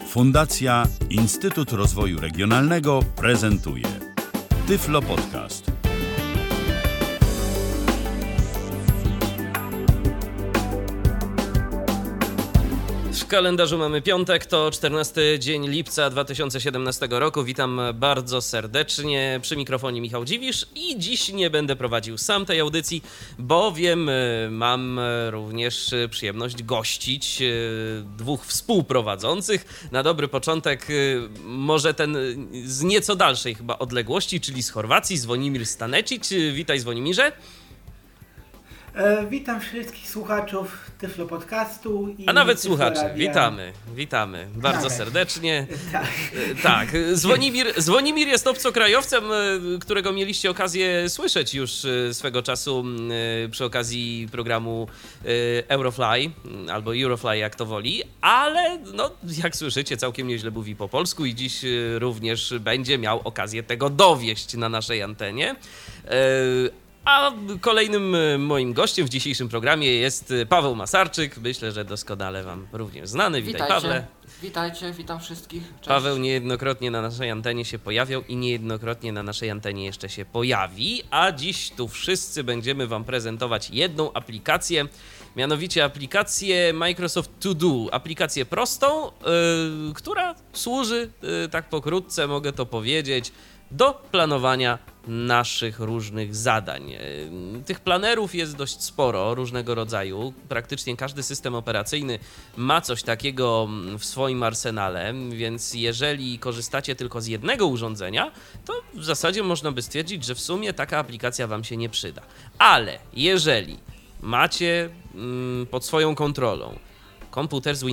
Fundacja Instytut Rozwoju Regionalnego prezentuje Tyflo Podcast. W kalendarzu mamy piątek, to 14 dzień lipca 2017 roku. Witam bardzo serdecznie. Przy mikrofonie Michał Dziwisz i dziś nie będę prowadził sam tej audycji, bowiem mam również przyjemność gościć dwóch współprowadzących. Na dobry początek może ten z nieco dalszej chyba odległości, czyli z Chorwacji, Zvonimir Stanecić. Witaj, Zvonimirze. Witam wszystkich słuchaczów Tyflo Podcastu. A nawet słuchaczy. Witamy bardzo serdecznie. Tak. Zvonimir jest obcokrajowcem, którego mieliście okazję słyszeć już swego czasu przy okazji programu Eurofly, albo Eurofly jak to woli, ale no, jak słyszycie, całkiem nieźle mówi po polsku i dziś również będzie miał okazję tego dowieść na naszej antenie. A kolejnym moim gościem w dzisiejszym programie jest Paweł Masarczyk. Myślę, że doskonale wam również znany. Witaj, Pawle. Witajcie, witam wszystkich. Cześć. Paweł niejednokrotnie na naszej antenie się pojawiał i niejednokrotnie na naszej antenie jeszcze się pojawi, a dziś tu wszyscy będziemy wam prezentować jedną aplikację, mianowicie aplikację Microsoft To Do. Aplikację prostą, która służy, tak pokrótce mogę to powiedzieć, do planowania naszych różnych zadań. Tych planerów jest dość sporo, różnego rodzaju. Praktycznie każdy system operacyjny ma coś takiego w swoim arsenale, więc jeżeli korzystacie tylko z jednego urządzenia, to w zasadzie można by stwierdzić, że w sumie taka aplikacja wam się nie przyda. Ale jeżeli macie pod swoją kontrolą komputer z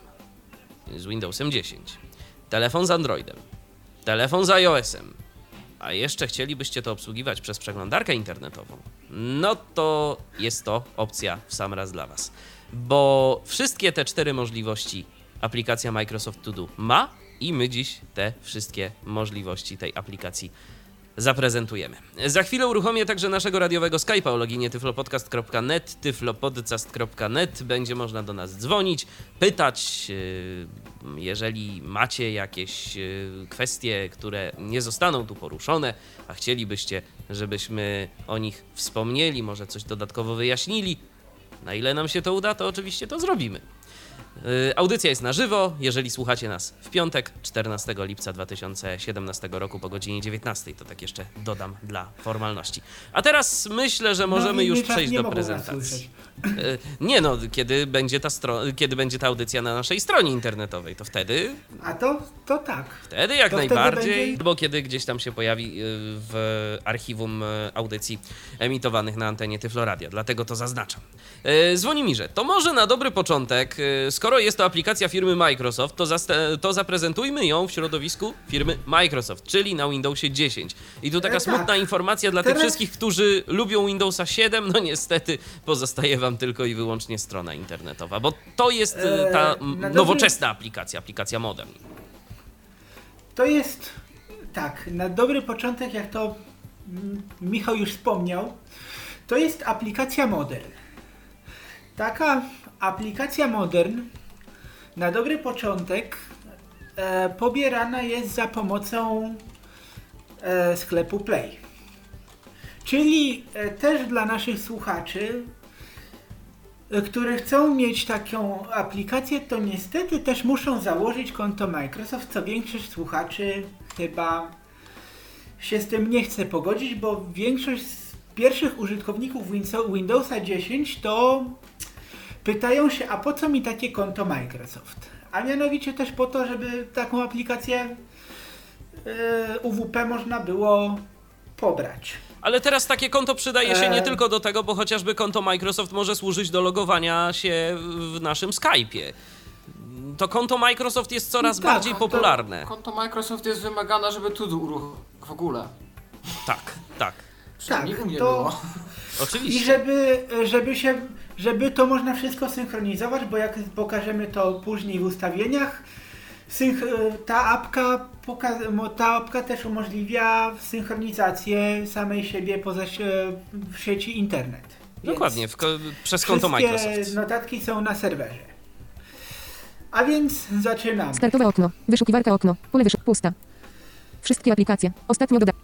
Windowsem 10, telefon z Androidem, telefon z iOS-em, a jeszcze chcielibyście to obsługiwać przez przeglądarkę internetową, no to jest to opcja w sam raz dla was. Bo wszystkie te 4 możliwości aplikacja Microsoft To Do ma i my dziś te wszystkie możliwości tej aplikacji zaprezentujemy. Za chwilę uruchomię także naszego radiowego Skype'a o loginie tyflopodcast.net, tyflopodcast.net. Będzie można do nas dzwonić, pytać, jeżeli macie jakieś kwestie, które nie zostaną tu poruszone, a chcielibyście, żebyśmy o nich wspomnieli, może coś dodatkowo wyjaśnili. Na ile nam się to uda, to oczywiście to zrobimy. Audycja jest na żywo, jeżeli słuchacie nas w piątek, 14 lipca 2017 roku po godzinie 19. To tak jeszcze dodam dla formalności. A teraz myślę, że możemy już przejść do prezentacji. Nie no, kiedy będzie ta audycja na naszej stronie internetowej, to wtedy... A to tak. Wtedy jak najbardziej, bo kiedy gdzieś tam się pojawi w archiwum audycji emitowanych na antenie Tyflo Radia, dlatego to zaznaczam. Zvonimirze, to może na dobry początek, skoro jest to aplikacja firmy Microsoft, to zaprezentujmy ją w środowisku firmy Microsoft, czyli na Windowsie 10. I tu taka smutna informacja dla tych wszystkich, którzy lubią Windowsa 7, no niestety pozostaje wam tylko i wyłącznie strona internetowa, bo to jest ta nowoczesna aplikacja modern. To jest, tak, na dobry początek, jak to Michał już wspomniał, to jest aplikacja modern. Taka aplikacja modern na dobry początek pobierana jest za pomocą sklepu Play. Czyli też dla naszych słuchaczy, którzy chcą mieć taką aplikację, to niestety też muszą założyć konto Microsoft, co większość słuchaczy chyba się z tym nie chce pogodzić, bo większość z pierwszych użytkowników Windowsa 10 to pytają się, a po co mi takie konto Microsoft? A mianowicie też po to, żeby taką aplikację UWP można było pobrać. Ale teraz takie konto przydaje się nie tylko do tego, bo chociażby konto Microsoft może służyć do logowania się w naszym Skype'ie. To konto Microsoft jest coraz bardziej popularne. Konto Microsoft jest wymagane, żeby To Do uruchomić w ogóle. Tak. Przynajmniej u mnie to było. Oczywiście. I żeby to można wszystko synchronizować, bo jak pokażemy to później w ustawieniach, ta apka też umożliwia synchronizację samej siebie w sieci internet. Dokładnie, przez konto Microsoft. Wszystkie notatki są na serwerze. A więc zaczynamy. Startowe okno. Wyszukiwarka okno. Pole pusta. Wszystkie aplikacje. Ostatnio doda.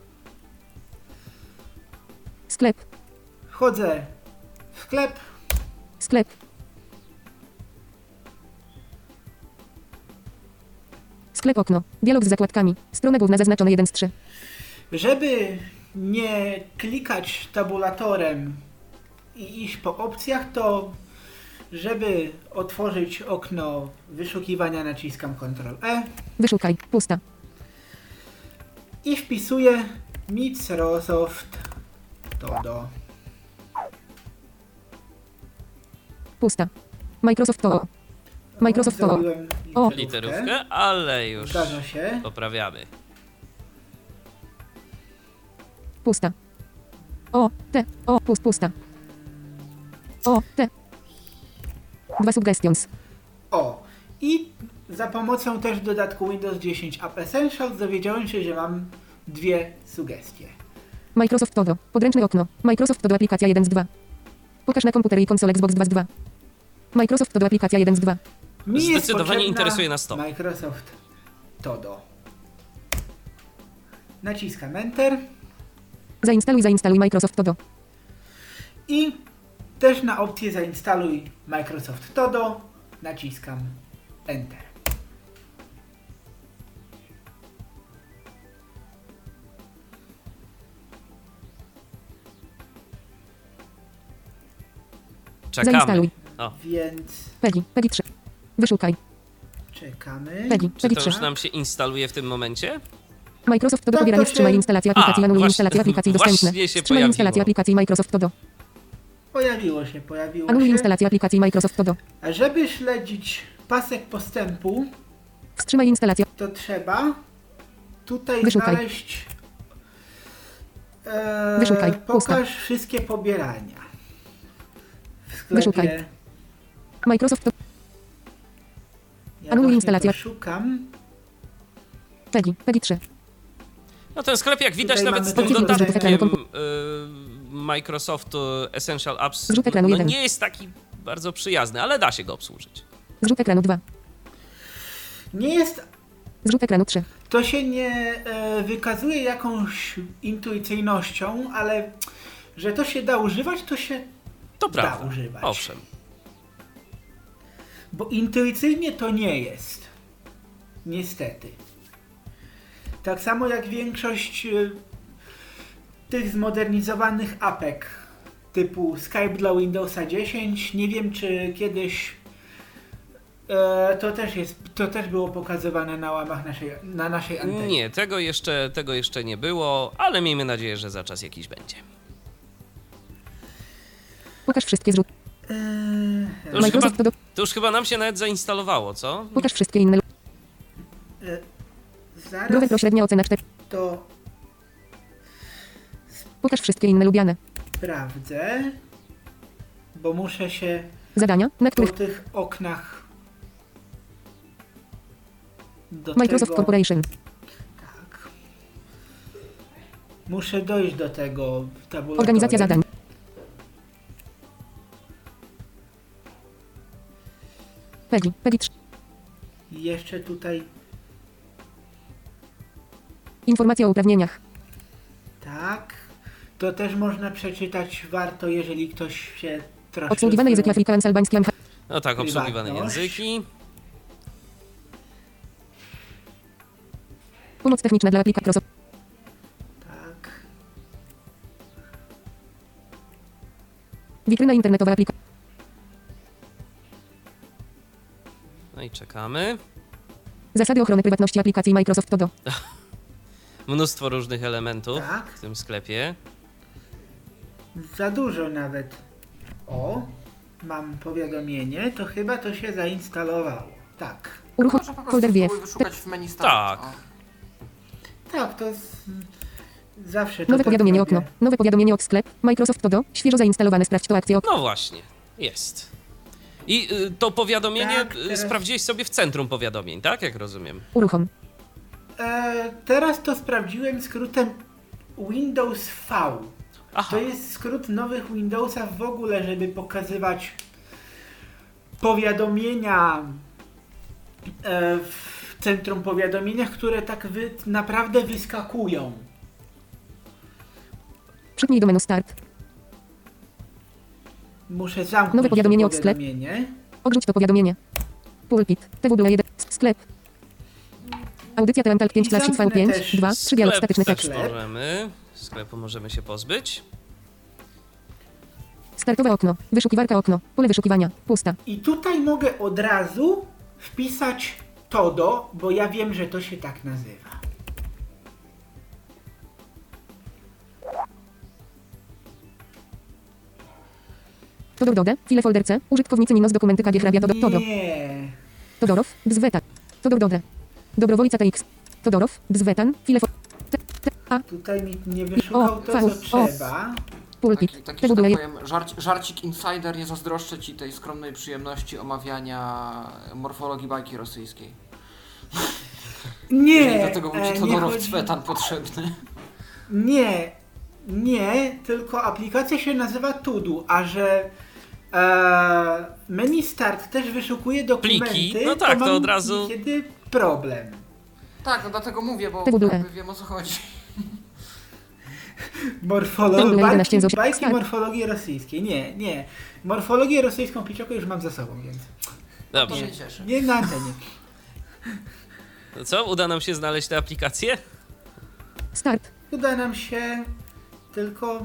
Sklep. Wchodzę w sklep. Sklep. Sklep okno. Dialog z zakładkami. Strona główna zaznaczone 1 z 3. Żeby nie klikać tabulatorem i iść po opcjach, to żeby otworzyć okno wyszukiwania naciskam Ctrl+E Wyszukaj. Pusta. i wpisuję Microsoft Todo. Pusta. Microsoft to. Microsoft to. Zrobiłem O. Literówkę, ale już Zdarza się. poprawiamy. Pusta. O, T. O, pusta. O, T. 2 suggestions. O. I za pomocą też dodatku Windows 10 App Essentials dowiedziałem się, że mam 2 sugestie. Microsoft Todo. Podręczne okno. Microsoft Todo aplikacja 1 z 2. Pokaż na komputer i konsolę Xbox 2 z 2. Microsoft Todo aplikacja 1 z 2. Mi jest Zdecydowanie potrzebna interesuje nas to. Microsoft Todo. Naciskam Enter Zainstaluj Microsoft Todo. i też na opcję zainstaluj Microsoft Todo naciskam Enter. Czekamy. Zainstaluj. O, Więc Peggy 3. Wyszukaj. czekamy. czy Peggy to 3. już nam się instaluje w tym momencie? Microsoft Todo Tak, pobieranie to się- wstrzymaj instalację aplikacji, anuluj właśnie- instalację aplikacji dostępne. właśnie się Wstrzymaj instalację pojawiło. aplikacji Microsoft Todo. Pojawiło Anuluj się. instalację aplikacji Microsoft Todo. A żeby śledzić pasek postępu, Wstrzymaj instalację. to trzeba tutaj Wyszukaj. znaleźć Wyszukaj. Pusta. pokaż wszystkie pobierania. W sklepie. Wyszukaj. Microsoft Todo. Ja Anuluj właśnie instalację. to szukam. Peggy 3. No ten sklep, jak widać, Tutaj nawet mamy z tym też dodatkiem komputer. Microsoft Essential Apps Zrzut ekranu no, 1. nie jest taki bardzo przyjazny, ale da się go obsłużyć. Zrzut ekranu 2. Nie jest, Zrzut ekranu 3. to się nie wykazuje jakąś intuicyjnością, ale że to się da używać, to się To da prawda. używać. Owszem. Bo intuicyjnie to nie jest. Niestety. Tak samo jak większość tych zmodernizowanych apek typu Skype dla Windowsa 10. Nie wiem, czy kiedyś to też było pokazywane na łamach na naszej antenie. Nie, tego jeszcze nie było, ale miejmy nadzieję, że za czas jakiś będzie. Pokaż wszystkie zrzut. To już, chyba, Microsoft Todo. to już chyba nam się nawet zainstalowało, co? Pokaż wszystkie inne. Zaraz Browy średnia ocena 4. to Pokaż wszystkie inne lubiane. sprawdzę, bo muszę się Zadania, na po których tych oknach do Microsoft tego, Corporation. tak. Muszę dojść do tego tabulatorem. Organizacja zadań. Peggy 3. I jeszcze tutaj, Informacja o uprawnieniach. tak. To też można przeczytać, warto, jeżeli ktoś się troszkę... Obsługiwane języki afrykańskie, albańskie, No tak, obsługiwane Prywatność. języki. Pomoc techniczna dla aplikacji. Tak. Witryna internetowa aplikacja. No i czekamy. Zasady ochrony prywatności aplikacji Microsoft Todo. Mnóstwo różnych elementów Tak. w tym sklepie. Za dużo nawet. O, mam powiadomienie, to chyba to się zainstalowało. Tak. Uruchom Można po folder prostu VF. spróbuj wyszukać w menu start. Tak. O. Tak, to zawsze to Nowe tak powiadomienie robię. okno. Nowe powiadomienie od sklep. Microsoft Todo. Świeżo zainstalowane. Sprawdź to akcję okno. No właśnie, jest. I to powiadomienie Tak, teraz- sprawdziłeś sobie w centrum powiadomień, tak? Jak rozumiem. Uruchom. Teraz to sprawdziłem skrótem Windows V. Aha, To jest skrót nowych Windowsach w ogóle, żeby pokazywać powiadomienia w centrum powiadomieniach, które tak naprawdę wyskakują. Przypnij do menu Start. Muszę zamknąć Nowe powiadomienie od sklep. powiadomienie. Odrzuć to powiadomienie. Pulpit. TWD1. Sklep. Audycja Telentalk 5 I zamknę V5 też 2 3 dialog statyczny też tekst. możemy. Sklepu możemy się pozbyć. Startowe okno. Wyszukiwarka okno. Pole wyszukiwania. Pusta. I tutaj mogę od razu wpisać Todo, bo ja wiem, że to się tak nazywa. Todor Dode. File folder C. Użytkownicy Minos dokumenty KG hrabia Todo. Nie. Todorow. Bzwetan. Todor Dode. Dobrowolica TX. Todorow. Bzwetan. File A. Tutaj mi nie wyszukał to, co trzeba. Pulpit. Taki, że tak TWD1. powiem, żarcik insider, nie zazdroszczę ci tej skromnej przyjemności omawiania morfologii bajki rosyjskiej. Nie. Dlatego był ci nie Todorow chodzi- Cwetan potrzebny. Nie, tylko aplikacja się nazywa Todo, a że menu Start też wyszukuje dokumenty, Pliki, no tak, to mam od razu- kiedy problem. Tak, no dlatego mówię, bo TWD. jakby wiem o co chodzi. Morfologii, 11 z bajki Start. morfologii rosyjskiej. Nie. Morfologię rosyjską Piciokę już mam za sobą, więc To Dobrze. mnie cieszy. nie na antenie. No co? Uda nam się znaleźć tę aplikację? Start. Uda nam się, tylko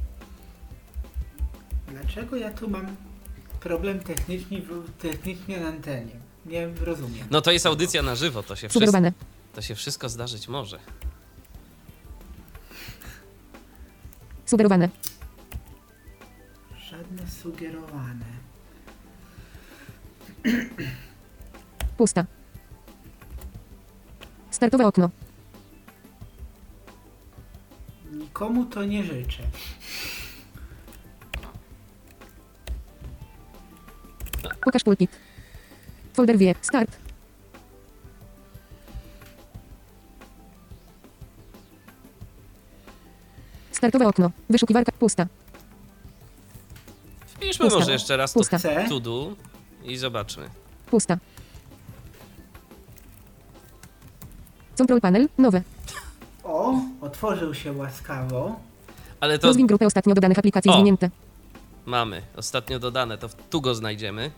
dlaczego ja tu mam problem technicznie na antenie? Nie rozumiem. No to jest audycja na żywo, Sugerowane. to się wszystko zdarzyć może. Sugerowane. Żadne sugerowane. Pusta. Startowe okno. Nikomu to nie życzę. Pokaż pulpit. Folder wie. Start. Startowe okno. Wyszukiwarka. Pusta. Wpiszmy Pusta. może jeszcze raz to Pusta. C. Todo i zobaczmy. Pusta. Control panel. Nowe. O, otworzył się łaskawo. Ale to Rozwin grupę ostatnio dodanych aplikacji O. zwinięte. mamy ostatnio dodane, to tu go znajdziemy.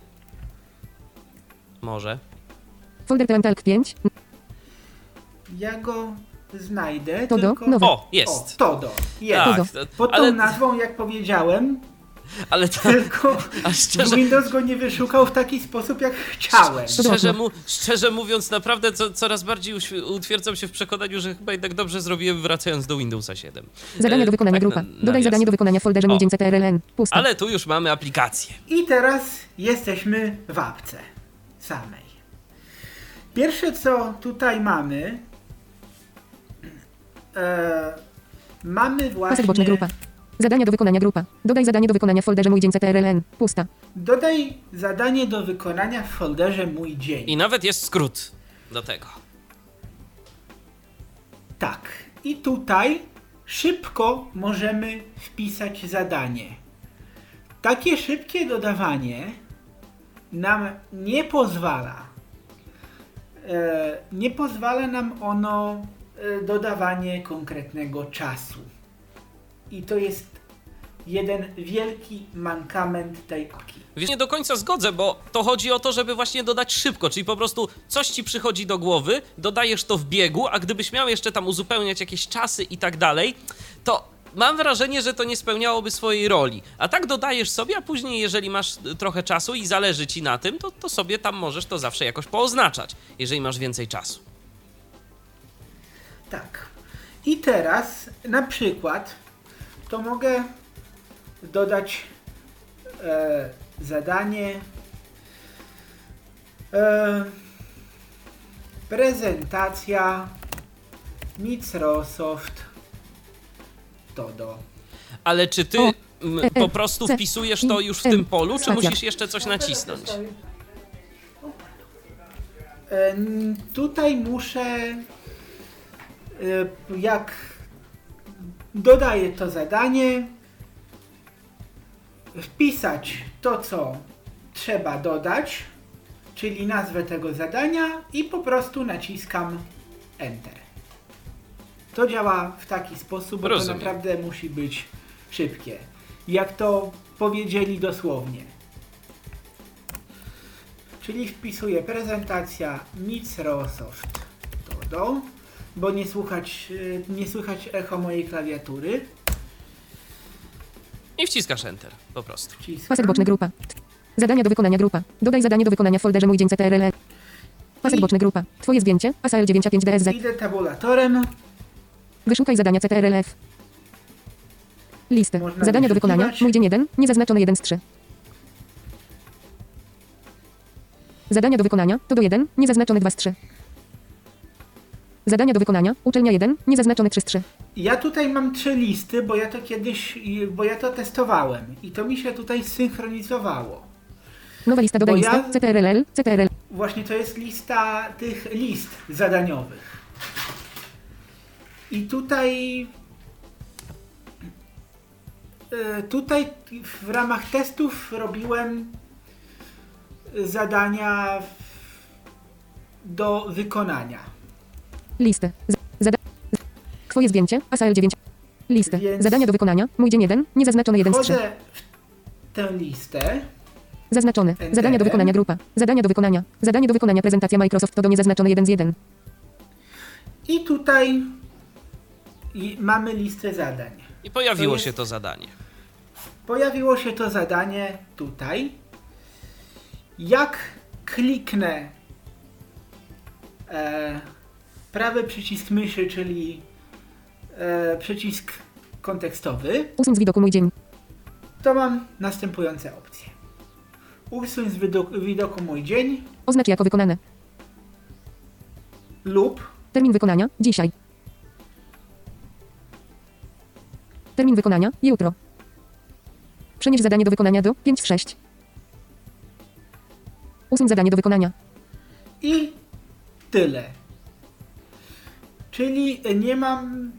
Może. Folder Telentalk 5. Ja go znajdę, Todo. tylko... Nowe. O, jest. Todo. Jest. Tak, Todo. Pod tą ale, nazwą, jak powiedziałem, ale to, tylko a szczerze, Windows go nie wyszukał w taki sposób, jak chciałem. szczerze mówiąc, naprawdę coraz bardziej utwierdzam się w przekonaniu, że chyba jednak dobrze zrobiłem, wracając do Windowsa 7. Zadanie do wykonania tak grupa. na Dodaj zadanie do wykonania w folderze O. mój dzień CTRLN. Pusta. Ale tu już mamy aplikację. I teraz jesteśmy w apce samej. Pierwsze, co tutaj mamy, mamy Pasek boczny właśnie... grupa. Zadania do wykonania grupa. Dodaj zadanie do wykonania w folderze mój dzień CTRLN. Pusta. Dodaj zadanie do wykonania w folderze Mój dzień. I nawet jest skrót do tego. Tak. I tutaj szybko możemy wpisać zadanie. Takie szybkie dodawanie nam nie pozwala. Nie pozwala nam ono dodawanie konkretnego czasu. I to jest jeden wielki mankament tej apki. Wiesz, nie do końca zgodzę, bo to chodzi o to, żeby właśnie dodać szybko, czyli po prostu coś ci przychodzi do głowy, dodajesz to w biegu, a gdybyś miał jeszcze tam uzupełniać jakieś czasy i tak dalej, to mam wrażenie, że to nie spełniałoby swojej roli. A tak dodajesz sobie, a później jeżeli masz trochę czasu i zależy ci na tym, to sobie tam możesz to zawsze jakoś pooznaczać, jeżeli masz więcej czasu. Tak. I teraz na przykład to mogę dodać zadanie prezentacja Microsoft Todo. Ale czy ty O, po prostu C, wpisujesz to już w I, tym polu, czy spacja. musisz jeszcze coś nacisnąć? Tutaj muszę, jak dodaję to zadanie, wpisać to, co trzeba dodać, czyli nazwę tego zadania i po prostu naciskam Enter. To działa w taki sposób, bo Rozumiem. to naprawdę musi być szybkie. Jak to powiedzieli dosłownie. Czyli wpisuję prezentacja Microsoft Todo, bo nie słychać echo mojej klawiatury. I wciskasz Enter, po prostu. Wciskam. Pasek boczny grupa. Zadania do wykonania grupa. Dodaj zadanie do wykonania w folderze mój dzień CTRL. Pasek I- boczny grupa. Twoje zdjęcie. ASL95DSZ. Idę tabulatorem. Wyszukaj zadania CTRL-F. Listy. Można Zadania do wykonania. wyszukiwać. Mój dzień 1. Niezaznaczone 1 z 3. Zadania do wykonania. To do 1. Niezaznaczone 2 z 3. Zadania do wykonania. Uczelnia 1. Niezaznaczone 3 z 3. Ja tutaj mam 3 listy, bo ja to testowałem i to mi się tutaj synchronizowało. Nowa lista. Dodaj Bo listę. ja- CTRL. CTRL. Właśnie to jest lista tych list zadaniowych. I tutaj w ramach testów robiłem zadania do wykonania. Listy. Twoje zdjęcie. ASL9. Listy. Więc- Zadania do wykonania. Mój dzień 1. Niezaznaczone 1 z 3. Wchodzę w tę listę. Zaznaczony. Enter. Zadania do wykonania grupa. Zadania do wykonania. Zadanie do wykonania prezentacja Microsoft to do niezaznaczone 1 z 1. I tutaj mamy listę zadań. I pojawiło To jest- się to zadanie. Pojawiło się to zadanie tutaj. Jak kliknę prawy przycisk myszy, czyli przycisk kontekstowy, Usuń z widoku mój dzień. to mam następujące opcje. Usuń z widoku mój dzień Oznacz jako wykonane. lub Termin wykonania. Dzisiaj. Termin wykonania. Jutro. Przenieś zadanie do wykonania do 5 w 6. Usuń zadanie do wykonania. i tyle. Czyli nie mam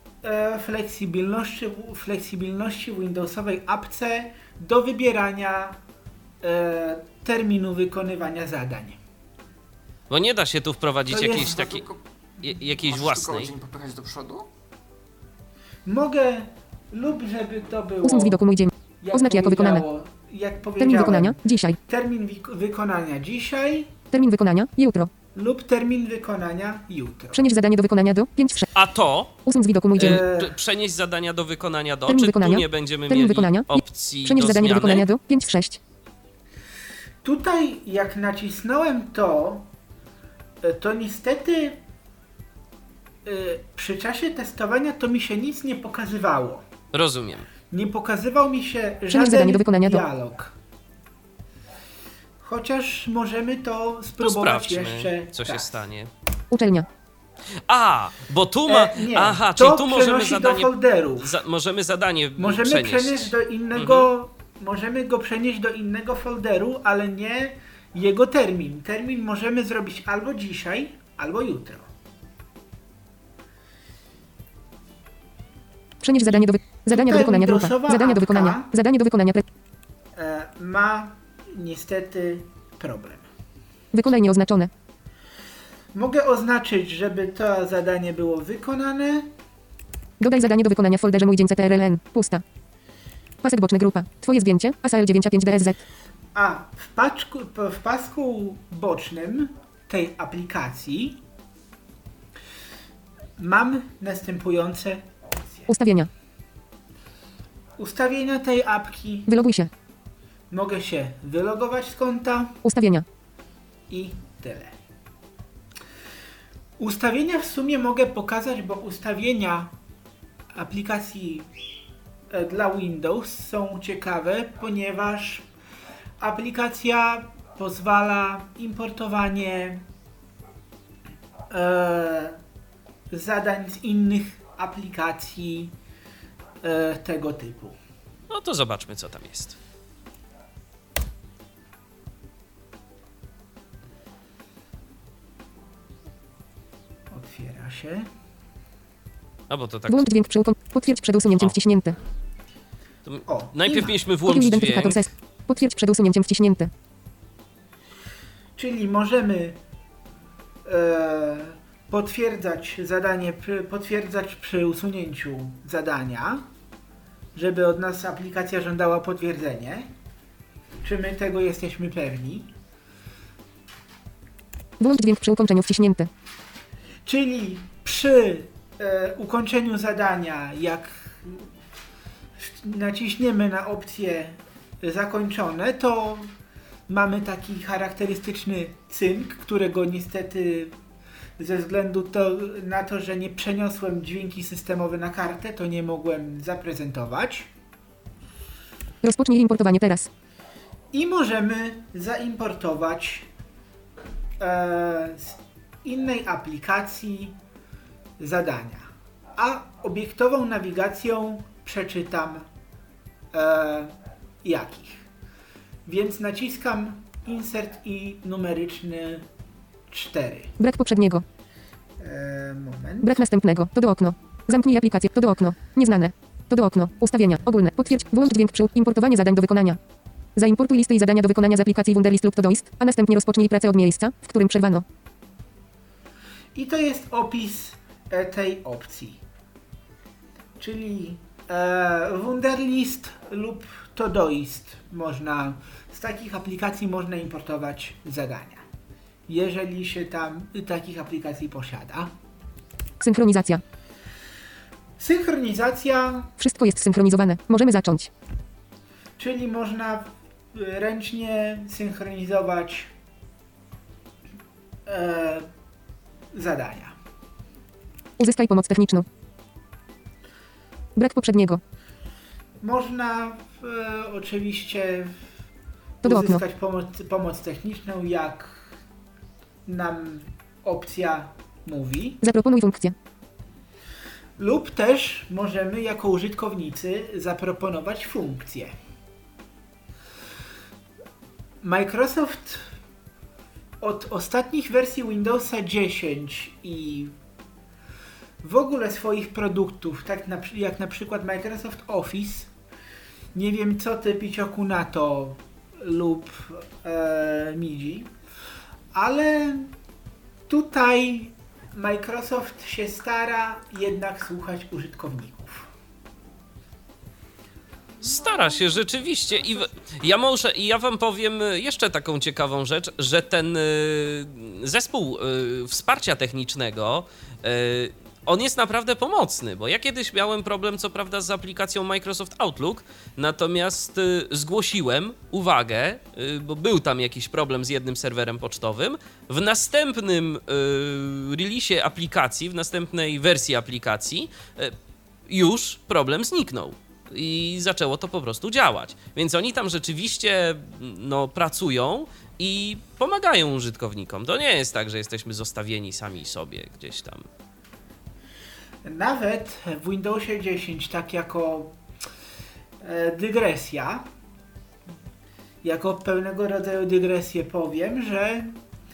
fleksibylności w Windowsowej apce do wybierania terminu wykonywania zadań. Bo nie da się tu wprowadzić To jest- jakiejś takiej, jakiejś Możesz własnej. tylko dzień popychać do przodu? Mogę lub żeby to było Usuń z widoku mój dzień. Oznacz jako wykonane. Jak powiedziałem, Termin wykonania. Dzisiaj. termin wykonania dzisiaj Termin wykonania. Jutro. lub termin wykonania jutro. Przenieś zadanie do wykonania do 5 w 6. A to Usuń z widoku mój dzień. przenieść zadania do wykonania do. Termin Czy wykonania. tu nie będziemy Termin mieli wykonania. opcji Przenieś do zadanie do zmiany? wykonania do 5 w 6. Tutaj jak nacisnąłem to niestety przy czasie testowania to mi się nic nie pokazywało. Rozumiem. Nie pokazywał mi się zadanie żaden do wykonania do- dialog. Chociaż możemy to To spróbować sprawdźmy, jeszcze. co się raz. stanie. Uczelnia. A, bo tu ma. Nie, Aha, to czyli tu możemy przenosi zadanie. do folderów. Możemy zadanie Możemy przenieść. do innego. Możemy go przenieść do innego folderu, ale nie jego termin. Termin możemy zrobić albo dzisiaj, albo jutro. Przenieś zadanie do zadania do Tutaj wykonania grupa. Windowsowa Zadania do apka. wykonania. Zadanie do wykonania. Ma niestety problem. Wykonaj nieoznaczone. Mogę oznaczyć, żeby to zadanie było wykonane. Dodaj zadanie do wykonania w folderze mój dzień CTRLN. Pusta. Pasek boczny grupa. Twoje zdjęcie. ASL95DSZ. A w pasku bocznym tej aplikacji mam następujące opcje. Ustawienia. Ustawienia tej apki. Wyloguj się. Mogę się wylogować z konta Ustawienia. i tyle. Ustawienia w sumie mogę pokazać, bo ustawienia aplikacji dla Windows są ciekawe, ponieważ aplikacja pozwala importowanie zadań z innych aplikacji tego typu. No to zobaczmy, co tam jest. Otwiera się. A bo to tak. Włącz dźwięk przy potwierdź przed usunięciem O. wciśnięte. To O, najpierw i mieliśmy Kopiuj włączyć identyfikator dźwięk. potwierdź przed usunięciem wciśnięte. Czyli możemy potwierdzać przy usunięciu zadania, żeby od nas aplikacja żądała potwierdzenie. Czy my tego jesteśmy pewni? Włącz dźwięk przy ukończeniu wciśnięty. Czyli przy ukończeniu zadania, jak naciśniemy na opcję zakończone, to mamy taki charakterystyczny cynk, którego niestety ze względu na to, że nie przeniosłem dźwięki systemowe na kartę, to nie mogłem zaprezentować. Rozpocznij importowanie teraz. I możemy zaimportować z innej aplikacji zadania. A obiektową nawigacją przeczytam jakich. Więc naciskam insert i numeryczny 4. Brak poprzedniego. Moment. Brak następnego. To do okno. Zamknij aplikację. To do okno. Nieznane. To do okno. Ustawienia. Ogólne. Potwierdź. Włącz dźwięk przy importowanie zadań do wykonania. Zaimportuj listy i zadania do wykonania z aplikacji Wunderlist lub Todoist, a następnie rozpocznij pracę od miejsca, w którym przerwano. I to jest opis tej opcji. Czyli Wunderlist lub Todoist z takich aplikacji można importować zadania. Jeżeli się tam takich aplikacji posiada. Synchronizacja. Synchronizacja, Wszystko jest synchronizowane. Możemy zacząć. czyli można ręcznie synchronizować zadania. Uzyskaj pomoc techniczną. Brak poprzedniego. Można oczywiście To do okno. uzyskać pomoc techniczną, jak nam opcja mówi. Zaproponuj funkcję. Lub też możemy jako użytkownicy zaproponować funkcję. Microsoft od ostatnich wersji Windowsa 10 i w ogóle swoich produktów, tak jak na przykład Microsoft Office, nie wiem co ty, Picioku, na to lub Midzi, ale tutaj Microsoft się stara jednak słuchać użytkowników. Stara się rzeczywiście i ja wam powiem jeszcze taką ciekawą rzecz, że ten zespół wsparcia technicznego on jest naprawdę pomocny, bo ja kiedyś miałem problem, co prawda, z aplikacją Microsoft Outlook, natomiast zgłosiłem uwagę, bo był tam jakiś problem z jednym serwerem pocztowym. W następnym releasie aplikacji, w następnej wersji aplikacji już problem zniknął i zaczęło to po prostu działać. Więc oni tam rzeczywiście pracują i pomagają użytkownikom. To nie jest tak, że jesteśmy zostawieni sami sobie gdzieś tam. Nawet w Windowsie 10, tak jako dygresja, jako pewnego rodzaju dygresję powiem, że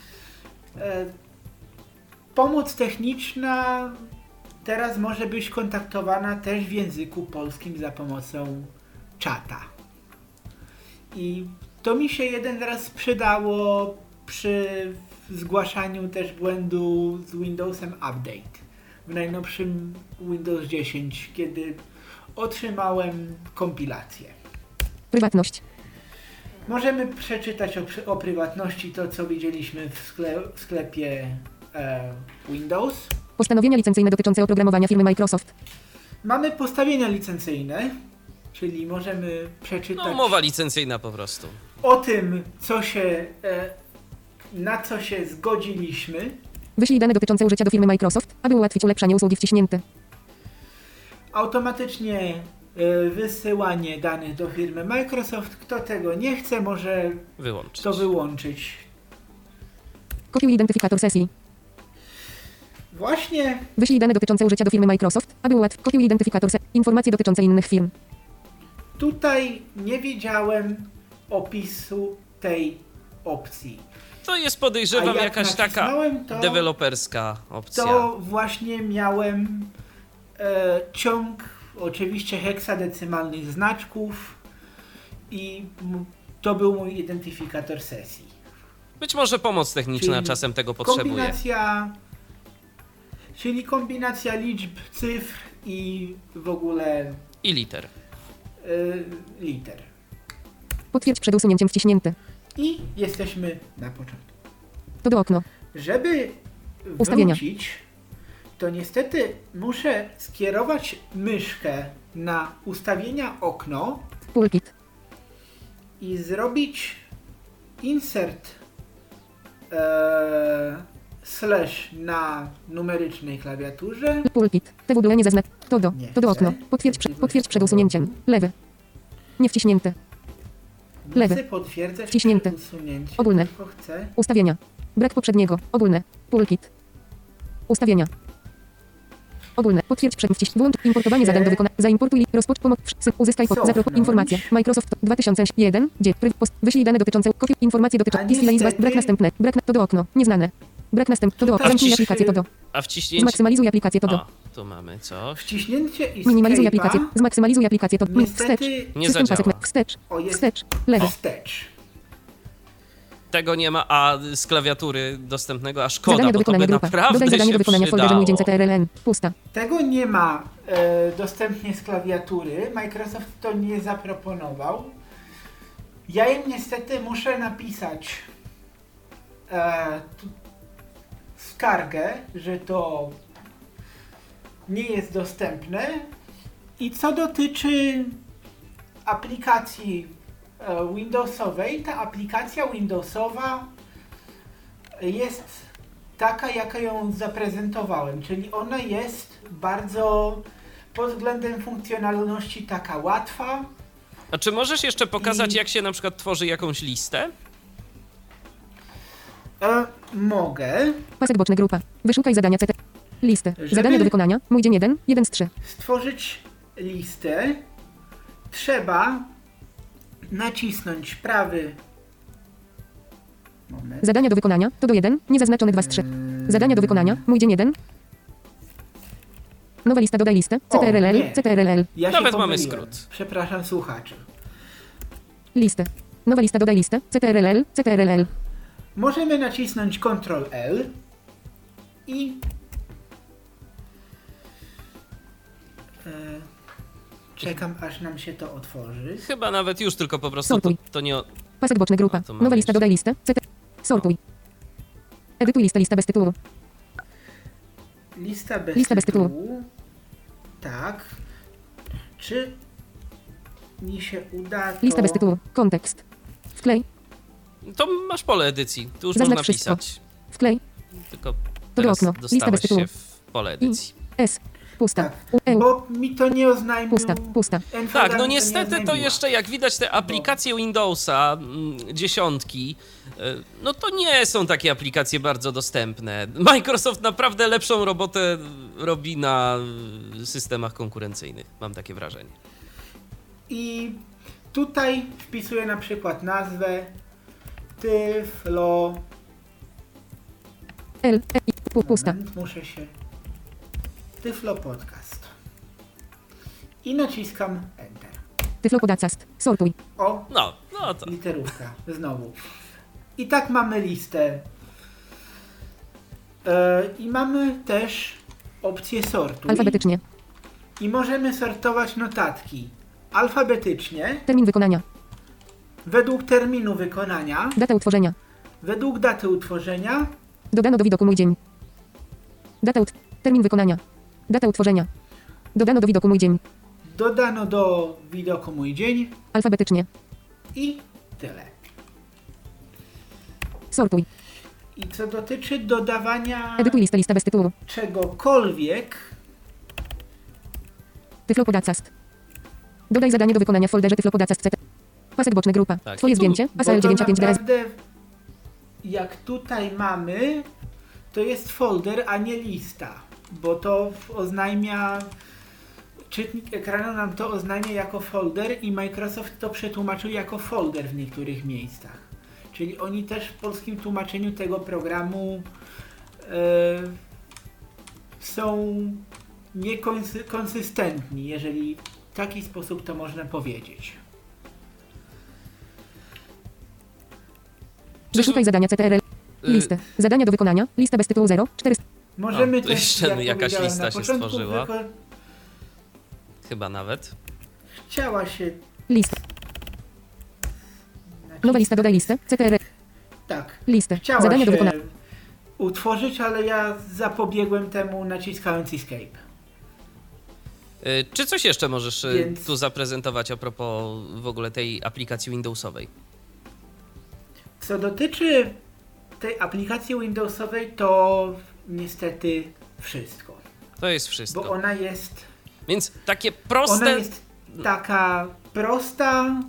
pomoc techniczna teraz może być kontaktowana też w języku polskim za pomocą czata. I to mi się jeden raz przydało przy zgłaszaniu też błędu z Windowsem Update. W najnowszym Windows 10, kiedy otrzymałem kompilację. Prywatność. Możemy przeczytać o prywatności to, co widzieliśmy w sklepie Windows. Postanowienia licencyjne dotyczące oprogramowania firmy Microsoft. Mamy postawienia licencyjne, czyli możemy przeczytać Umowa licencyjna po prostu. o tym, na co się zgodziliśmy. Wyślij dane dotyczące użycia do firmy Microsoft, aby ułatwić ulepszanie usługi wciśnięty. Automatycznie wysyłanie danych do firmy Microsoft. Kto tego nie chce, może Wyłączyć. to wyłączyć. Kopiuj identyfikator sesji. Właśnie Wyślij dane dotyczące użycia do firmy Microsoft, aby ułatwić. Kopiuj identyfikator sesji. Informacje dotyczące innych firm. tutaj nie wiedziałem opisu tej opcji. To jest, podejrzewam, A jak jakaś taka nacisnąłem, deweloperska opcja. To właśnie miałem ciąg oczywiście heksadecymalnych znaczków i to był mój identyfikator sesji. Być może pomoc techniczna Czyli czasem tego potrzebuje. Kombinacja liczb, cyfr i w ogóle I liter. liter. Potwierdź przed usunięciem wciśnięte. I jesteśmy na początku. To do okno. Żeby Ustawienia. wrócić, to niestety muszę skierować myszkę na ustawienia okno Pulpit. i zrobić insert slash na numerycznej klawiaturze. Pulpit. TW nie zaznacz. To do. Nie To do chcę. okno. Potwierdź przed usunięciem. Lewy. Nie wciśnięte. Nie Lewy. chcę potwierdzać Wciśnięte. przed usunięciem, Ogólne. tylko chcę. Ustawienia. Brak poprzedniego. Ogólne. Pulpit. Ustawienia. Ogólne. Potwierdź przed włącz importowanie zadań do wykonania. Zaimportuj rozpocz pomoc. Uzyskaj Cofnąć. informacja. Microsoft 2001. Wyślij dane dotyczące kopii. Informacje A dotyczące. History list. niestety- Brak następne. To do okno. Nieznane. Brak następne. To do okno. Tutaj Zamknij wciśnij- aplikację. To do. A wciśnięcie... Zmaksymalizuj aplikację. To do. O, tu mamy coś. Wciśnięcie i Minimalizuj aplikację. Zmaksymalizuj aplikację. To wstecz. Niestety Nie System zadziała. pasek. Wstecz. o, jest Wstecz. Lewy. wstecz. Tego nie ma, a z klawiatury dostępnego, a szkoda, Zadanie do bo to by wykonania grupa. naprawdę Dodaj zadanie się do wykonania w folderze przydało. mój dzień CTRLN. Pusta. Tego nie ma dostępnie z klawiatury. Microsoft to nie zaproponował. Ja im niestety muszę napisać skargę, że to nie jest dostępne. I co dotyczy aplikacji Windowsowej, ta aplikacja Windowsowa jest taka, jaka ją zaprezentowałem, czyli ona jest bardzo pod względem funkcjonalności taka łatwa. A czy możesz jeszcze pokazać, I- jak się na przykład tworzy jakąś listę? Mogę Pasek boczny grupa. Wyszukaj zadania CT. Listę. Żeby- Zadania do wykonania. Mój dzień 1. 1 z 3. stworzyć listę. Trzeba nacisnąć prawy moment. Zadania do wykonania. To do 1. Niezaznaczone 2 z 3. Zadania do wykonania. Mój dzień 1. Nowa lista. Dodaj listę. O, CTRLL. nie. CTRLL. Ja Nawet się mamy pomyliłem. skrót. Przepraszam słuchaczy. Listę. Nowa lista. Dodaj listę. CTRLL. CTRLL. Możemy nacisnąć Ctrl L i czekam, aż nam się to otworzy. Chyba nawet już, tylko po prostu Sortuj. to nie... Pasek boczny grupa. A, to mamy Nowa lista. jeszcze. Dodaj listę. Sortuj. Edytuj listę. Lista bez tytułu. Lista bez tytułu. tytułu. Tak. Czy mi się uda to... Lista bez tytułu. Kontekst. Wklej. To masz pole edycji, tu już Zaznacz można wszystko. pisać. Wklej. Tylko do teraz okno. Lista bez dostałeś tytułu. się w pole edycji. S. Pusta. Tak, EU. bo mi to nie oznajmił... Pusta. Pusta. Enfoda Tak, mi no nie niestety to oznajmiła. jeszcze, jak widać, te aplikacje Windowsa 10, no to nie są takie aplikacje bardzo dostępne. Microsoft naprawdę lepszą robotę robi na systemach konkurencyjnych, mam takie wrażenie. I tutaj wpisuję na przykład nazwę Tyflo... L. E. I. Pusta. Moment, muszę się... Tyflo Podcast. I naciskam Enter. Tyflo podacast. Sortuj. O, No to literówka. Znowu. I tak mamy listę. I mamy też opcję sortuj. Alfabetycznie. I możemy sortować notatki alfabetycznie, Termin wykonania. według terminu wykonania, Data utworzenia. według daty utworzenia, Dodano do widoku mój dzień. Termin wykonania. Data utworzenia. Dodano do widoku mój dzień. dodano do widoku mój dzień Alfabetycznie. i tyle. Sortuj. I co dotyczy dodawania Edytuj listę. Lista bez tytułu. czegokolwiek, Tyflo podacast. Dodaj zadanie do wykonania w folderze Tyflo podacast CT. Pasek boczny grupa. Tak, Twoje i tu- zdjęcie. bo to ASL95DS. naprawdę jak tutaj mamy, to jest folder, a nie lista, bo to oznajmia, czytnik ekranu nam to oznajmia jako folder i Microsoft to przetłumaczył jako folder w niektórych miejscach. Czyli oni też w polskim tłumaczeniu tego programu są niekonsystentni, jeżeli w taki sposób to można powiedzieć. Wyszukaj zadania CTRL. Listę. Zadania do wykonania. Lista bez tytułu 0. 400. Możemy tu też, jeszcze jak jakaś powiedziałem lista na się początku, stworzyła. Chyba nawet. chciała się... Lista. Nowa lista. Dodaj listę. CTRL. Tak. Listę. Chciała Zadania do się wykonania. utworzyć, ale ja zapobiegłem temu naciskając Escape. Czy coś jeszcze możesz Więc- tu zaprezentować a propos w ogóle tej aplikacji Windowsowej? Co dotyczy tej aplikacji Windowsowej, to niestety wszystko. To jest Bo wszystko. ona jest... Więc takie Ona proste... jest taka prosta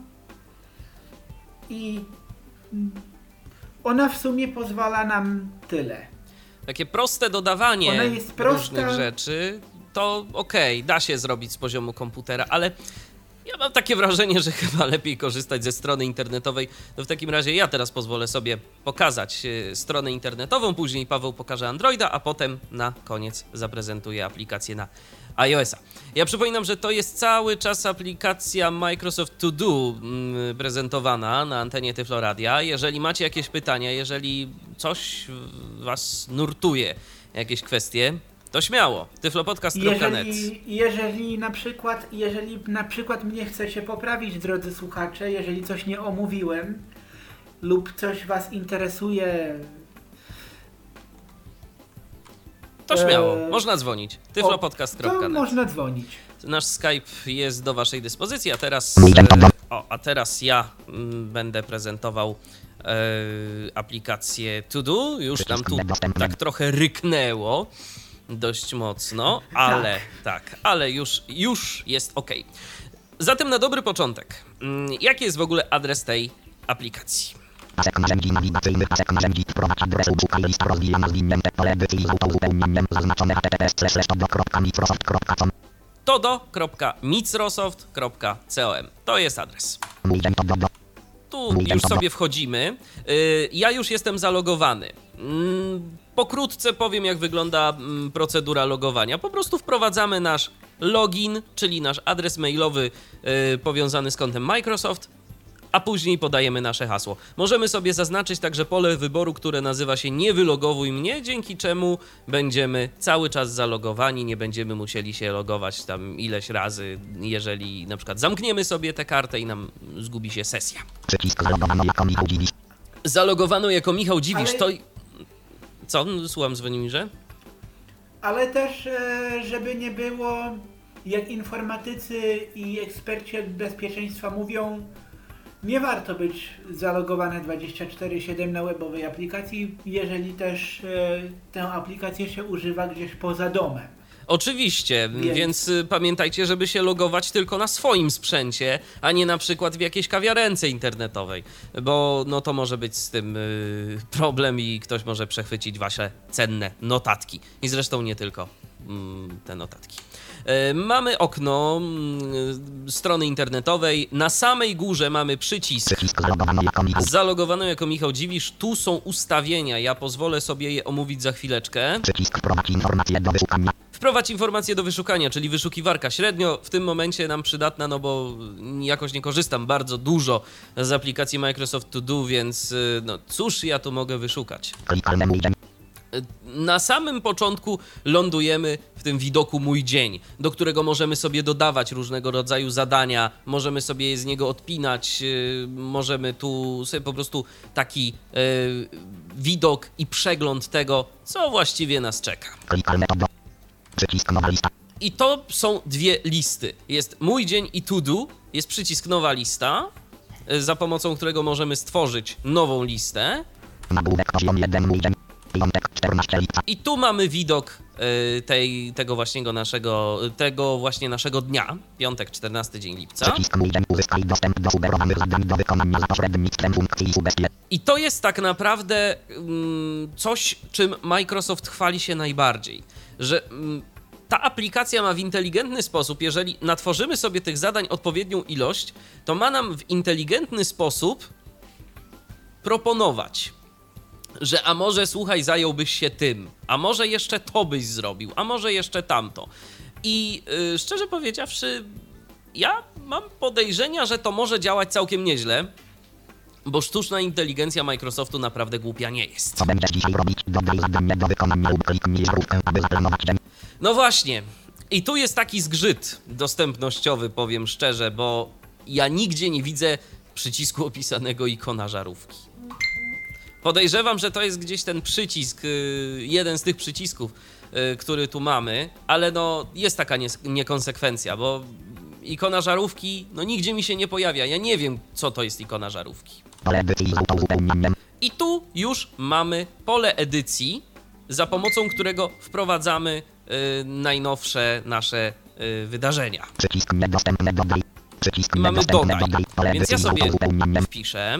i ona w sumie pozwala nam tyle. Takie proste dodawanie Ona jest prosta. różnych rzeczy, to okej, da się zrobić z poziomu komputera, ale ja mam takie wrażenie, że chyba lepiej korzystać ze strony internetowej. To w takim razie ja teraz pozwolę sobie pokazać stronę internetową, później Paweł pokaże Androida, a potem na koniec zaprezentuję aplikację na iOS-a. Ja przypominam, że to jest cały czas aplikacja Microsoft To Do prezentowana na antenie Tyflo Radia. Jeżeli macie jakieś pytania, jeżeli coś was nurtuje, jakieś kwestie, to śmiało, tyflopodcast.net. Jeżeli na przykład mnie chcecie poprawić, drodzy słuchacze, jeżeli coś nie omówiłem lub coś was interesuje, To śmiało, można dzwonić. to tyflopodcast.net. można dzwonić. Nasz Skype jest do waszej dyspozycji, a teraz ja będę prezentował aplikację To Do. Już nam tu tak trochę ryknęło dość mocno, ale już jest ok. Zatem na dobry początek, jaki jest w ogóle adres tej aplikacji? Pasek narzędzi nawigacyjnych, pasek narzędzi, wprowadź adres ubuka i lista rozwijana zwinięte pole edycji z autouzupełnieniem zaznaczone https://todo.microsoft.com. todo.microsoft.com. To jest adres. Mój dzień to do. Tu już sobie wchodzimy. Ja już jestem zalogowany. Pokrótce powiem, jak wygląda procedura logowania. Po prostu wprowadzamy nasz login, czyli nasz adres mailowy powiązany z kontem Microsoft, a później podajemy nasze hasło. Możemy sobie zaznaczyć także pole wyboru, które nazywa się nie wylogowuj mnie, dzięki czemu będziemy cały czas zalogowani, nie będziemy musieli się logować tam ileś razy, jeżeli na przykład zamkniemy sobie tę kartę i nam zgubi się sesja. Przycisk zalogowano jako Michał Dziwisz. Zalogowano jako Michał Dziwisz, Ale- to... Co? Słucham, Zwonimirze? Ale też, żeby nie było, jak informatycy i eksperci od bezpieczeństwa mówią, nie warto być zalogowane 24/7 na webowej aplikacji, jeżeli też tę aplikację się używa gdzieś poza domem. Oczywiście, więc pamiętajcie, żeby się logować tylko na swoim sprzęcie, a nie na przykład w jakiejś kawiarence internetowej, bo no to może być z tym problem i ktoś może przechwycić wasze cenne notatki. I zresztą nie tylko te notatki. Mamy okno strony internetowej, na samej górze mamy przycisk Przycisk zalogowano jako Michał. zalogowano jako Michał Dziwisz, tu są ustawienia, ja pozwolę sobie je omówić za chwileczkę. Przycisk wprowadź informacje do wyszukania. Wprowadź informacje do wyszukania, czyli wyszukiwarka średnio w tym momencie nam przydatna, no bo jakoś nie korzystam bardzo dużo z aplikacji Microsoft To Do, więc no cóż ja tu mogę wyszukać. Klikalne mój dzień. Na samym początku lądujemy w tym widoku Mój Dzień, do którego możemy sobie dodawać różnego rodzaju zadania, możemy sobie je z niego odpinać, możemy tu sobie po prostu taki widok i przegląd tego, co właściwie nas czeka. Klikalne to do. Przycisk nowa lista. I to są dwie listy. Jest Mój Dzień i To Do, jest przycisk Nowa Lista, za pomocą którego możemy stworzyć nową listę. Nagłówek poziom 1 mój dzień. Piątek 14 lipca. I tu mamy widok tego właśnie naszego dnia, piątek 14 dzień lipca. Przycisk mój dzień. Uzyskaj dostęp do sugerowanych zadań do wykonania za pośrednictwem funkcji ubezpieczeń. I to jest tak naprawdę coś, czym Microsoft chwali się najbardziej, że ta aplikacja ma w inteligentny sposób, jeżeli natworzymy sobie tych zadań odpowiednią ilość, to ma nam w inteligentny sposób proponować, że a może słuchaj, zająłbyś się tym, a może jeszcze to byś zrobił, a może jeszcze tamto. I szczerze powiedziawszy, ja mam podejrzenia, że to może działać całkiem nieźle, bo sztuczna inteligencja Microsoftu naprawdę głupia nie jest. Co będziesz dzisiaj robić? Dodaj zadanie do wykonania lub kliknij żarówkę, aby zaplanować dzień. No właśnie. I tu jest taki zgrzyt dostępnościowy, powiem szczerze, bo ja nigdzie nie widzę przycisku opisanego ikona żarówki. Podejrzewam, że to jest gdzieś ten przycisk, jeden z tych przycisków, który tu mamy, ale no jest taka niekonsekwencja, bo ikona żarówki no nigdzie mi się nie pojawia. Ja nie wiem, co to jest ikona żarówki. Pole edycji z autouzupełnieniem. I tu już mamy pole edycji, za pomocą którego wprowadzamy najnowsze nasze wydarzenia. Przycisk niedostępny dodaj. Przycisk Mamy niedostępny dodaj, dodaj. Pole więc ja edycji z sobie autouzupełnieniem. wpiszę.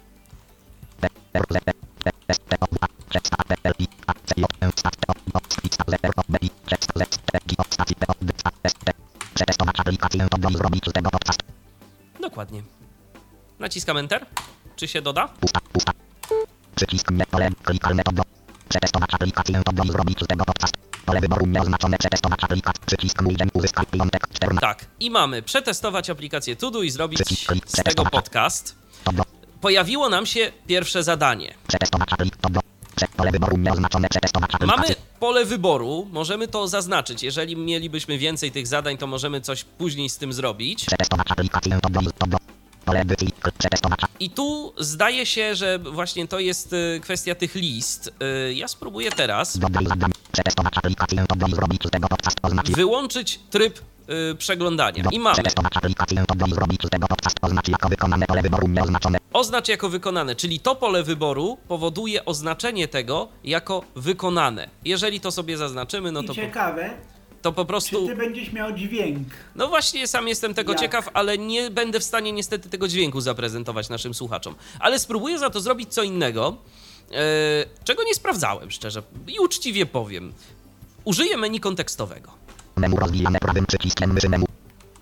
Dokładnie. Naciskam Enter. Czy się doda? Przycisk nie pole, klikalne to do. Przetestować aplikację to do zrobić z tego podcast. Pole wyboru nieoznaczone przetestować aplikację. Przycisk mój dzień uzyskaj piątek 14. Tak. I mamy przetestować aplikację To-Do i zrobić Przycisk z tego podcast. To do. Pojawiło nam się pierwsze zadanie. Przetestować aplikację to do. Pole wyboru nieoznaczone przetestować aplikację. Mamy pole wyboru, możemy to zaznaczyć. Jeżeli mielibyśmy więcej tych zadań, to możemy coś później z tym zrobić. Przetestować aplikację to do. Pole edycji przetestować. I tu zdaje się, że właśnie to jest kwestia tych list. Ja spróbuję teraz Dodaj zadanie. Przetestować aplikację to do zrobić z tego podcast. Oznacz. wyłączyć tryb przeglądania. I mamy Przetestować aplikację to do zrobić z tego podcast. Oznacz jako wykonane pole wyboru nieoznaczone. oznacz jako wykonane, czyli to pole wyboru powoduje oznaczenie tego jako wykonane. Jeżeli to sobie zaznaczymy, no I to ciekawe, po czy prostu... ty będziesz miał dźwięk. No właśnie, sam jestem tego Jak? ciekaw, ale nie będę w stanie niestety tego dźwięku zaprezentować naszym słuchaczom. Ale spróbuję za to zrobić co innego, czego nie sprawdzałem, szczerze. I uczciwie powiem. Użyję menu kontekstowego. Menu rozwijane prawym przyciskiem myszy menu.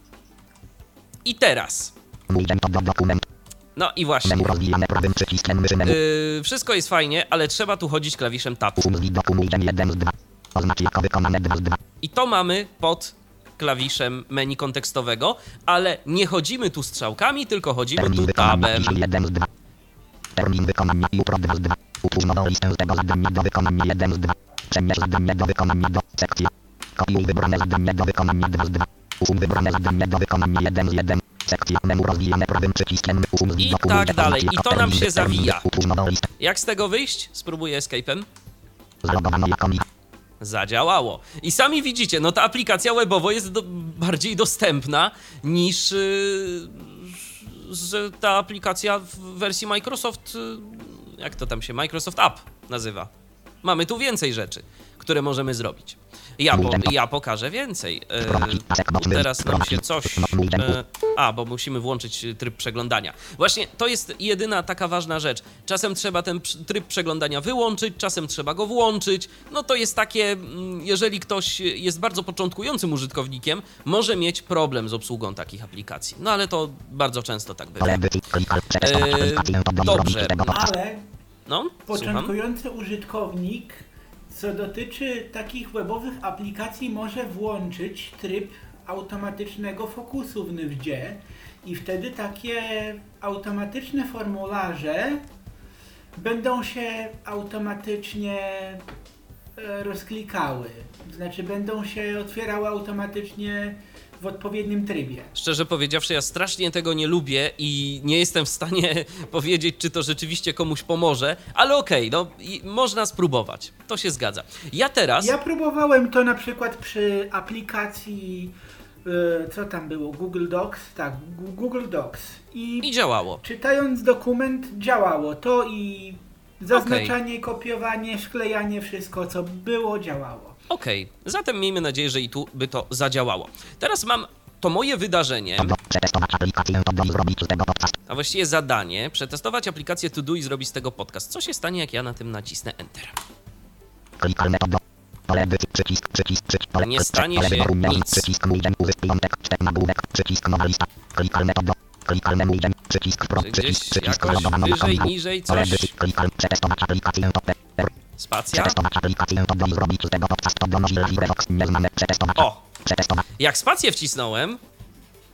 I teraz. Mój dzień to do dokument. No i właśnie. Menu rozwijane prawym przyciskiem myszy menu. Wszystko jest fajnie, ale trzeba tu chodzić klawiszem Tab. Usuń z widoku mój dzień 1 z 2. Oznacz jako wykonane 2 z 2. I to mamy pod klawiszem menu kontekstowego, ale nie chodzimy tu strzałkami, tylko chodzimy Termin tu wykonania tabem. dzisiaj 1 z 2. Termin wykonania jutro 2 z 2. Utwórz nową listę z tego zadania do wykonania 1 z 2. Przemierz zadanie do wykonania do sekcja. Kopiuj wybrane zadanie do wykonania 2 z 2. Usuń wybrane zadanie do wykonania 1 z 1. Sekcja menu rozwijane prawym przyciskiem. Usuń z I widoku tak mój dzień dalej. jako I to nam termin, się zawija. Utwórz nową listę. Jak z tego wyjść? Spróbuję escape'em. Zalogowano jako mi. Zadziałało. I sami widzicie, no ta aplikacja webowo jest bardziej dostępna niż ta aplikacja w wersji Microsoft, jak to tam się, Microsoft App nazywa. Mamy tu więcej rzeczy, które możemy zrobić. Ja pokażę więcej. Teraz nam się coś... bo musimy włączyć tryb przeglądania. Właśnie to jest jedyna taka ważna rzecz. Czasem trzeba ten tryb przeglądania wyłączyć, czasem trzeba go włączyć. No to jest takie, jeżeli ktoś jest bardzo początkującym użytkownikiem, może mieć problem z obsługą takich aplikacji. No ale to bardzo często tak bywa. Dobrze. Ale No, słucham. początkujący użytkownik, co dotyczy takich webowych aplikacji, może włączyć tryb automatycznego fokusu w NVIDIA i wtedy takie automatyczne formularze będą się automatycznie rozklikały. Znaczy będą się otwierały automatycznie w odpowiednim trybie. Szczerze powiedziawszy, ja strasznie tego nie lubię i nie jestem w stanie powiedzieć, czy to rzeczywiście komuś pomoże, ale okej, no można spróbować. To się zgadza. Ja próbowałem to na przykład przy aplikacji, co tam było, Google Docs? Tak, Google Docs. I działało. Czytając dokument działało to i zaznaczanie, kopiowanie, szklejanie, wszystko co było działało. Okej, zatem miejmy nadzieję, że i tu by to zadziałało. Teraz mam to moje wydarzenie, a właściwie zadanie, przetestować aplikację To-Do i zrobić z tego podcast. Co się stanie, jak ja na tym nacisnę Enter? Nie stanie się nic. Gdzieś jakoś wyżej, niżej coś. Spacja. O! Jak spację wcisnąłem,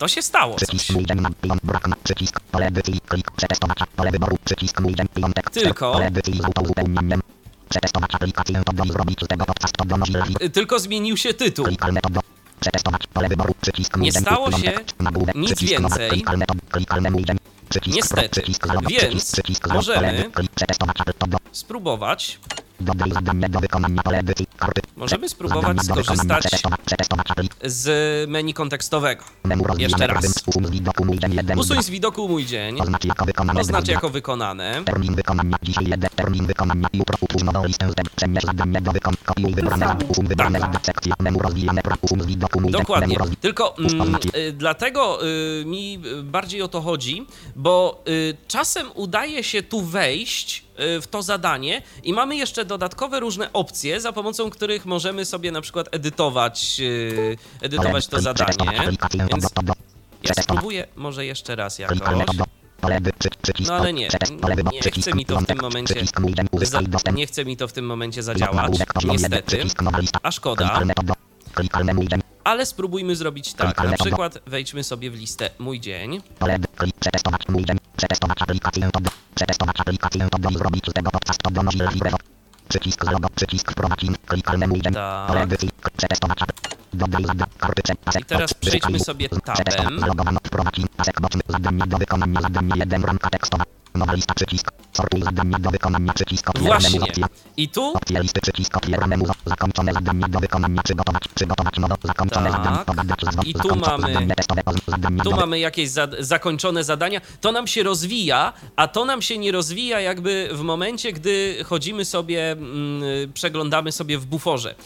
To się stało coś. Przycisk mój na plon, brak na przycisk, pole edycji, klik, przetestować, pole wyboru, przycisk mój plon, tekst, Tylko- pole edycji z uzupełnieniem. Przetestować aplikację, to do zrobić z tego podcast, to do nosi Tylko zmienił się tytuł. klikalne to do. Przetestować, pole wyboru, przycisk mój Nie stało plon, się tekst, nagłówek, nic przycisk nowy, więcej. klikalne to, klikalne mój przycisk, Niestety. przycisk zalogować, Więc przycisk możemy- pole edycji, klik, przetestować, to do. Spróbować. Dodaj zadanie do wykonania, pole edycji, karty. Możemy spróbować Zadania do wykonania, skorzystać przetestować z menu kontekstowego. menu rozwijane, Jeszcze raz. usuń z widoku mój dzień, jeden, Usuń z widoku mój dzień. oznacz jako wykonane, Oznacz jako wykonane. termin wykonania, dzisiaj jeden, termin wykonania, jutro utwórz nową listę z przemierz zadanie do wykonania, kopiuj wybrane, samo. usuń wybrane, Tak. sekcja, menu rozwijane, usuń z widoku mój dzień, Dokładnie. menu rozwijane. Tylko dlatego mi bardziej o to chodzi, bo czasem udaje się tu wejść w to zadanie i mamy jeszcze dodatkowe różne opcje, za pomocą których możemy sobie na przykład edytować to zadanie. Więc ja spróbuję może jeszcze raz jakoś. No ale nie chce mi to w tym momencie nie chce mi to w tym momencie zadziałać, niestety, a szkoda. Ale spróbujmy zrobić tak, na przykład wejdźmy sobie w listę Mój dzień. Przetestować mój dzień, przetestować aplikację, to do. Przetestować aplikację, to do i zrobić z tego podcast, to do nosi libre. Przycisk zalogo, przycisk wprowadź, klikalne mój dzień, Tak. pole edycji, przetestować, dodaj zadanie, karty, pasek, I teraz przejdźmy sobie tabem. Zalogowano, wprowadź, pasek boczny, zadanie do wykonania, zadanie 1, ramka tekstowa, nowa lista, przycisk, sortuj zadanie do wykonania, przycisk, Właśnie. I tu opcje listy, przycisk, otwieramy mu, zakończone zadanie do wykonania, przygotować nowo, zakończone Tak. zadanie, pogadać, I tu mamy, mamy jakieś zakończone zadania. To nam się rozwija, a to nam się nie rozwija jakby w momencie, gdy chodzimy sobie, przeglądamy sobie w buforze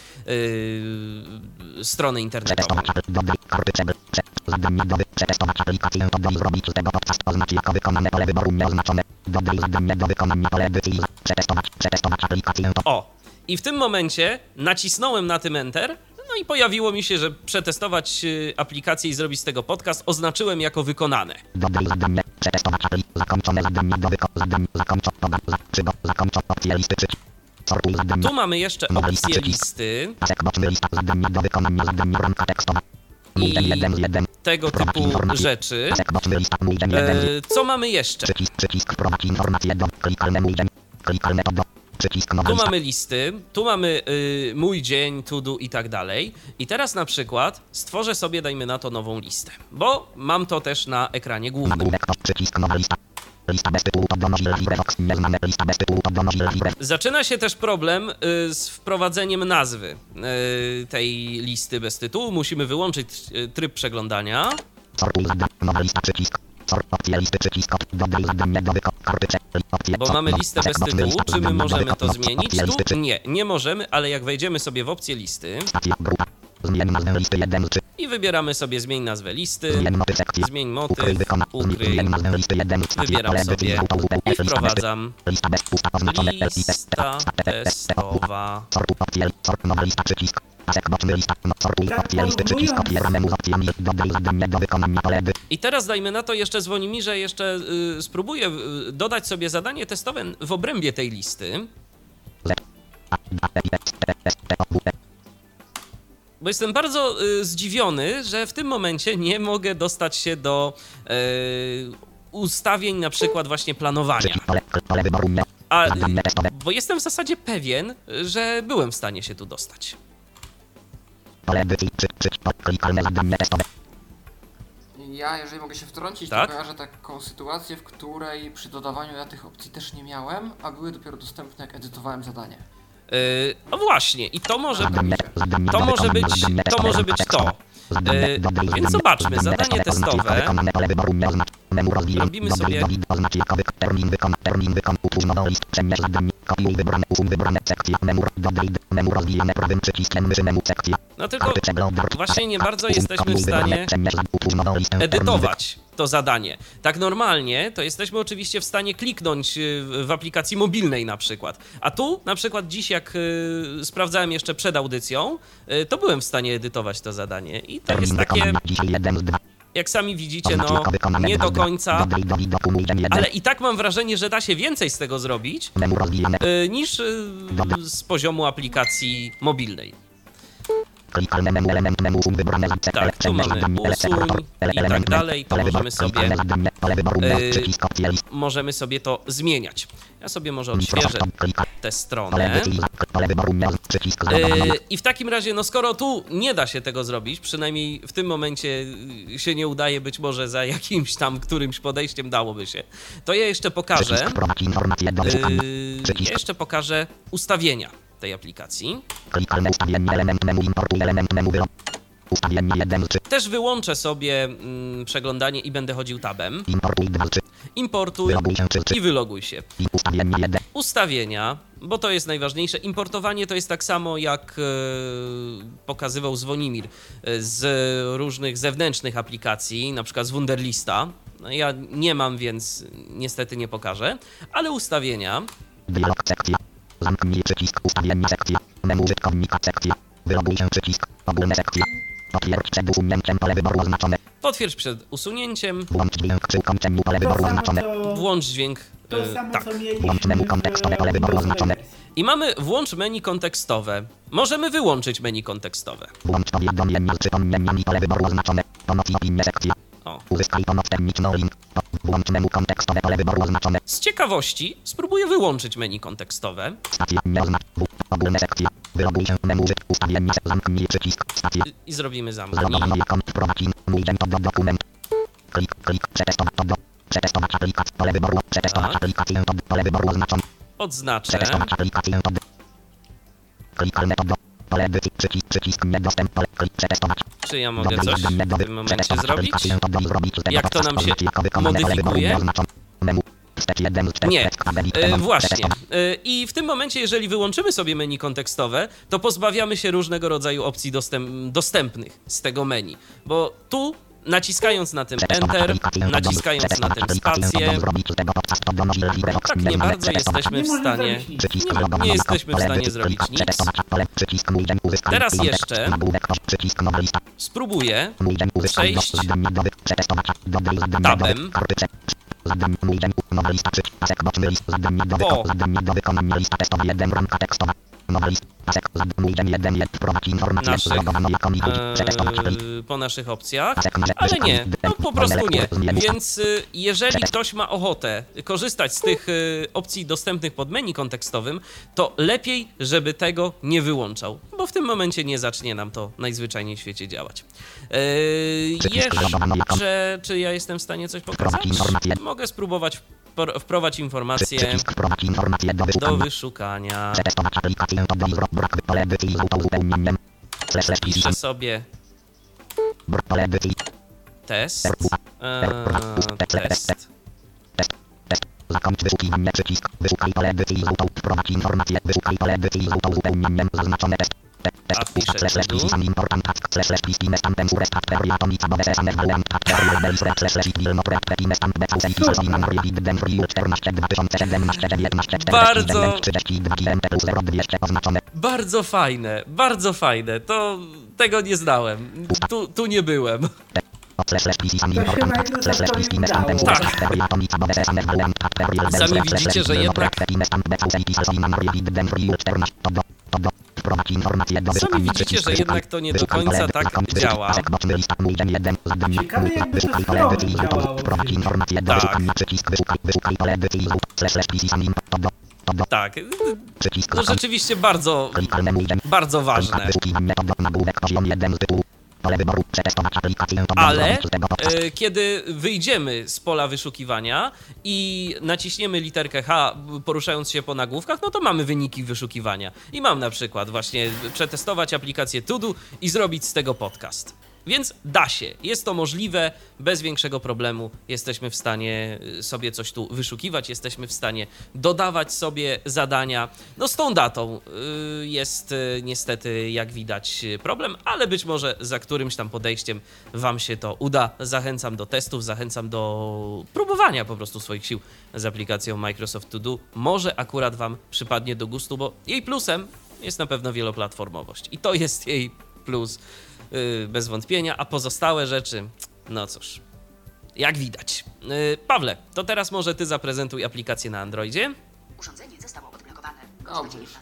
strony internetowej. zadanie do przetestować aplikację, to do i zrobić z tego podcast, oznacz jako wykonane, pole wyboru nieoznaczone, dodaj zadanie do wykonania, pole edycji, przetestować aplikację, to O! I w tym momencie nacisnąłem na tym Enter, no i pojawiło mi się, że przetestować aplikację i zrobić z tego podcast oznaczyłem jako wykonane. dodaj zadanie, przetestować zakończone zadanie do wykonania, zakończone opcje listy, przycisk, sortuj zadanie, Tu mamy jeszcze opcję listy pasek boczny, lista, zadanie do wykonania, zadanie, ramka tekstowa, mój dzień, i 1 z 1, tego wprowadź typu informacje. rzeczy. pasek boczny, lista, mój dzień, 1 z Co mamy jeszcze? Przycisk wprowadź informacje do klikalne mój dzień, klikalne to do przycisk nowa Tu lista. mamy listy, tu mamy mój dzień, to do i tak dalej. I teraz na przykład stworzę sobie, dajmy na to, nową listę, bo mam to też na ekranie głównym. Nagłówek to przycisk nowa lista. Lista bez tytułu to do nosi LibreVox. Nieznane lista bez tytułu to do nosi LibreVox. Zaczyna się też problem z wprowadzeniem nazwy tej listy bez tytułu. Musimy wyłączyć tryb przeglądania. Sortuj zadanie. Nowa lista przycisk. Opcje listy przycisk. Dodaj zadanie do wykonania. Karty opcje. Bo mamy listę bez tytułu, lista, czy my zadanie do możemy to wykonania. zmienić? Opcje listy, Tu nie możemy, ale jak wejdziemy sobie w opcję listy Stacja, grupa. Zmień nazwę listy 1 z 3. i wybieramy sobie zmień nazwę listy, Zmień motyw sekcja. zmień motyw, Ukryj ukryj, Zmień nazwę listy 1 z 4. wybieram sobie i wprowadzam Lista bez pusta oznaczone. lista testowa. Sortuj opcje. Nowa lista przycisk. Pasek boczny lista. Sortuj Tak, opcje listy przycisk. porównując. Opieramy mu z opcjami. Dodaj zadanie do wykonania. Pole edycji. I teraz dajmy na to, jeszcze dzwoni mi, że jeszcze spróbuję dodać sobie zadanie testowe w obrębie tej listy, bo jestem bardzo zdziwiony, że w tym momencie nie mogę dostać się do ustawień na przykład właśnie planowania. Pole wyboru nie. A, Zadanie testowe. bo jestem w zasadzie pewien, że byłem w stanie się tu dostać. Pole edycji. Klikalne zadanie testowe. Ja, jeżeli mogę się wtrącić, Tak? to kojarzę taką sytuację, w której przy dodawaniu ja tych opcji też nie miałem, a były dopiero dostępne, jak edytowałem zadanie. No właśnie, i to może Zadanie To do może wykonania. być Zadanie to. testowe. Może być to. Dodaj Więc zadanie. zobaczmy, zadanie testowe. Wykonane pole wyboru nie oznacz. Menu rozwijam. Robimy Dodaj sobie- do wideo. Oznacz jako termin wykon. Utwórz nową listę. Przemierz zadanie. Kopiuj wybrane. Usuń wybrane sekcje. Dodaj menu rozwijane prawym przyciskiem myszy menu sekcja. No tylko Karty przeglądar. właśnie nie bardzo Usuń, jesteśmy kopiuj w wybrane. stanie Przemierz. Utwórz nową listę. edytować to zadanie. Tak normalnie to jesteśmy oczywiście w stanie kliknąć w aplikacji mobilnej na przykład. A tu na przykład dziś jak sprawdzałem jeszcze przed audycją, to byłem w stanie edytować to zadanie. I to Termin jest takie, wykonania. Dzisiaj 1 z 2. jak sami widzicie, Oznacz no jako wykonane nie do 2. końca, Dodaj do widoku mój dzień 1. ale i tak mam wrażenie, że da się więcej z tego zrobić Menu rozwijane. niż z poziomu aplikacji mobilnej. Klikalne menu, element menu, usuń wybrane zadanie. Tak, tu mamy usuń i tak dalej, to możemy sobie to zmieniać. Ja sobie może odświeżę tę stronę. I w takim razie, no skoro tu nie da się tego zrobić, przynajmniej w tym momencie się nie udaje, być może za jakimś tam którymś podejściem dałoby się, to ja jeszcze pokażę ustawienia tej aplikacji. Klikalne ustawienie, element menu, importuj element menu, ustawienie 1 z 3. Też wyłączę sobie przeglądanie i będę chodził tabem. Importuj 2 z 3. Importuj i wyloguj się. Ustawienie 1. Ustawienia, bo to jest najważniejsze. Importowanie to jest tak samo, jak pokazywał Zwonimir z różnych zewnętrznych aplikacji, na przykład z Wunderlista. No, ja nie mam, więc niestety nie pokażę, ale ustawienia. Dialog sekcja. Zamknij przycisk ustawienie sekcja. Menu użytkownika sekcja. Wyloguj się przycisk. Ogólne sekcja. Potwierdź przed usunięciem pole wyboru oznaczone. Potwierdź przed usunięciem. Włącz dźwięk przy ukończeniu pole wyboru oznaczone. Włącz dźwięk. To samo, Tak. co mieliśmy Włącz menu kontekstowe pole wyboru oznaczone. I mamy włącz menu kontekstowe. Możemy wyłączyć menu kontekstowe. Włącz powiadomienia z przypomnieniami pole wyboru oznaczone. Pomoc i opinie sekcja. O. Uzyskaj pomoc techniczną link. Włącz menu kontekstowe pole wyboru oznaczone. Z ciekawości spróbuję wyłączyć menu kontekstowe. Stacja nie oznacz. Ogólne sekcja. Wyloguj się menu ustawienie zamknij przycisk. Stacja. I zrobimy zamknij. Zalogowano ikon wprowadź mój to do dokument. Klik, przetestować to do. Przetestować aplikację pole wyboru. Przetestować aplikację to pole wyboru oznaczone. Odznaczę. Przetestować aplikację to do. Klikalne to do. Pole edycji przycisk niedostęp pole przetestować. Czy ja mogę coś w tym momencie zrobić? Jak to nam się modyfikuje? Nie, właśnie. I w tym momencie, jeżeli wyłączymy sobie menu kontekstowe, to pozbawiamy się różnego rodzaju opcji dostępnych z tego menu. Bo tu naciskając na tym Enter, naciskając na tym spację, tak nie bardzo jesteśmy w stanie, nie jesteśmy w stanie zrobić nic. Teraz jeszcze spróbuję przejść tabem po naszych opcjach, ale nie, no po prostu nie. Więc jeżeli ktoś ma ochotę korzystać z tych opcji dostępnych pod menu kontekstowym, to lepiej, żeby tego nie wyłączał, bo w tym momencie nie zacznie nam to najzwyczajniej w świecie działać. Jeszcze, czy ja jestem w stanie coś pokazać? Mogę spróbować wprowadzić informację do wyszukania. Piszę sobie test. Test. Zakończ wyszukiwanie przycisk. Wyszukaj pole edycji żółtą. Wprowadź informację. Wyszukaj pole edycji żółtą z upełnieniem zaznaczone test. A wpiszę tu. Bardzo fajne, bardzo fajne. To tego nie znałem. Tu nie byłem. Sami widzicie, że jednak to nie do końca tak działa. Ciekawe, jakby to Tak, no rzeczywiście bardzo, bardzo ważne. Ale kiedy wyjdziemy z pola wyszukiwania i naciśniemy literkę H, poruszając się po nagłówkach, no to mamy wyniki wyszukiwania. I mam na przykład właśnie przetestować aplikację To-Do i zrobić z tego podcast. Więc da się, jest to możliwe, bez większego problemu jesteśmy w stanie sobie coś tu wyszukiwać, jesteśmy w stanie dodawać sobie zadania. No z tą datą jest niestety, jak widać, problem, ale być może za którymś tam podejściem wam się to uda. Zachęcam do testów, zachęcam do próbowania po prostu swoich sił z aplikacją Microsoft To Do. Może akurat wam przypadnie do gustu, bo jej plusem jest na pewno wieloplatformowość i to jest jej plus. Bez wątpienia, a pozostałe rzeczy, no cóż, jak widać. Pawle, to teraz może ty zaprezentuj aplikację na Androidzie. Urządzenie zostało odblokowane. Dobrze.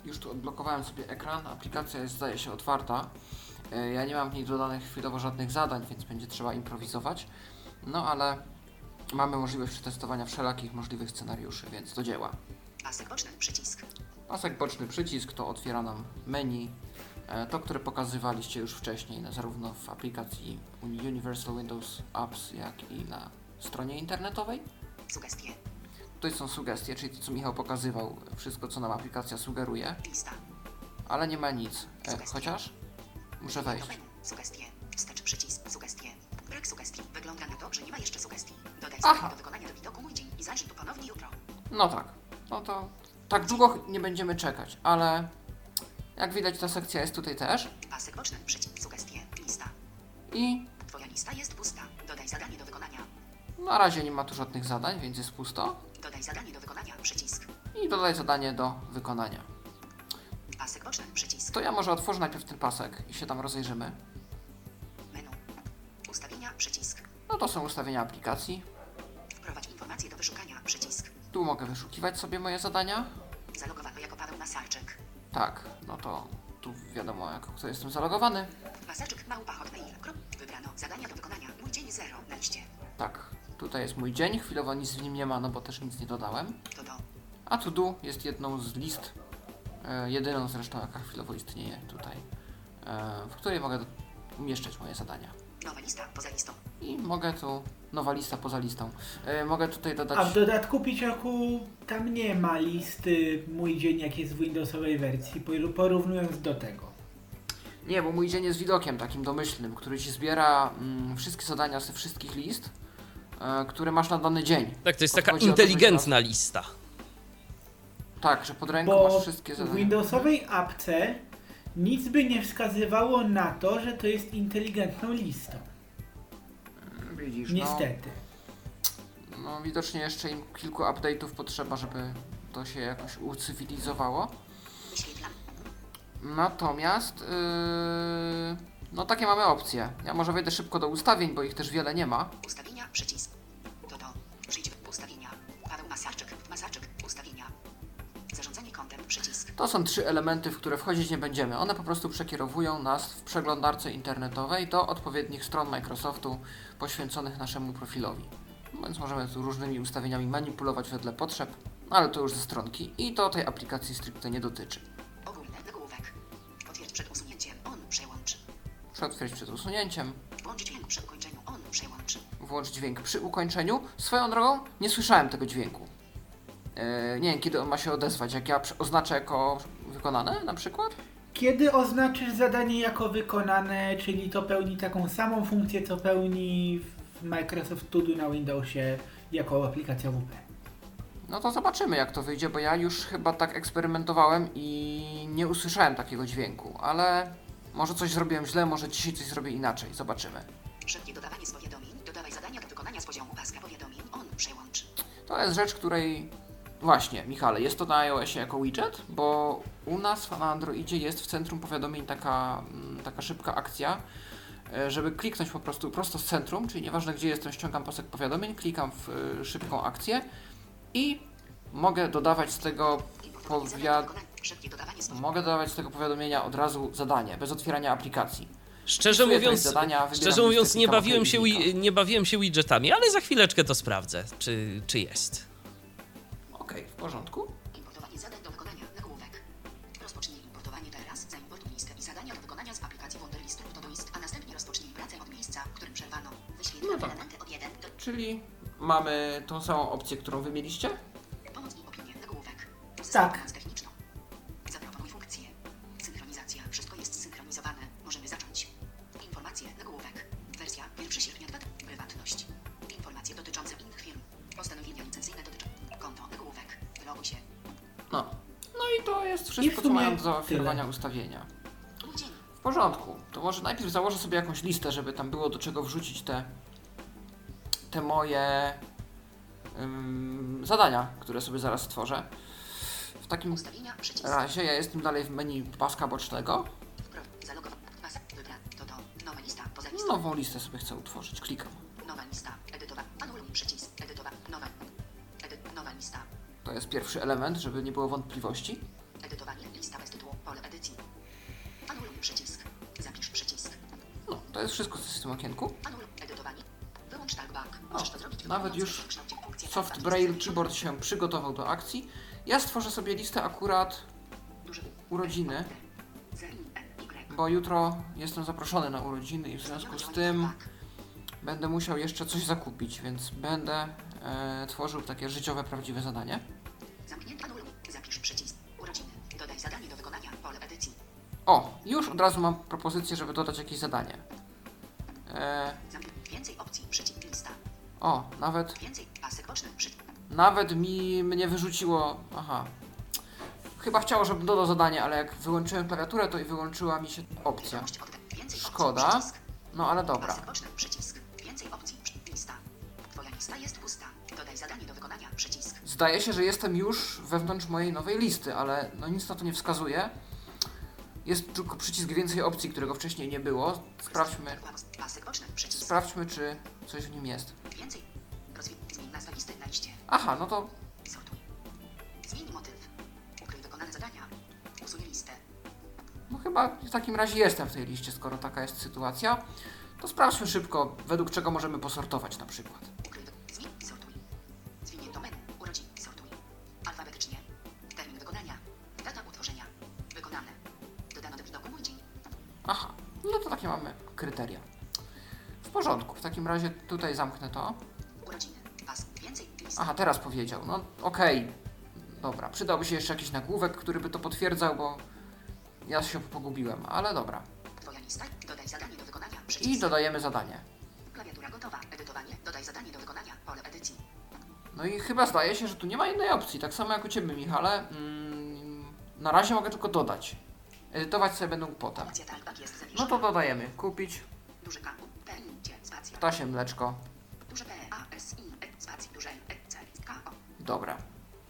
Już tu odblokowałem sobie ekran. Aplikacja jest, zdaje się, otwarta. Ja nie mam w niej dodanych chwilowo żadnych zadań, więc będzie trzeba improwizować. No ale mamy możliwość przetestowania wszelakich możliwych scenariuszy, więc do dzieła. Pasek boczny, przycisk. Pasek boczny przycisk to otwiera nam menu, to które pokazywaliście już wcześniej, zarówno w aplikacji Universal Windows Apps, jak i na stronie internetowej. Sugestie. Tutaj są sugestie, czyli to, co Michał pokazywał, wszystko, co nam aplikacja sugeruje, Lista. ale nie ma nic. Sugestie. Chociaż muszę wejść. Menu. Sugestie. Wstecz przycisk. Sugestie. Brak sugestii. Wygląda na to, że nie ma jeszcze sugestii. Dodaj Aha. zadanie do wykonania do widoku mój dzień i zajrzyj tu ponownie jutro. No tak, no to tak długo nie będziemy czekać, ale jak widać ta sekcja jest tutaj też Pasek boczny, przycisk. Sugestie. Lista. i Twoja lista jest pusta. Dodaj zadanie do wykonania. na razie nie ma tu żadnych zadań, więc jest pusto. Dodaj zadanie do wykonania. Przycisk. I dodaj zadanie do wykonania. Pasek boczny, przycisk. To ja może otworzę najpierw ten pasek i się tam rozejrzymy. Menu. Ustawienia. Przycisk. No to są ustawienia aplikacji. Wprowadź informacje do wyszukania. Przycisk. Tu mogę wyszukiwać sobie moje zadania. Zalogowano jako Paweł Masarczyk. Tak, no to tu wiadomo, jako kto jestem zalogowany. Masarczyk małpa hotmail. Wybrano zadania do wykonania. Mój dzień 0 na liście. Tak, tutaj jest mój dzień, chwilowo nic w nim nie ma, no bo też nic nie dodałem. To do. A to do jest jedną z list, jedyną zresztą, jaka chwilowo istnieje tutaj, w której mogę umieszczać moje zadania. Nowa lista poza listą. I mogę tu, nowa lista poza listą, mogę tutaj A w dodać, dodatku, Piciorku, tam nie ma listy mój dzień, jak jest w Windowsowej wersji, porównując do tego. nie, bo mój dzień jest widokiem takim domyślnym, który ci zbiera wszystkie zadania ze wszystkich list, które masz na dany dzień. Tak, to jest taka Chodzi o to, że inteligentna lista. Tak, że pod ręką Bo masz wszystkie w zadania. Windowsowej apce nic by nie wskazywało na to, że to jest inteligentną listą. Widzisz, Niestety. No widocznie jeszcze im kilku update'ów potrzeba, żeby to się jakoś ucywilizowało. Wyświetlam. Natomiast, no takie mamy opcje. Ja może wejdę szybko do ustawień, bo ich też wiele nie ma. Ustawienia. Przycisk. To do. Przyjdź w ustawienia. Paweł Masarczyk. Masarczyk. Ustawienia. Zarządzanie kontem. Przycisk. To są 3 elementy, w które wchodzić nie będziemy. One po prostu przekierowują nas w przeglądarce internetowej do odpowiednich stron Microsoftu poświęconych naszemu profilowi. Więc możemy tu różnymi ustawieniami manipulować wedle potrzeb, ale to już ze stronki i to tej aplikacji stricte nie dotyczy. Ogólny nagłówek. Potwierdź przed usunięciem. On. Przełącz. Przetwierdź przed usunięciem. Włącz dźwięk przy ukończeniu. On. Przełącz. Włącz dźwięk przy ukończeniu. Swoją drogą nie słyszałem tego dźwięku. Nie wiem, kiedy on ma się odezwać. Jak ja oznaczę jako wykonane na przykład? Kiedy oznaczysz zadanie jako wykonane, czyli to pełni taką samą funkcję, co pełni w Microsoft To Do na Windowsie jako aplikacja WP. No to zobaczymy, jak to wyjdzie, bo ja już chyba tak eksperymentowałem i nie usłyszałem takiego dźwięku, ale może coś zrobiłem źle, może dzisiaj coś zrobię inaczej. Zobaczymy. Szybkie dodawanie z powiadomień. Dodawaj zadania do wykonania z poziomu paska powiadomień. On. Przełącz. To jest rzecz, której... Właśnie, Michale, jest to na iOSie jako widget, bo u nas na Androidzie jest w centrum powiadomień taka szybka akcja, żeby kliknąć po prostu prosto z centrum, czyli nieważne gdzie jestem, ściągam pasek powiadomień, klikam w szybką akcję i mogę dodawać z tego Importowanie zadań do wykonania. Szybkie dodawanie z mogę dodawać z tego powiadomienia od razu zadanie, bez otwierania aplikacji. Szczerze Wpisuję treść mówiąc, zadania, wybieram szczerze listę, mówiąc nie, klikam bawiłem OK się, i znika. nie bawiłem się widgetami, ale za chwileczkę to sprawdzę, czy jest. Okej, w porządku. Importowanie zadań do wykonania. Nagłówek. Rozpocznij importowanie teraz. Zaimportuj listę i zadania do wykonania z aplikacji Wunderlist lub Todoist, a następnie rozpocznij pracę od miejsca, w którym przerwano. Wyświetlam No tak. elementy od 1 do... Czyli mamy tą samą opcję, którą wy mieliście. Pomoc i opinie. Nagłówek. Tak. Pomoc techniczną. Zaproponuj funkcję. Synchronizacja. Wszystko jest synchronizowane. Możemy zacząć. Informacje. Nagłówek. Wersja 1 sierpnia 2. Prywatność. Informacje dotyczące innych firm. Postanowienia licencyjne dotyczą. Konto. Nagłówek. Wyloguj się. No i to jest I wszystko, w co sumie mają do zaoferowania tyle. ustawienia. Mój dzień. W porządku. To może najpierw założę sobie jakąś listę, żeby tam było do czego wrzucić te moje zadania, które sobie zaraz stworzę. W takim Ustawienia. Przycisk. razie ja jestem dalej w menu paska bocznego. Zalogować. Pasek. Wybra. To do. Nowa lista. Poza listą. Nową listę sobie chcę utworzyć. Klikam. Nowa lista. Edytowa. Anuluj przycisk. Edytowa. Nowa. Nowa lista. To jest pierwszy element, żeby nie było wątpliwości. Edytowanie. Lista bez Przycisk. Zapisz przycisk. No, to jest wszystko w tym okienku. Anul. Edytowanie. Wyłącz talkback. O, Możesz to zrobić nawet wykonując już w kształcie funkcję Soft talkback Braille jest Keyboard się przygotował do akcji. Ja stworzę sobie listę akurat duży urodziny, Z, I, N, Y. bo jutro jestem zaproszony na urodziny i w związku z tym będę musiał jeszcze coś zakupić, więc będę tworzył takie życiowe, prawdziwe zadanie. Zamknięty. Anuluj. Zapisz przycisk. Urodziny. Dodaj zadanie do wykonania. Pole edycji. O, już od razu mam propozycję, żeby dodać jakieś zadanie. Więcej opcji. Przycisk. Lista. O, Więcej. Pasek boczny. Przycisk. nawet mnie wyrzuciło. Aha. Chyba chciało, żebym dodał zadanie, ale jak wyłączyłem klawiaturę, to i wyłączyła mi się opcja. Wiadomość od więcej Szkoda. opcji. Przycisk. No ale dobra. Pasek boczny. Przycisk. Więcej opcji. Lista. Twoja lista jest pusta. Dodaj zadanie do wykonania. Przycisk. Zdaje się, że jestem już wewnątrz mojej nowej listy, ale no nic na to nie wskazuje. Jest tylko przycisk więcej opcji, którego wcześniej nie było. Pasek boczny. Przycisk. Sprawdźmy, czy coś w nim jest. Więcej. Zmień nazwę listy na liście. Aha, no to Sortuj. Zmień motyw. Ukryj wykonane zadania. Usuń listę. no chyba w takim razie jestem w tej liście, skoro taka jest sytuacja. To sprawdźmy szybko, według czego możemy posortować na przykład. Ukryj zmień. Sortuj. Zwinięto menu. Urodziny. Sortuj. Alfabetycznie. Termin wykonania. Data utworzenia. Wykonane. Dodano do widoku mój dzień. Aha, no to takie mamy kryteria. W porządku, w takim razie tutaj zamknę to. Urodziny. Pas. Więcej. Lista. Aha, teraz powiedział. No okej. Dobra, przydałby się jeszcze jakiś nagłówek, który by to potwierdzał, bo ja się pogubiłem, ale dobra. Twoja lista. Dodaj zadanie do wykonania. I Przycisk. dodajemy zadanie. Klawiatura gotowa. Edytowanie. Dodaj zadanie do wykonania. Pole edycji. No i chyba zdaje się, że tu nie ma innej opcji, tak samo jak u Ciebie, Michale. Na razie mogę tylko dodać. Edytować sobie będę mógł potem. Opcja talkback jest zawieszona. No to dodajemy. Kupić Duży K. U. P. I. Cie. Spacja. ptasie mleczko. Duże P. A. S. I. E. Spacji. Duże E. C. K. O. Dobra.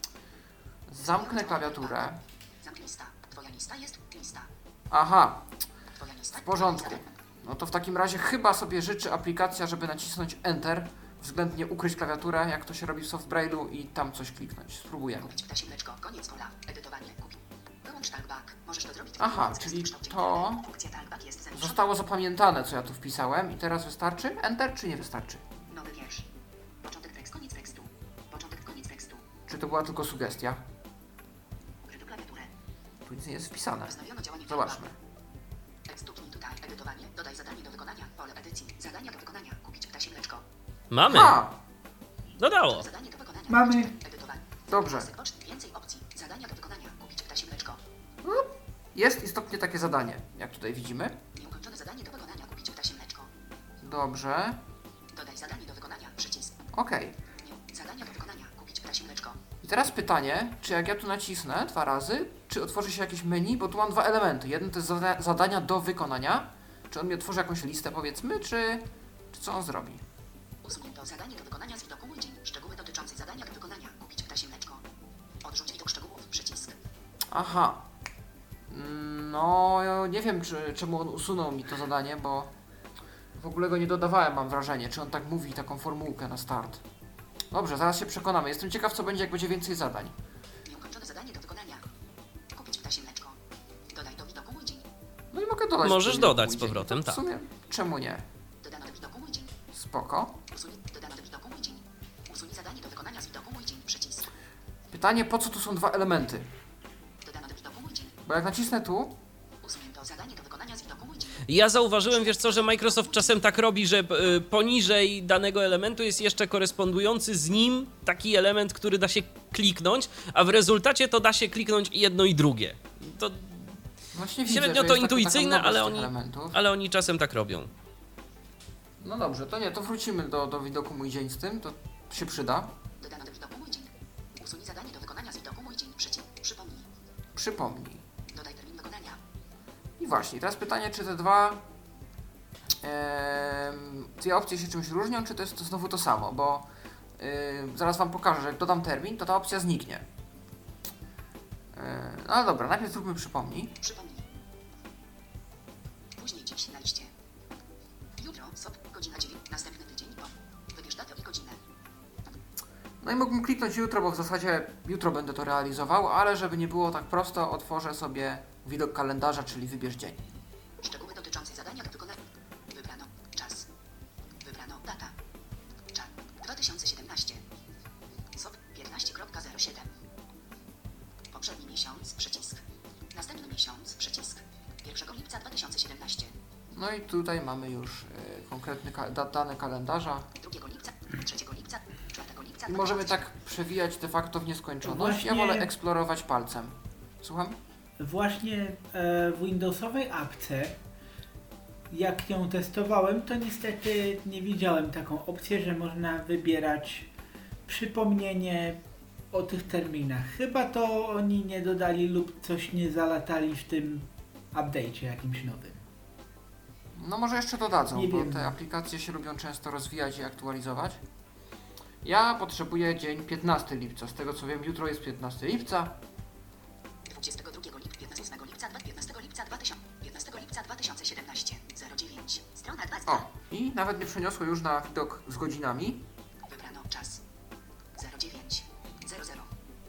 Zamknę klawiaturę. Zamknij lista. Twoja lista jest lista. Aha, Twoja lista. w porządku. No to w takim razie chyba sobie życzy aplikacja, żeby nacisnąć Enter, względnie ukryć klawiaturę, jak to się robi w Soft Braille'u i tam coś kliknąć. Spróbujemy. Kupić ptasie mleczko. Koniec pola. Edytowanie. Kupić. Wyłącz talkback. Możesz to zrobić. Aha, wykonując czyli gest w kształcie to litery. Funkcja talkback jest zawieszona. Zostało zapamiętane, co ja tu wpisałem i teraz wystarczy Enter, czy nie wystarczy? Nowy wiersz. Początek tekstu. Koniec tekstu. Początek. Koniec tekstu. Czy to była tylko sugestia? Ukryto klawiaturę. Tu nic nie jest wpisane. Wznowiono działanie Zobaczmy. Stuknij tutaj. Edytowanie. Dodaj zadanie do wykonania. Pole edycji. Zadania do wykonania. Kupić ptasie mleczko. Mamy! A! Dodało! Zadanie do wykonania. Mamy. Edytowanie. Dobrze. Pasek boczny. Więcej opcji. Zadania do wykonania. Kupić ptasie mleczko. Jest istotnie takie zadanie, jak tutaj widzimy. Nieukończone zadanie do wykonania. Kupić ptasie mleczko. Dobrze. Dodaj zadanie do wykonania. Przycisk. Okej. Zadania do wykonania. Kupić ptasie mleczko. I teraz pytanie, czy jak ja tu nacisnę 2 razy, czy otworzy się jakieś menu, bo tu mam 2 elementy. Jeden to jest zadania do wykonania. Czy on mi otworzy jakąś listę, powiedzmy, czy co on zrobi? Usunięto zadanie do wykonania z widoku mój dzień. Szczegóły dotyczące zadania do wykonania. Kupić ptasie mleczko. Odrzuć widok szczegółów. Przycisk. Aha. No, ja nie wiem, czemu on usunął mi to zadanie, bo w ogóle go nie dodawałem, mam wrażenie. Czy on tak mówi, taką formułkę na start. Dobrze, zaraz się przekonamy. Jestem ciekaw, co będzie, jak będzie więcej zadań. Nieukończone zadanie do wykonania. Kupić ptasie mleczko. Dodaj do widoku mój dzień. No i mogę dodać. Możesz tu dodać mój z dzień. powrotem, To w tak. sumie, czemu nie? Dodano do widoku mój dzień. Spoko. Dodano do widoku mój dzień. Usuń zadanie do wykonania z widoku mój dzień. Przycisk. Pytanie, po co tu są 2 elementy? Dodano do widoku mój dzień. Bo jak nacisnę tu, Usunięto zadanie do wykonania z widoku mój dzień. Ja zauważyłem, wiesz co, że Microsoft czasem tak robi, że poniżej danego elementu jest jeszcze korespondujący z nim taki element, który da się kliknąć, a w rezultacie to da się kliknąć i jedno i drugie. To właśnie widzę, średnio że to jest intuicyjne, taka ale nowość tych oni, elementów. ale oni czasem tak robią. No dobrze, to nie, to wrócimy do widoku mój dzień z tym, to się przyda. Dodano do widoku mój dzień. Usuń zadanie do wykonania z widoku mój dzień. Przycisk. Przypomnij. Przypomnij. Dodaj termin wykonania. I właśnie, teraz pytanie, czy te dwie opcje się czymś różnią, czy to jest to znowu to samo, bo zaraz Wam pokażę, że jak dodam termin, to ta opcja zniknie. No ale dobra, najpierw zróbmy przypomnij. Przypomnij. Później dziś na liście. Jutro, godzina 9. Następny tydzień. Wybierz datę i godzinę. No i mógłbym kliknąć jutro, bo w zasadzie jutro będę to realizował, ale żeby nie było tak prosto, otworzę sobie widok kalendarza, czyli wybierz dzień. zadania do wykonania. Wybrano czas. Wybrano data. Czas 2017. SOP 15.07. Poprzedni miesiąc, przycisk. Następny miesiąc, przycisk. 1 lipca 2017. No i tutaj mamy już konkretny dane kalendarza. 2 lipca, 3 lipca, 4 lipca. I możemy tak przewijać de facto w nieskończoność. Właśnie- Ja wolę eksplorować palcem. Słucham? Właśnie w Windowsowej apce, jak ją testowałem, to niestety nie widziałem taką opcję, że można wybierać przypomnienie o tych terminach. Chyba to oni nie dodali lub coś nie zalatali w tym update'cie jakimś nowym. No może jeszcze dodadzą, Nie bo wiem. te aplikacje się lubią często rozwijać i aktualizować. Ja potrzebuję dzień 15 lipca. Z tego co wiem, jutro jest 15 lipca. 22 lipca, 15 lipca, 15 lipca 2017, 09, strona 2. O, i nawet mnie przeniosło już na widok z godzinami. Wybrano czas. 09, 00, 0,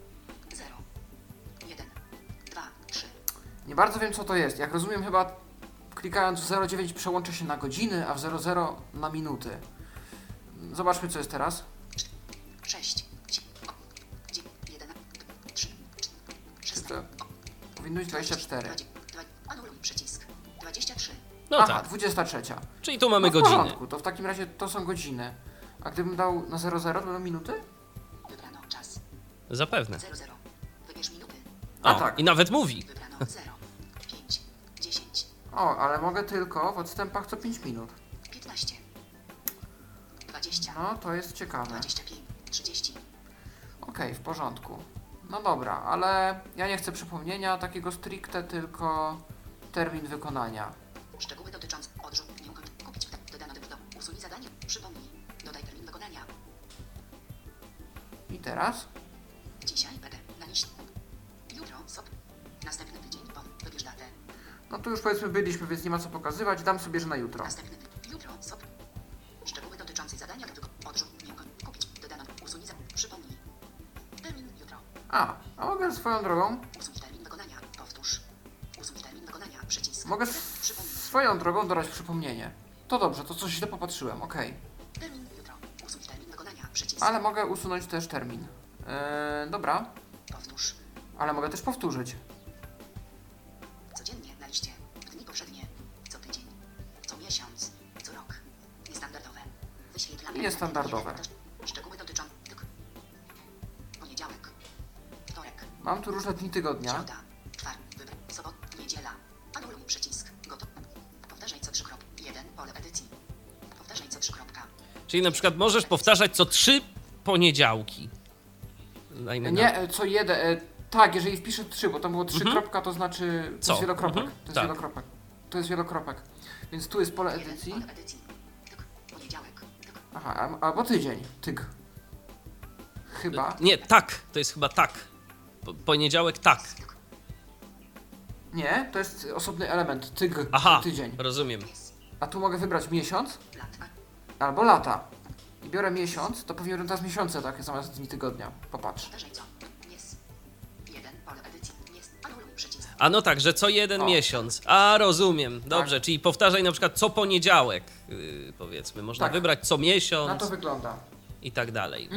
1, 2, 3. Nie bardzo wiem co to jest. Jak rozumiem chyba klikając w 09 przełączę się na godziny, a w 00 na minuty. Zobaczmy co jest teraz. 6, 1, 3, 16. Powinno być 24. Anuluj przycisk. 23. No Aha, tak, 23. czyli tu mamy No w godziny. porządku, to w takim razie to są godziny. A gdybym dał na 00, to będą minuty? Wybrano czas. Zapewne. 00. Wybierz minuty. A O, tak. i nawet mówi. Wybrano 0, 5, 10, O, ale mogę tylko w odstępach co 5 minut. 15, 20, No, to jest ciekawe. 25, 30. Okej, w porządku. No dobra, ale ja nie chcę przypomnienia takiego stricte, tylko termin wykonania. Szczegóły dotyczące odrzutu nie kupić. Dodano do usuń zadanie. Przypomnij. Dodaj termin wykonania. I teraz? Dzisiaj będę na liście. Jutro SOP. Następny tydzień wybierz datę. No tu już powiedzmy byliśmy, więc nie ma co pokazywać. Dam sobie, że na jutro. Następny jutro SOP. Szczegóły dotyczące zadania do odrzutu nie kupić. Dodano usuń zadanie. Przypomnij. Termin jutro. A mogę swoją drogą? Usuń termin wykonania. Powtórz. Usuń termin wykonania. Przycisk. Mogę Przypomnij. swoją drogą dodać przypomnienie. To dobrze, to coś źle popatrzyłem, okej. Termin jutro. Usuń termin wykonania. Przycisk. Ale mogę usunąć też termin. Dobra, Powtórz. ale mogę też powtórzyć. Codziennie na liście. Dni poprzednie. Co tydzień. Co miesiąc. Co rok. Niestandardowe. Wyświetlane. I niestandardowe. Szczegóły dotyczące. Poniedziałek. Wtorek. Mam tu różne dni tygodnia. Środa. Czwartek. Sobot. Niedziela. Anuluj przycisk. Gotowy. Powtarzaj co 3 kropka. 1. Pole edycji. Powtarzaj co 3 kropka. Czyli na przykład możesz powtarzać co 3 poniedziałki. Dajmy na... Nie, co jeden. Tak, jeżeli wpiszę 3, bo tam było 3 kropka, to znaczy to Co? jest wielokropek. Mhm, To jest tak. wielokropek. To jest wielokropek. Więc tu jest pole 1. edycji. Pole edycji. Tyk. Poniedziałek. Tyk. Aha, albo tydzień. Tyk. Chyba. Nie, tak, to jest chyba tak. Poniedziałek tak. Tyk. Nie, to jest osobny element. Tyg. Aha, Tydzień. rozumiem. Pies. A tu mogę wybrać miesiąc Lat. albo lata. I biorę miesiąc, to pewnie będą teraz miesiące takie zamiast dni tygodnia. Popatrz. Powtarzaj co. Pies. 1. Pole edycji. Pies. Anuluj przycisk. A no tak, że co jeden O. miesiąc. A rozumiem, dobrze, Tak. czyli powtarzaj na przykład co poniedziałek, powiedzmy. Można Tak. wybrać co Na miesiąc to wygląda. i tak dalej.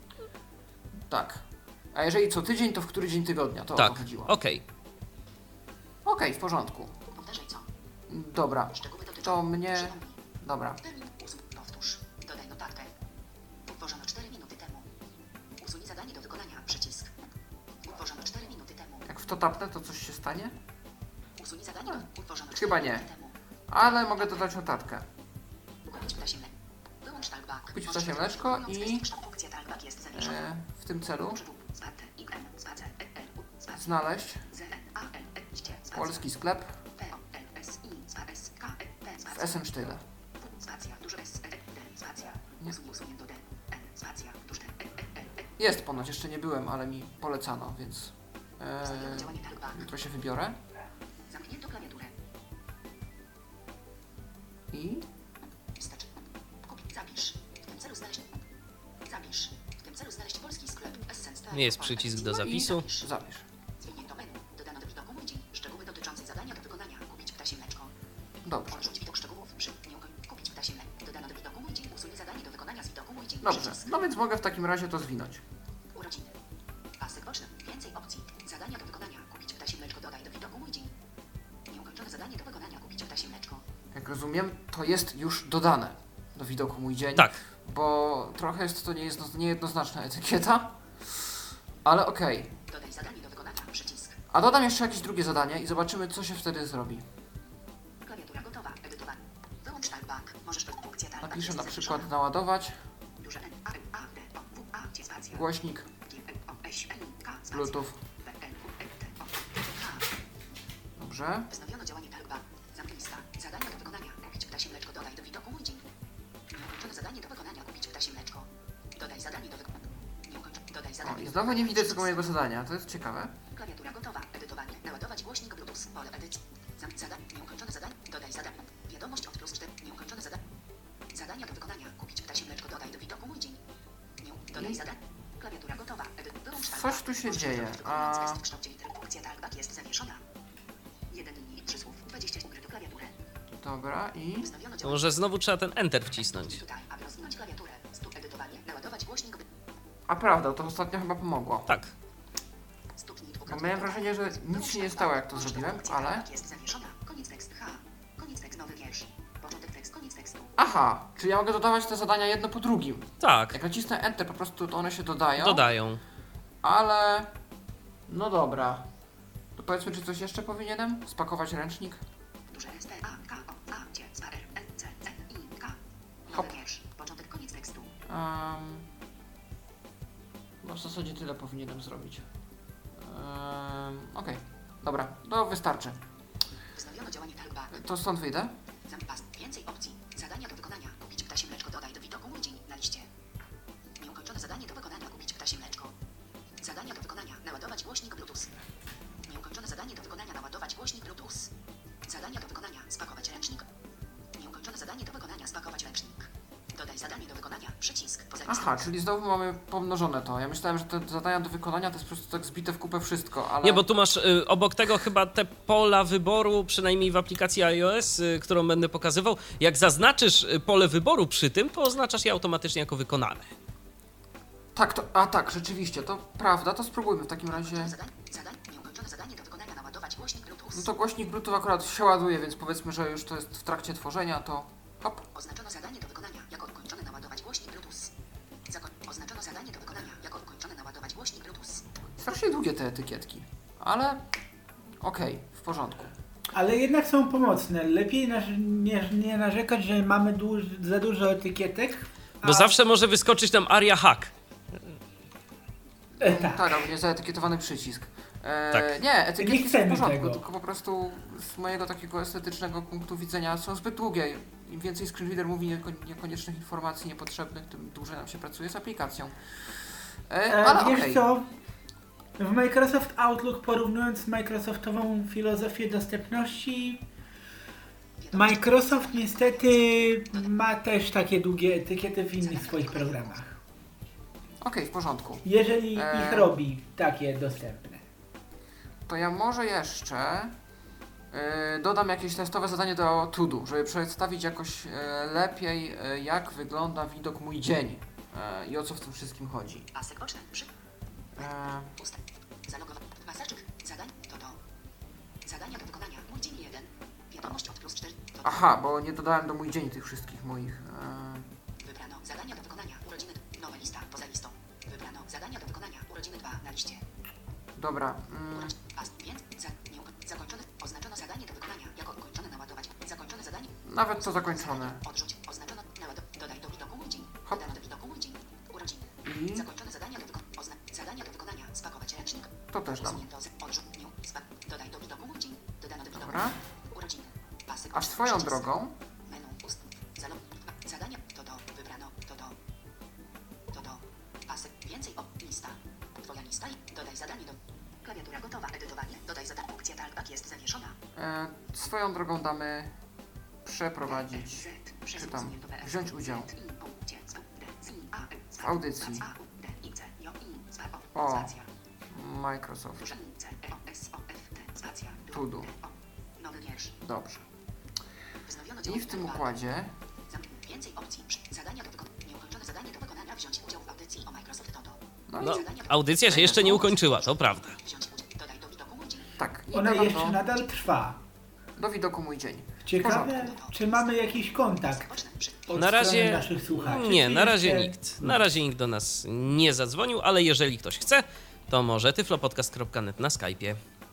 Tak. A jeżeli co tydzień, to w który dzień tygodnia? To o Tak, to chodziło. okej. Okej, w porządku. Powtarzaj co. Dobra. Szczegóły dotyczące. To mnie... Przypomnij. Dobra. Termin usuń. Powtórz. Dodaj notatkę. Utworzono 4 minuty temu. Usuń zadanie do wykonania. Przycisk. Utworzono 4 minuty temu. Jak w to tapnę, to coś się stanie? Usuń zadanie do utworzono 4 Chyba nie. minuty temu. Ale mogę dodać notatkę. Kupić ptasie mleko. Wyłącz talkback. Kupić Możesz ptasie wyłączyć mleczko wykonując i- kształt. Funkcja talkback jest zawieszona. W tym celu Użył. Sparte. YM. Space. ELU. Space. znaleźć Z. A. L. E. Ście. Spacja. polski sklep P. O. L. S. I. Space. K. E. P. w Spacja. SM Sztyle. Spacja. Duże S. E. D. Spacja. Nie. Usuń. Usunięto D. N. Spacja. Duże E. E. E. Jest ponoć, jeszcze nie byłem, ale mi polecano, więc Wzajemne działanie talkback. jutro się wybiorę. Zamknięto klawiaturę. I Wstecz. Kupić. Zapisz. W tym celu znaleźć. Zapisz. W tym celu znaleźć polski sklep Essence. Jest przycisk do zapisu. Zapisz. zapisz. Zwinięto menu. Dodano do widoku mój dzień. Szczegóły dotyczące zadania do wykonania. Kupić ptasie mleczko. Dobrze. Odrzuć widok No więc mogę w takim razie to zwinąć. Urodziny. Pasek boczny. Więcej opcji. Zadania do wykonania. Kupić ptasie mleczko. Dodaj do widoku mój dzień. Nieukończone zadanie do wykonania. Kupić ptasie mleczko. Jak rozumiem, to jest już dodane do widoku mój dzień. Tak. Bo trochę jest to niejednoznaczna etykieta, ale okej. Dodaj zadanie do wykonania. Przycisk. A dodam jeszcze jakieś drugie zadanie i zobaczymy, co się wtedy zrobi. Klawiatura gotowa. Edytowanie. Wyłącz talkback. Możesz funkcję talkback. Napiszę na jest przykład zawieszona. naładować Duże N, A, N, A, D, O, W, A, G, spacja. głośnik G, N, O, S, N, K, spacja. Bluetooth. B, N, U, N, T, O, K. Dobrze. Wznowiono działanie talkback. Zamknij lista. Zadania do wykonania. Kupić ptasie mleczko. Dodaj do widoku mój dzień. Nieukończone zadanie do wykonania. Kupić ptasie mleczko. Dodaj zadanie do wykonania. Dodaj O, zadanie. i do znowu nie wykonania. widzę tego mojego zadania, to jest ciekawe. Klawiatura gotowa. Edytowanie. Naładować głośnik Bluetooth. Pole edycji. Zadanie. Nieukończone zadanie. Dodaj zadanie. Wiadomość od +4. Nieukończone zadanie. Zadania do wykonania. Kupić ptasie mleczko. Dodaj do widoku mój dzień. Dodaj zadanie. Klawiatura gotowa. Wyłącz talkback. Coś tu się Możesz dzieje, wykonać a... tekst w kształcie liter. Funkcja talkback jest zawieszona. 1 linii 3 słów. 20 ukryty klawiaturę. Dobra, i... Wznowiono To działanie. może znowu trzeba ten Enter wcisnąć. Tutaj, aby rozwinąć klawiaturę. Stóp edytowanie. Naładować głośnik. A prawda, to ostatnio chyba pomogło. Tak. Stóp Bo miałem wrażenie, że nic się nie stało, jak to zrobiłem, ale... Jest zawieszona. Koniec tekst. H. Koniec tekst. Nowy wiersz. Początek tekst. Koniec tekstu. Aha, czyli ja mogę dodawać te zadania jedno po drugim. Tak. Jak nacisnę Enter, po prostu to one się dodają. Dodają. Ale... No dobra. To powiedzmy, czy coś jeszcze powinienem? Spakować ręcznik? Duże S, T, A, K, O, A, C, S, R, N, C, C, I, K. Hop. Nowy wiersz. Początek. Koniec tekstu. No w zasadzie tyle powinienem zrobić. Okej. Dobra, to wystarczy. Wznowiono działanie talkback. To stąd wyjdę? Zamknij. Więcej opcji. Zadania do wykonania. Kupić ptasie mleczko. Dodaj do widoku mój dzień na liście. Nieukończone zadanie do wykonania. Kupić ptasie mleczko. Zadania do wykonania. Naładować głośnik Bluetooth. Nieukończone zadanie do wykonania. Naładować głośnik Bluetooth. Zadania do wykonania. Spakować ręcznik. Nieukończone zadanie do wykonania. Spakować ręcznik. Dodaj zadanie do wykonania. Przycisk. Poza Aha, czyli znowu mamy pomnożone to. Ja myślałem, że te zadania do wykonania to jest po prostu tak zbite w kupę wszystko, ale... Nie, bo tu masz obok tego chyba te pola wyboru, przynajmniej w aplikacji iOS, którą będę pokazywał. Jak zaznaczysz pole wyboru przy tym, to oznaczasz je automatycznie jako wykonane. Tak, to... A tak, rzeczywiście, to prawda, to spróbujmy w takim razie... Nieukończone zadanie do wykonania. Naładować głośnik Bluetooth. No to głośnik Bluetooth akurat się ładuje, więc powiedzmy, że już to jest w trakcie tworzenia, to... Hop. Oznaczono zadanie do wykonania jako ukończone. Naładować głośnik Bluetooth. Oznaczono zadanie do wykonania jako ukończone. Naładować głośnik Bluetooth. Strasznie długie te etykietki, ale... Okej, w porządku. Ale jednak są pomocne. Lepiej nie narzekać, że mamy za dużo etykietek. Bo zawsze może wyskoczyć nam aria hack. Tak. Tak, albo niezaetykietowany przycisk. Tak. Nie, Nie etykietki są w chcemy porządku, tego. tylko po prostu z mojego takiego estetycznego punktu widzenia są zbyt długie. Im więcej screenreader mówi niekoniecznych informacji niepotrzebnych, tym dłużej nam się pracuje z aplikacją. Ale Wiesz okej. co? W Microsoft Outlook, porównując Microsoftową filozofię dostępności, Microsoft niestety ma też takie długie etykiety w innych swoich programach. Okej, w porządku. Jeżeli ich robi takie dostępne. To ja może jeszcze dodam jakieś testowe zadanie do To-Do, żeby przedstawić jakoś lepiej, jak wygląda widok mój dzień i o co w tym wszystkim chodzi. Pasek boczny. Ustaw. Zalogować. Masażyk. Zadań. To. Zadania do wykonania. Mój dzień 1. Wiadomość od +4. To. Aha, bo nie dodałem do mój dzień tych wszystkich moich. Wybrano. Zadania do wykonania. Urodziny. Nowa lista. Poza listą. Wybrano. Zadania do wykonania. Urodziny 2 na liście. Dobra. Więc. Zakończone. Oznaczono zadanie do wykonania. Jako ukończone. Naładować. Zakończone zadanie. Nawet to zakończone. Odrzuć. Oznaczono. Dodaj do widoku mój dzień. Hop. Dodano do widoku mój dzień. Urodziny. I Zakończone zadania do wykonania. Zadania do wykonania. Spakować ręcznik. to też dam. Usunięto. Odrzuć. Dodaj do widoku mój dzień. Dodano do widoku. Dobra. Urodziny. Pasek. A swoją Przycisk. drogą, Menu. Zadania. To. Wybrano. To. Pasek. Więcej. Lista. Twoja lista. Dodaj zadanie do. Klawiatura gotowa. Edytowanie. Dodaj zadanie. Funkcja talkback jest zawieszona. swoją drogą damy przeprowadzić, czy tam wziąć udział w audycji o Microsoft To-Do. Dobrze. I w tym układzie Więcej opcji. Zadania do wykonania. Nieukończone zadanie do wykonania. Wziąć udział w audycji o Microsoft Todo. No, audycja się jeszcze nie ukończyła, to prawda. Wziąć udział. Dodaj do widoku mój dzień. Tak, i Ona dodam jeszcze nadal trwa. do widoku mój dzień. W Ciekawe, porządku. czy mamy jakiś kontakt od Na razie strony naszych słuchaczy. nie, czy na razie jeszcze- nikt. Na razie nikt do nas nie zadzwonił, ale jeżeli ktoś chce, to może tyflopodcast.net na Skype'ie.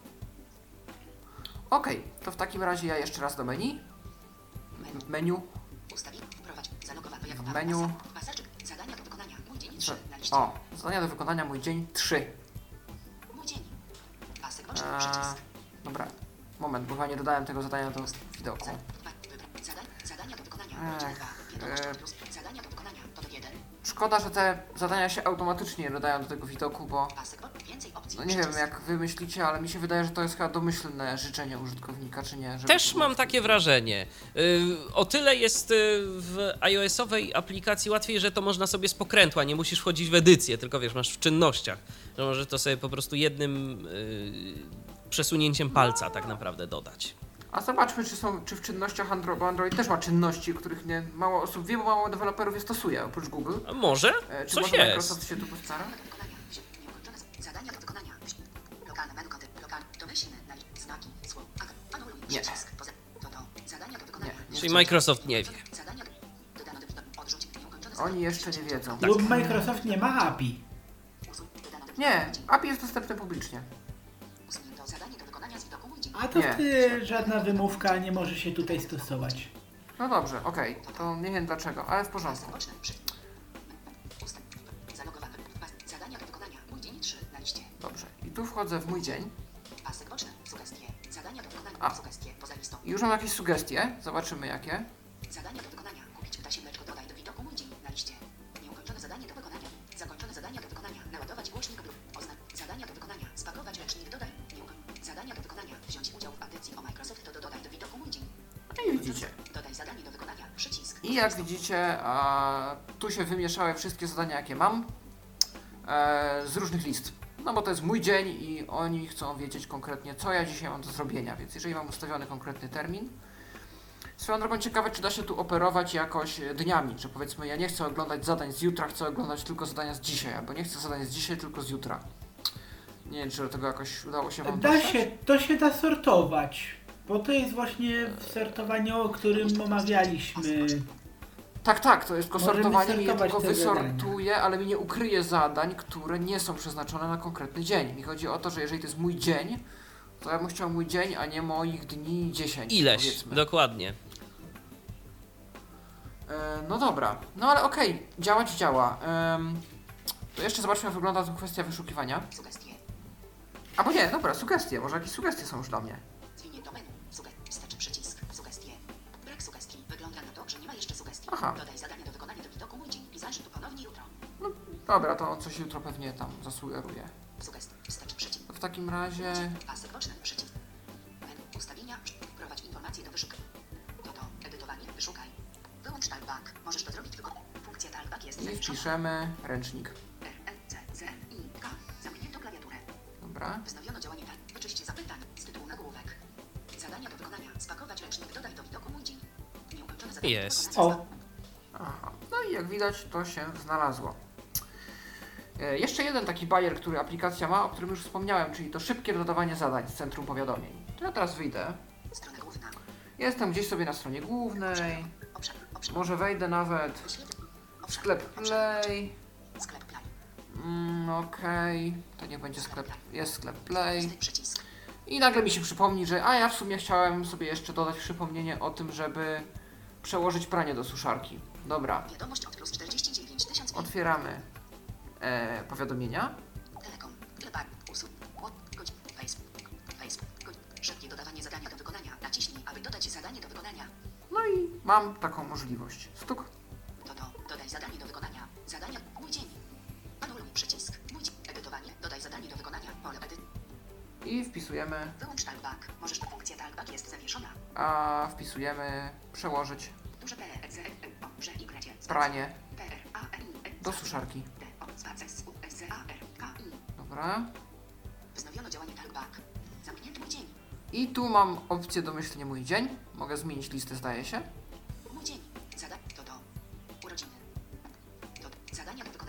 Okej, to w takim razie ja jeszcze raz do menu. Menu. Ustawić. Wprowadź. Zalogowano jako Menu. Paseczek. Zadania do wykonania. Mój dzień 3 na liście. O, zadania do wykonania mój dzień 3. Mój dzień. Pasek boczny. Przycisk. Dobra, moment, bo chyba nie dodałem tego zadania do widoku. Zadania do wykonania. Ech, Wiadomość plus. Zadania do wykonania. To 1. Szkoda, że te zadania się automatycznie dodają do tego widoku, bo Pasek więcej opcji. no nie wiem jak wy myślicie, ale mi się wydaje, że to jest chyba domyślne życzenie użytkownika, czy nie? Żeby Też to było mam takie wrażenie. O tyle jest w iOS-owej aplikacji łatwiej, że to można sobie z pokrętła, nie musisz wchodzić w edycję, tylko wiesz, masz w czynnościach, że możesz to sobie po prostu jednym przesunięciem palca tak naprawdę dodać. A zobaczmy, czy w czynnościach bo Android też ma czynności, których nie mało osób wie, bo mało deweloperów je stosuje, oprócz Google. A może? Czy Coś może jest. Microsoft się tu postara? Nieukończone zadania do wykonania. Lokalne menu konty. Lokalne. Domyślne. Znaki. Słowo. Anuluj. Nie. Przycisk. Poza. To. Zadania do wykonania. Nie. Czyli Microsoft nie wie. Zadania. Dodano do widoku. Odrzuć. Nieukończone Oni jeszcze nie wiedzą. Lub Microsoft nie ma API. Dodano do Nie, API jest dostępny publicznie. Usunięto zadanie do wykonania z widoku mój dzień. A to Nie. wtedy żadna wymówka nie może się tutaj stosować. No dobrze, okej, to nie wiem dlaczego, ale w porządku. Boczne. Zalogowano. Zadania do wykonania. Mój dzień 3 na liście. Dobrze, i tu wchodzę w mój dzień Pasek boczny. Sugestie. Zadania do wykonania. A. Sugestie. Poza listą. i już mam jakieś sugestie, zobaczymy jakie. Zadania do wykonania. Kupić ptasie mleczko. Dodaj do widoku mój dzień na liście. Nieukończone zadanie do wykonania. Zakończone zadania do wykonania. Naładować głośnik lub zadania do wykonania. Spakować ręcznik. Dodaj. Zadania do wykonania. Wziąć udział w audycji o Microsoft. To dodaj do widoku mój dzień. No i widzicie. Dodaj zadanie do wykonania. Przycisk. I jak widzicie, tu się wymieszały wszystkie zadania jakie mam z różnych list. No bo to jest mój dzień i oni chcą wiedzieć konkretnie, co ja dzisiaj mam do zrobienia, więc jeżeli mam ustawiony konkretny termin, swoją drogą ciekawe, czy da się tu operować jakoś dniami, czy powiedzmy ja nie chcę oglądać zadań z jutra, chcę oglądać tylko zadania z dzisiaj, albo nie chcę zadań z dzisiaj, tylko z jutra. Nie wiem, czy do tego jakoś udało się wam dostać? To się da sortować. Bo to jest właśnie sortowanie, o którym omawialiśmy. Tak, to jest tylko Możemy sortowanie, mi je sortować tylko te wysortuje, ale mi nie ukryje zadań, które nie są przeznaczone na konkretny dzień. Mi chodzi o to, że jeżeli to jest mój dzień, to ja bym chciał mój dzień, a nie moich dni 10. Ileś, powiedzmy. dokładnie. No dobra, no ale okej, działać działa. To jeszcze zobaczmy, jak wygląda tu kwestia wyszukiwania. Sugestie. Albo nie, dobra, sugestie, może jakieś sugestie są już dla mnie. Zwinięto menu. Wstecz przycisk. Sugestie. Brak sugestii. Wygląda na to, że nie ma jeszcze sugestii. Aha. Dodaj zadanie do wykonania do widoku mój dzień i zajrzyj tu ponownie jutro. Dobra, to coś jutro pewnie tam zasugeruje. Sugestie. Wstecz przycisk. To w takim razie... Pasek boczny. Przycisk. Menu. Ustawienia. Wprowadź informacje do wyszukania. To edytowanie. Wyszukaj. Wyłącz talkback. Możesz to zrobić tylko. Funkcja talkback jest I zawieszona. wpiszemy ręcznik. R-E-C-Z-I-K. Zamknięto klawiaturę. Dobra. Wznowiono działanie tak. Wyczyść zapytań z tytułu nagłówek. Zadania do wykonania. Spakować ręcznik. Dodaj do widoku mój dzień. Nieukończone zadanie Jest. do wykonania. Aha, no i jak widać to się znalazło. Jeszcze jeden taki bajer, który aplikacja ma, o którym już wspomniałem, czyli to szybkie dodawanie zadań z centrum powiadomień. To ja teraz wyjdę. Strona główna. Jestem gdzieś sobie na stronie głównej, Obszar. może wejdę nawet w Obszar. sklep Play. Sklep Play. Okej, to niech będzie sklep, jest sklep Play. Przycisk. I nagle mi się przypomni, że ja w sumie chciałem sobie jeszcze dodać przypomnienie o tym, żeby przełożyć pranie do suszarki. Dobra, Wiadomość od plus 49 000. otwieramy powiadomienia. Telekom. Glebak. Usług. Godzin. Facebook. Szybkie dodawanie zadania do wykonania. Naciśnij, aby dodać zadanie do wykonania. No i mam taką możliwość. Stuk. Dodaj zadanie do wykonania. Zadania. Mój dzień. Anuluj przycisk. Mój dzień. Edytowanie. Dodaj zadanie do wykonania. Pole edyt. I wpisujemy, Wyłącz talkback. Możesz ta funkcja talkback jest zawieszona. a wpisujemy przełożyć Duże P, E, Z, E, O, Że, Y, pranie P, R, A, I, E, do suszarki. D, O, S, U, S, A, R, K, I. Dobra. Wznowiono działanie talkback. Zamknięty mój dzień. I tu mam opcję domyślnie mój dzień. Mogę zmienić listę, zdaje się. Mój dzień. Urodziny. Zadania do wykonania.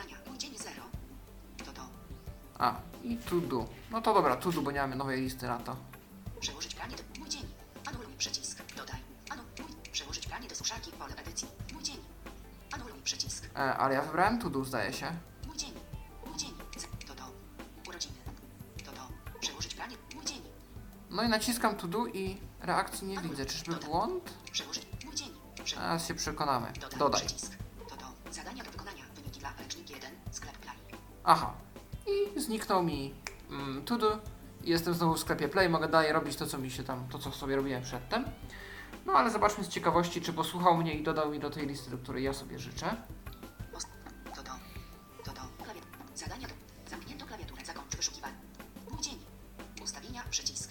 A, i to do. No to dobra, to do, bo nie mamy nowej listy na to. Przełożyć pranie do mój dzień. Anuluj przycisk. Dodaj. Anuluj. Przełożyć pranie do suszarki. Pole edycji. Mój dzień. Anuluj przycisk. Ale ja wybrałem to do, zdaje się. Mój dzień. Mój dzień. To do. Urodziny. To do. Przełożyć pranie. Mój dzień. No i naciskam to do i reakcji nie widzę. Czyżby błąd? Przełożyć. Mój dzień. Teraz się przekonamy. Dodaj. Dodaj. Przycisk. To do. Zadania do wykonania. Wyniki dla ręcznik 1. Sklep Play. Aha. I zniknął mi to do. Jestem znowu w sklepie Play. Mogę dalej robić to, co mi się tam, to co sobie robiłem przedtem. No ale zobaczmy z ciekawości, czy posłuchał mnie i dodał mi do tej listy, do której ja sobie życzę. To do. To do. Zadania do. Zamknięto klawiaturę. Zakończ wyszukiwanie. Mój dzień. Ustawienia. Przycisk.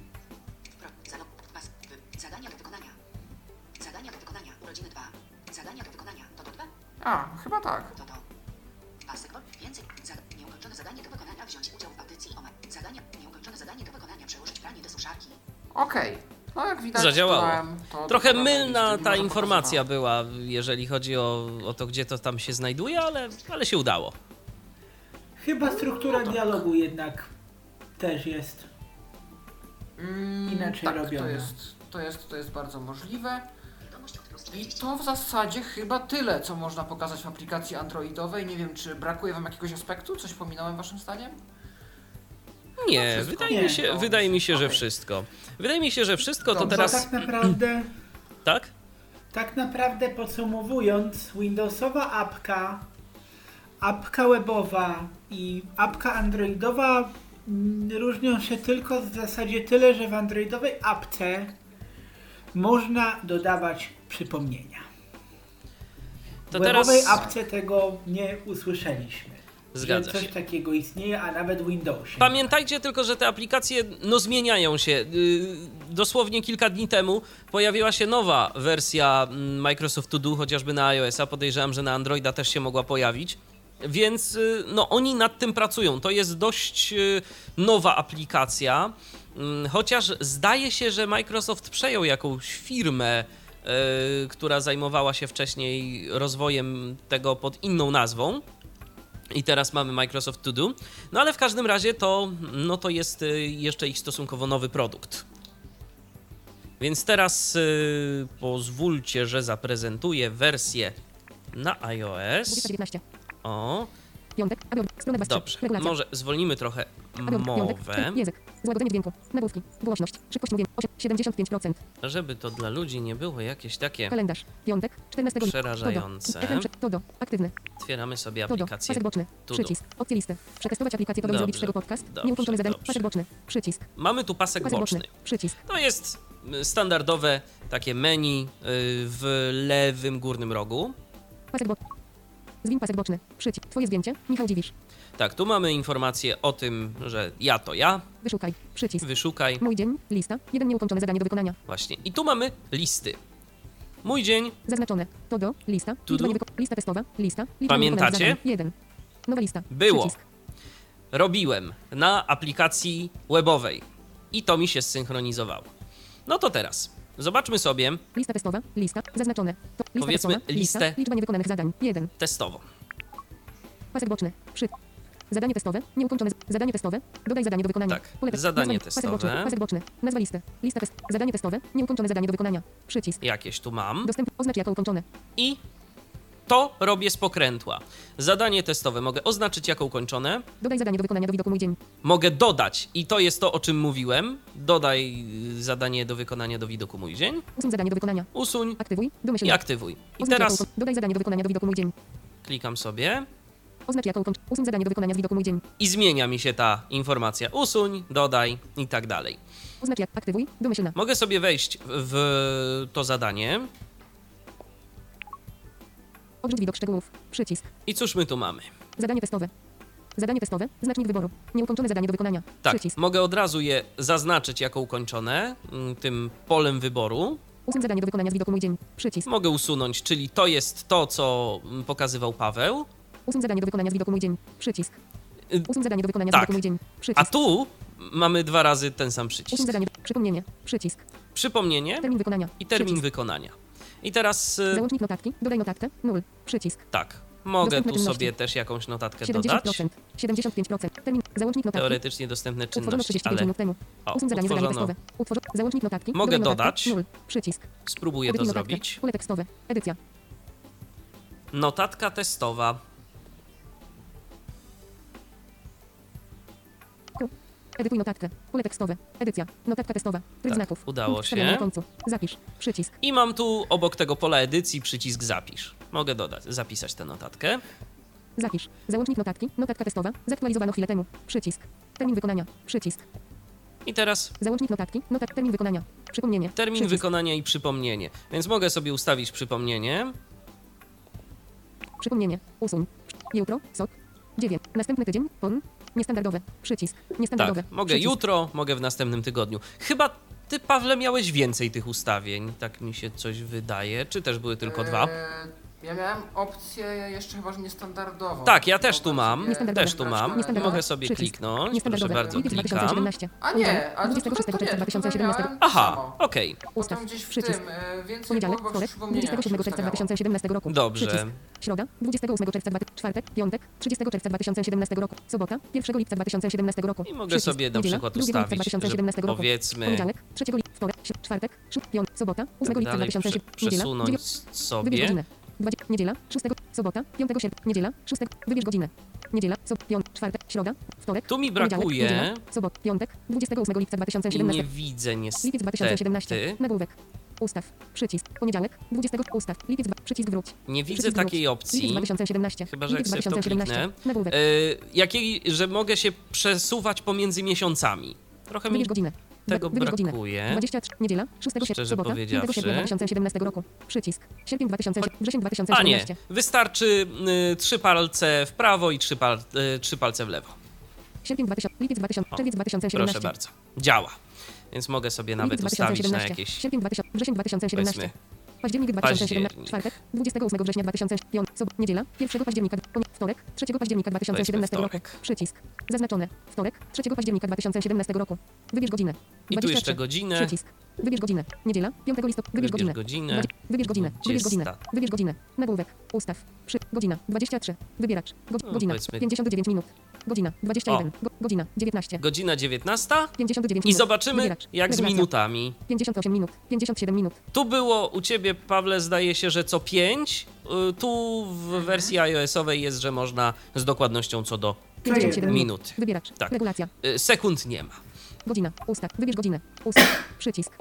Zadania do wykonania. Zadania do wykonania. Urodziny 2. Zadania do wykonania. To do 2. A, chyba tak. To do. Pasek. Więcej. Nieukończone zadanie do wykonania. Wziąć udział w audycji o zadania. Nieukończone zadanie do wykonania. Przełożyć pranie do suszarki. Okej. No jak widać, Zadziałało. dodałem to Trochę do mylna listy, ta mimo że informacja pokazywała. była, jeżeli chodzi o to, gdzie to tam się znajduje, ale się udało. Chyba struktura dialogu jednak też jest inaczej Tak, robiona. to jest bardzo możliwe. Wiadomość od plus I 40. to w zasadzie chyba tyle, co można pokazać w aplikacji androidowej. Nie wiem, czy brakuje wam jakiegoś aspektu? Coś pominąłem waszym zdaniem? Nie, wszystko. wydaje mi się, że Okej. wszystko. Wydaje mi się, że wszystko to Dobrze. Bo teraz... tak naprawdę podsumowując, Windowsowa apka webowa i apka androidowa różnią się tylko w zasadzie tyle, że w androidowej apce można dodawać przypomnienia. To W webowej teraz... apce tego nie usłyszeliśmy. Zgadza że coś się. takiego istnieje, a nawet w Windowsie. Pamiętajcie tylko, że te aplikacje zmieniają się. Dosłownie kilka dni temu pojawiła się nowa wersja Microsoft To Do, chociażby na iOS-a. Podejrzewam, że na Androida też się mogła pojawić. Więc oni nad tym pracują. To jest dość nowa aplikacja, chociaż zdaje się, że Microsoft przejął jakąś firmę, która zajmowała się wcześniej rozwojem tego pod inną nazwą. I teraz mamy Microsoft To Do. No ale w każdym razie to jest jeszcze ich stosunkowo nowy produkt. Więc teraz pozwólcie, że zaprezentuję wersję na iOS. 2019. O, Piątek. Adobe. Strona 2 dobrze. Regulacja. Może zwolnimy trochę Adobe. Piątek. mowę, Język. Złagodzenie dźwięku. Nagłówki. Głośność. Szybkość mówienia. 75%. żeby to dla ludzi nie było jakieś takie... Kalendarz. Piątek. 14 lipca. Przerażające. Todo. Aktywny. Otwieramy sobie Todo. aplikację Pasek boczny. To Do. Przycisk. Opcje listy. Przetestować aplikację. To by Dobrze, zrobić z tego podcast. dobrze, Nieukończone zadanie. dobrze. Pasek boczny. Przycisk. Mamy tu pasek Pasek boczny. boczny. Przycisk. To jest standardowe takie menu w lewym górnym rogu. Pasek boczny. Zwin pasek boczny. Przycisk. Twoje zdjęcie. Michał Dziwisz. Tak, tu mamy informację o tym, że ja to ja. Wyszukaj. Przycisk. Wyszukaj. Mój dzień. Lista. 1 nieukończone zadanie do wykonania. Właśnie. I tu mamy listy. Mój dzień. Zaznaczone. To do. Lista. To Liczba do. lista testowa. Lista. Liczba Pamiętacie? niewykonanych zadań. 1. Nowa lista. Było. Przycisk. Robiłem na aplikacji webowej. I to mi się zsynchronizowało. No to teraz zobaczmy sobie Lista testowa. Lista. Zaznaczone. To. Lista Powiedzmy testowa. listę. Lista. Liczba niewykonanych zadań. 1. testowo. Pasek boczny. Zadanie testowe. Nieukończone. Zadanie testowe. Dodaj zadanie do wykonania. Tak, Pole tekst. zadanie Nazwa, testowe. Pasek boczny. Nazwa listy. Lista test. Zadanie testowe. Nieukończone zadanie do wykonania. Przycisk. Jakieś tu mam. Dostęp. Oznacz jako ukończone. I to robię z pokrętła. Zadanie testowe mogę oznaczyć jako ukończone. Dodaj zadanie do wykonania do widoku mój dzień. Mogę dodać, i to jest to, o czym mówiłem. Dodaj zadanie do wykonania do widoku mój dzień. Usuń zadanie do wykonania. Usuń Aktywuj. i Domyślnie. aktywuj. I Oznacz teraz jako dodaj zadanie do wykonania do widoku mój dzień. klikam sobie Oznacz jako ukończone. Usuń zadanie do wykonania z widoku mój dzień. i zmienia mi się ta informacja. Usuń, dodaj i tak dalej. Oznacz jak aktywuj. Domyślna. Mogę sobie wejść w to zadanie. Odrzuć widok szczegółów. Przycisk. I cóż my tu mamy? Zadanie testowe. Zadanie testowe. Znacznik wyboru. Nieukończone zadanie do wykonania. Tak, Przycisk. mogę od razu je zaznaczyć jako ukończone tym polem wyboru. Usuń zadanie do wykonania z widoku mój dzień. Przycisk. Mogę usunąć, czyli to jest to, co pokazywał Paweł. Usuń zadanie do wykonania z widoku mój dzień. Przycisk. Usuń zadanie do wykonania z Tak. widoku mój dzień. A Przycisk. tu mamy 2 razy ten sam Usuń przycisk. zadanie. Przypomnienie. Przycisk. Przypomnienie Termin wykonania. i termin Przycisk. wykonania. I teraz Załącznik notatki. Dodaj notatkę. 0. Przycisk. tak, Mogę Dostępne tu czynności. sobie też jakąś notatkę dodać. 70%, 75%. Termin, załącznik notatki. Teoretycznie dostępne Utworzono czynności, 35 ale minut temu. o, Usuń zadanie utworzono. tekstowe. Załącznik notatki. Mogę Dodaj notatkę. dodać. 0. Przycisk. Spróbuję to Edytuj notatkę. zrobić. Pole tekstowe. Edycja. Notatka testowa. Edytuj notatkę. Pole tekstowe. Edycja. Notatka testowa. Tryb Tak, znaków. udało Punkt wstawiony się. na końcu. Zapisz. Przycisk. I mam tu obok tego pola edycji przycisk zapisz. Mogę zapisać tę notatkę. Zapisz. Załącznik notatki. Notatka testowa. Zaktualizowano chwilę temu. Przycisk. Termin wykonania. Przycisk. I teraz Załącznik notatki. Termin wykonania. Przypomnienie. termin Przycisk. wykonania i przypomnienie. Więc mogę sobie ustawić przypomnienie. Przypomnienie. Usuń. Jutro. SOP. 9. Następny tydzień. PON. Niestandardowe. Przycisk. Niestandardowe. Tak, mogę Przycisk. jutro, mogę w następnym tygodniu. Chyba ty, Pawle, miałeś więcej tych ustawień. Tak mi się coś wydaje. Czy też były tylko dwa? Ja miałem opcję jeszcze chyba, że niestandardową. Tak, ja też tu Mogę mam. sobie Niestandardowe. Też tu mam. Niestandardowe. Mogę sobie Przycisk. kliknąć. Proszę Niestandardowe. bardzo, Lipiec klikam. 2017. A nie, ale to 26 nie, czerwca to 2017. miałem Aha, samo. okej. Ustaw. Potem gdzieś w Przycisk. tym, więcej Poniedziałek, było wtorek, przypomnienia 27 czerwca ustawiało. 2017 roku. Dobrze. Przycisk. Środa, 28 czerwca, czwartek, piątek, 30 czerwca 2017 roku. Sobota, 1 lipca 2017 roku. I mogę Przycisk. sobie na Niedziela, przykład 2 lipca ustawić, że 2017 roku. powiedzmy Poniedziałek, 3 lipca, wtorek, czwartek, piątek, sobota, 8 lipca dalej 2017 Niedziela, przesunąć wybierz sobie. godzinę. Niedziela, 6, sobota, 5 sierpnia, niedziela, 6, wybierz godzinę. Niedziela, piątek, czwartek, środa, wtorek, Tu mi poniedziałek, brakuje niedziela, sobot, piątek, 28 lipca i 2017. nie widzę Lipiec niestety. 2017. Nagłówek. Ustaw. Przycisk. Poniedziałek. 20. Ustaw. Lipiec. Przycisk wróć. Nie widzę Przycisk takiej wróć. opcji. Lipiec 2017. Chyba, że jak Lipiec sobie w to 2017. kliknę. Nagłówek. Że mogę się przesuwać pomiędzy miesiącami. Trochę mi Wybierz godzinę. tego Wybierz godzinę. brakuje. 23. Niedziela. 6 sierpnia. Szczerze Sobota. 5 powiedziawszy. sierpnia 2017 roku. Przycisk. Sierpień 2000. Wrzesień A nie, 2017. wystarczy 3 palce w prawo i 3 palce w lewo. Sierpień 2000. Lipiec 2000. Czerwiec 2017. Proszę bardzo. Działa. Więc mogę sobie nawet Lipiec ustawić na 2017. jakieś, Sierpień 2000. Wrzesień 2017. powiedzmy, Październik 2017. Październik. Czwartek. 28 września 2005. Niedziela. 1 października. Wtorek. 3 października 2017 roku. wtorek. Przycisk. Zaznaczone. Wtorek. 3 października 2017 roku. Wybierz godzinę. I tu 23. jeszcze godzinę. Przycisk. Wybierz godzinę. Niedziela. 5 listopada. Wybierz godzinę. godzinę. Wybierz godzinę. Wybierz godzinę. 20. Wybierz godzinę. Nagłówek. Ustaw. Godzina. 23. Wybieracz. No, Godzina. powiedzmy- 59 minut. Godzina. 21. Godzina. 19. Godzina 19 59 i minut. zobaczymy Wybieracz. jak z Regulacja. minutami. 58 minut. 57 minut. Tu było u ciebie, Pawle, zdaje się, że co 5. Tu w wersji iOS-owej jest, że można z dokładnością co do 57 minut. minut. Wybieracz. Tak. Regulacja. Sekund nie ma. Godzina. Ustaw. Wybierz godzinę. Ustaw. Przycisk.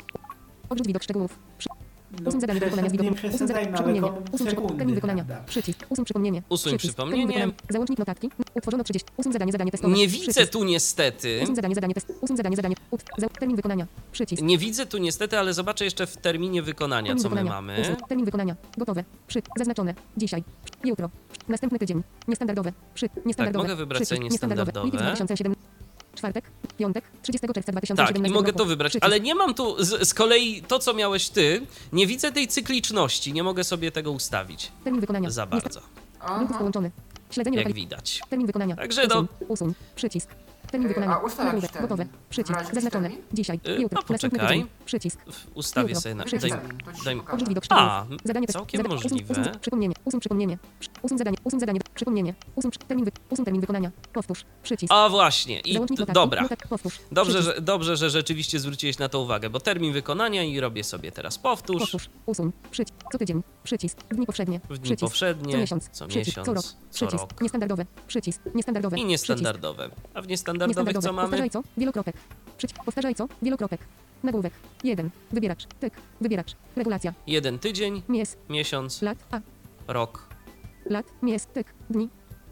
Odrzuć widok szczegółów. Usuń zadanie do wykonania z widoku. Nie Usuń zadanie. przesadzajmy, ale Przypomnienie. komu Usuń sekundy, termin wykonania. prawda? Przycisk. Usuń przypomnienie. Usuń Przycisk. przypomnienie. Termin wykonania. Załącznik notatki. Utworzono 30. Usuń zadanie testowe. Nie widzę Przycisk. tu niestety. Usuń zadanie test. Usuń zadanie. Termin wykonania. Przycisk. Nie widzę tu niestety, ale zobaczę jeszcze w terminie wykonania, Termin co my wykonania. mamy. Usuń. Termin wykonania. Gotowe. Zaznaczone. Dzisiaj. Jutro. Następny tydzień. Niestandardowe. Niestandardowe. mogę wybrać sobie Przycisk. Niestandardowe. Lipiec niestandardowe. 2007. Czwartek. Piątek. 30 czerwca Tak, 2017 i mogę roku. to wybrać, Przycisk. ale nie mam tu z kolei to, co miałeś ty, nie widzę tej cykliczności, nie mogę sobie tego ustawić Termin wykonania. za bardzo, Bluetooth połączony. Śledzenie jak lokalizacji. widać. Termin wykonania. Także no- Usuń. Przycisk. Termin wykonania. a ustaw jakiś Nagłówek. termin? Gotowe. Przycisk. Wybrać jakiś Zaznaczone. termin? Dzisiaj. No Jutro. Następny poczekaj. tydzień. Przycisk. Ustawię Jutro. sobie na... Przycisk. Daj, Odrzuć widok szczegółów. a, Zadanie całkiem usuń możliwe. przypomnienie. Usuń przypomnienie. Usuń zadanie. Przypomnienie. Usuń termin wykonania. Powtórz. Przycisk. A właśnie, i Załącznik notatki. dobra. Powtórz. Dobrze, że rzeczywiście zwróciłeś na to uwagę, bo termin wykonania i robię sobie teraz powtórz. Powtórz. Usuń. Przycisk. Co tydzień. Przycisk. W dni powszednie. W dni Przycisk. powszednie, Co miesiąc. co Przycisk. miesiąc, Co rok. co Przycisk. rok. Niestandardowe. Przycisk. Niestandardowe. I Przycisk. niestandardowe. A w niestandardowych co mamy? Powtarzaj co? Wielokropek. Powtarzaj co? Wielokropek. Nagłówek. 1. Wybieracz. Tyk. Wybieracz. Regulacja. 1 tydzień, Miesiąc. miesiąc, Lat. A. rok. Lat. Tyk. Dni.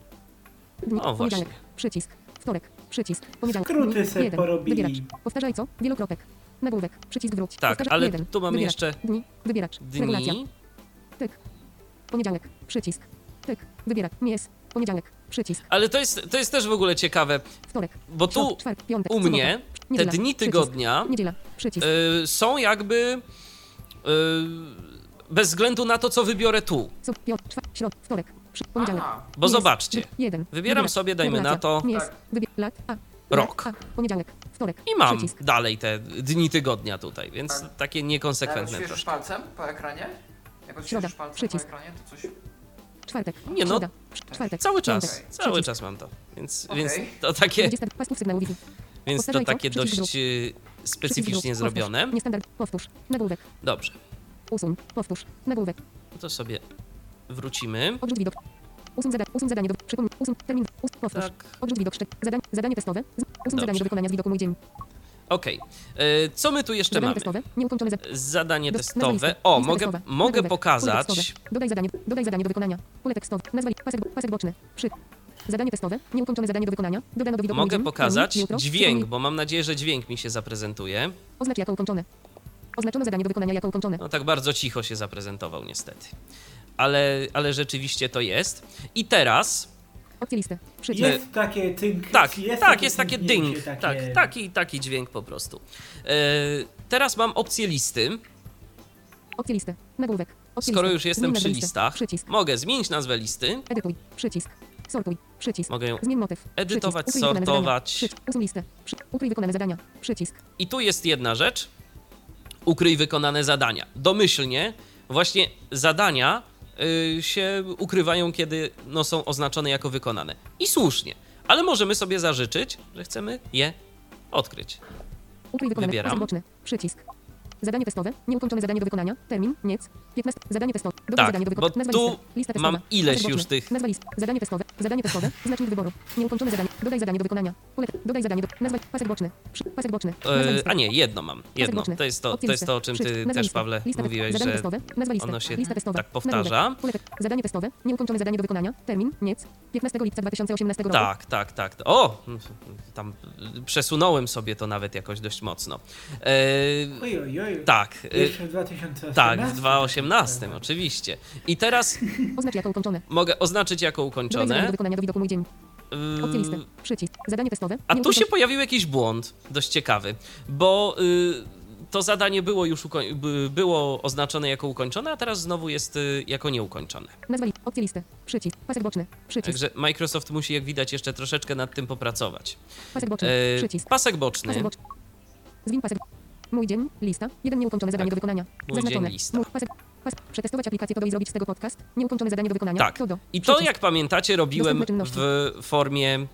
O, Poniedziałek. właśnie. Przycisk. Wtorek. Przycisk. Poniedziałek. Skróty Dni. se 1. porobili. Wybieracz. Powtarzaj co? Wielokropek. Nagłówek. Przycisk wróć. Tak, Powtarzaj ale 1. tu mamy Wybieracz. jeszcze Dni. Wybieracz. Regulacja. dni. Tyk. Poniedziałek. Przycisk. Tyk. Wybieracz. Poniedziałek. Przycisk. Ale to jest też w ogóle ciekawe, Wtorek. bo tu Czwartek. Piątek. u mnie te Niedziela. dni Przycisk. tygodnia Niedziela. Przycisk. są jakby bez względu na to, co wybiorę tu. Środ. Wtorek. Poniedziałek. Bo zobaczcie, 1. wybieram sobie, dajmy na to, Lat. A. rok. Lat, A. Poniedziałek. Wtorek. I mam Przycisk. dalej te dni tygodnia tutaj, więc Tak. takie niekonsekwentne Świeżysz troszkę. palcem po ekranie? Jak Środa. odświeżysz palcem Przycisk. po ekranie, to coś... Czwartek. Nie no, Środa. Czwartek. cały Piątek. czas, cały Przycisk. czas mam to. Więc Okej. to takie, 20 pasków sygnału Wi-Fi. więc to Powtarzaj co? takie Przycisk dość Przycisk specyficznie Powtórz. zrobione. Niestandard. Powtórz. Nagłówek. Dobrze, Usuń. Powtórz. Nagłówek. no to sobie wrócimy. Odrzuć widok. Usuń zadanie do... Przypomnij. Usuń termin. Powtórz. Tak. Odrzuć widok. Zadanie testowe. Usuń zadanie do wykonania z widoku mój dzień. Okej, co my tu jeszcze Zadanie mamy? testowe. Nieukończone Zadanie nazwa testowe. listy. O, Lista mogę testowa. Nagłówek. Pole pokazać. tekstowe. Dodaj zadanie do wykonania. Pole tekstowe. Pasek boczny. Zadanie testowe. Nieukończone zadanie do wykonania. Dodano do widoku mój Mogę dzień. pokazać Termin. Jutro. dźwięk, Przypomnij. bo mam nadzieję, że dźwięk mi się zaprezentuje. Oznacz jako ukończone. Oznaczono zadanie do wykonania jako ukończone. No tak bardzo cicho się zaprezentował niestety. Ale rzeczywiście to jest. I teraz, Opcje listy. Przycisk. Jest takie tynk. tak, jest takie tęknięcie, ding, takie- taki dźwięk po prostu. Teraz mam opcję listy. Opcje listy. Nagłówek. Opcje Skoro listy. już jestem Zmień przy nazwę listy. listach, Przycisk. mogę zmienić nazwę listy. Edytuj. Przycisk. Sortuj. Przycisk. Mogę ją Zmień motyw. edytować, Przycisk. Ukryj wykonane sortować. zadania. Przycisk. Usuń listę. Ukryj wykonane zadania. Przycisk. I tu jest jedna rzecz. Ukryj wykonane zadania. Domyślnie właśnie zadania się ukrywają, kiedy no, są oznaczone jako wykonane. I słusznie. Ale możemy sobie zażyczyć, że chcemy je odkryć. Ukryj wykonane. Wybieram. Pasek boczny. Przycisk. Zadanie testowe. Nieukończone zadanie do wykonania. Termin. Niec. 15. Zadanie testowe. Dodaj Tak, zadanie do bo wykonania. Nazwa tu listy. Lista testowa. mam ileś Pasek już boczny. tych- Nazwa listy. Zadanie testowe. Zadanie testowe. Znacznik wyboru. Nieukończone zadanie. Dodaj zadanie do wykonania. Dodaj zadanie do... Nazwa... Pasek boczny. Pasek boczny. Nazwa listy. A nie, jedno mam. Jedno. boczny. To jest to, Opcje to, jest listy. to o czym ty Przycisk. Nazwa też, listy. Pawle, Lista te- mówiłeś, zadanie że testowe. Nazwa listy. ono się Lista testowa. tak powtarza. Nagłówek. Zadanie testowe. Nieukończone zadanie do wykonania. Termin. Niec. 15 lipca 2018 roku. Tak. O! Tam przesunąłem sobie to nawet jakoś dość mocno. Oj, oj, oj. Tak. Jeszcze w 2018. Tak, w 2018 oczywiście. I teraz Oznacz jako ukończone. mogę oznaczyć jako Dodaj zadanie do ukończone. wykonania do widoku mój dzień. Opcje listy. Yy, Przycisk. Zadanie testowe. A tu Nieukończone- się pojawił jakiś błąd, dość ciekawy, bo to zadanie było już było oznaczone jako ukończone, a teraz znowu jest jako nieukończone. Nazwa listy. Opcje listy. Przycisk. Pasek boczny. Przycisk. Także Microsoft musi, jak widać, jeszcze troszeczkę nad tym popracować. Pasek boczny. Przycisk. Pasek boczny. Pasek boczny. Zwin pasek. Mój dzień. Lista. Jeden nieukończone zadanie do wykonania. Mój Zaznaczone. dzień, lista. Pasek. Przetestować aplikację Todo i zrobić z tego podcast. Nieukończone zadanie do wykonania. Tak. Todo. I to, Przycisk. jak pamiętacie, robiłem Dostępne czynności. w formie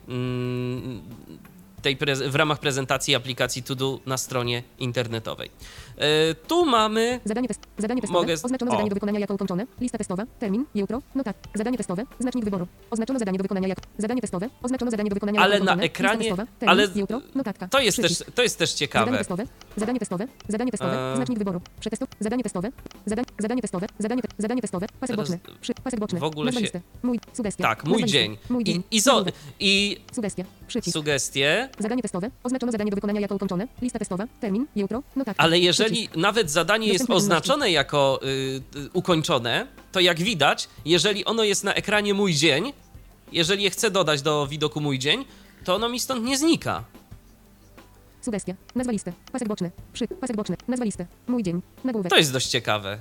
w ramach prezentacji aplikacji To-Do na stronie internetowej. Tu mamy... Zadanie testowe. Mogę Oznaczono o. zadanie do wykonania jako ukończone. Lista testowa. Termin. Jutro. Notat. Zadanie testowe. Znacznik wyboru. Oznaczono zadanie do wykonania jako... Zadanie testowe. Oznaczono zadanie do wykonania Ale jako na ukończone. ekranie- Lista testowa. Termin. ale Jutro. Notatka. To jest też Zadanie ciekawe. testowe. Zadanie testowe. Zadanie testowe. Znacznik wyboru. Zadanie testowe. Zadanie testowe. Zadanie testowe. Pasek Teraz boczny. Pasek boczny. w ogóle Nazwa się- listy. Mój. Sugestia. Tak, mój Nazwa listy. dzień. Mój dzień. I Sugestia. Przycisk. sugestie, Zadanie testowe. Oznaczono zadanie do wykonania jako ukończone. Lista testowa. Termin. Jutro. Notatka. ale jeżeli Przycisk. nawet zadanie jest Dostępne oznaczone jako ukończone, to jak widać, jeżeli ono jest na ekranie mój dzień, jeżeli je chcę dodać do widoku mój dzień, to ono mi stąd nie znika. Sugestia. Nazwa listy. Pasek boczny. Pasek boczny. Nazwa listy. Mój dzień. Nagłówek. To jest dość ciekawe.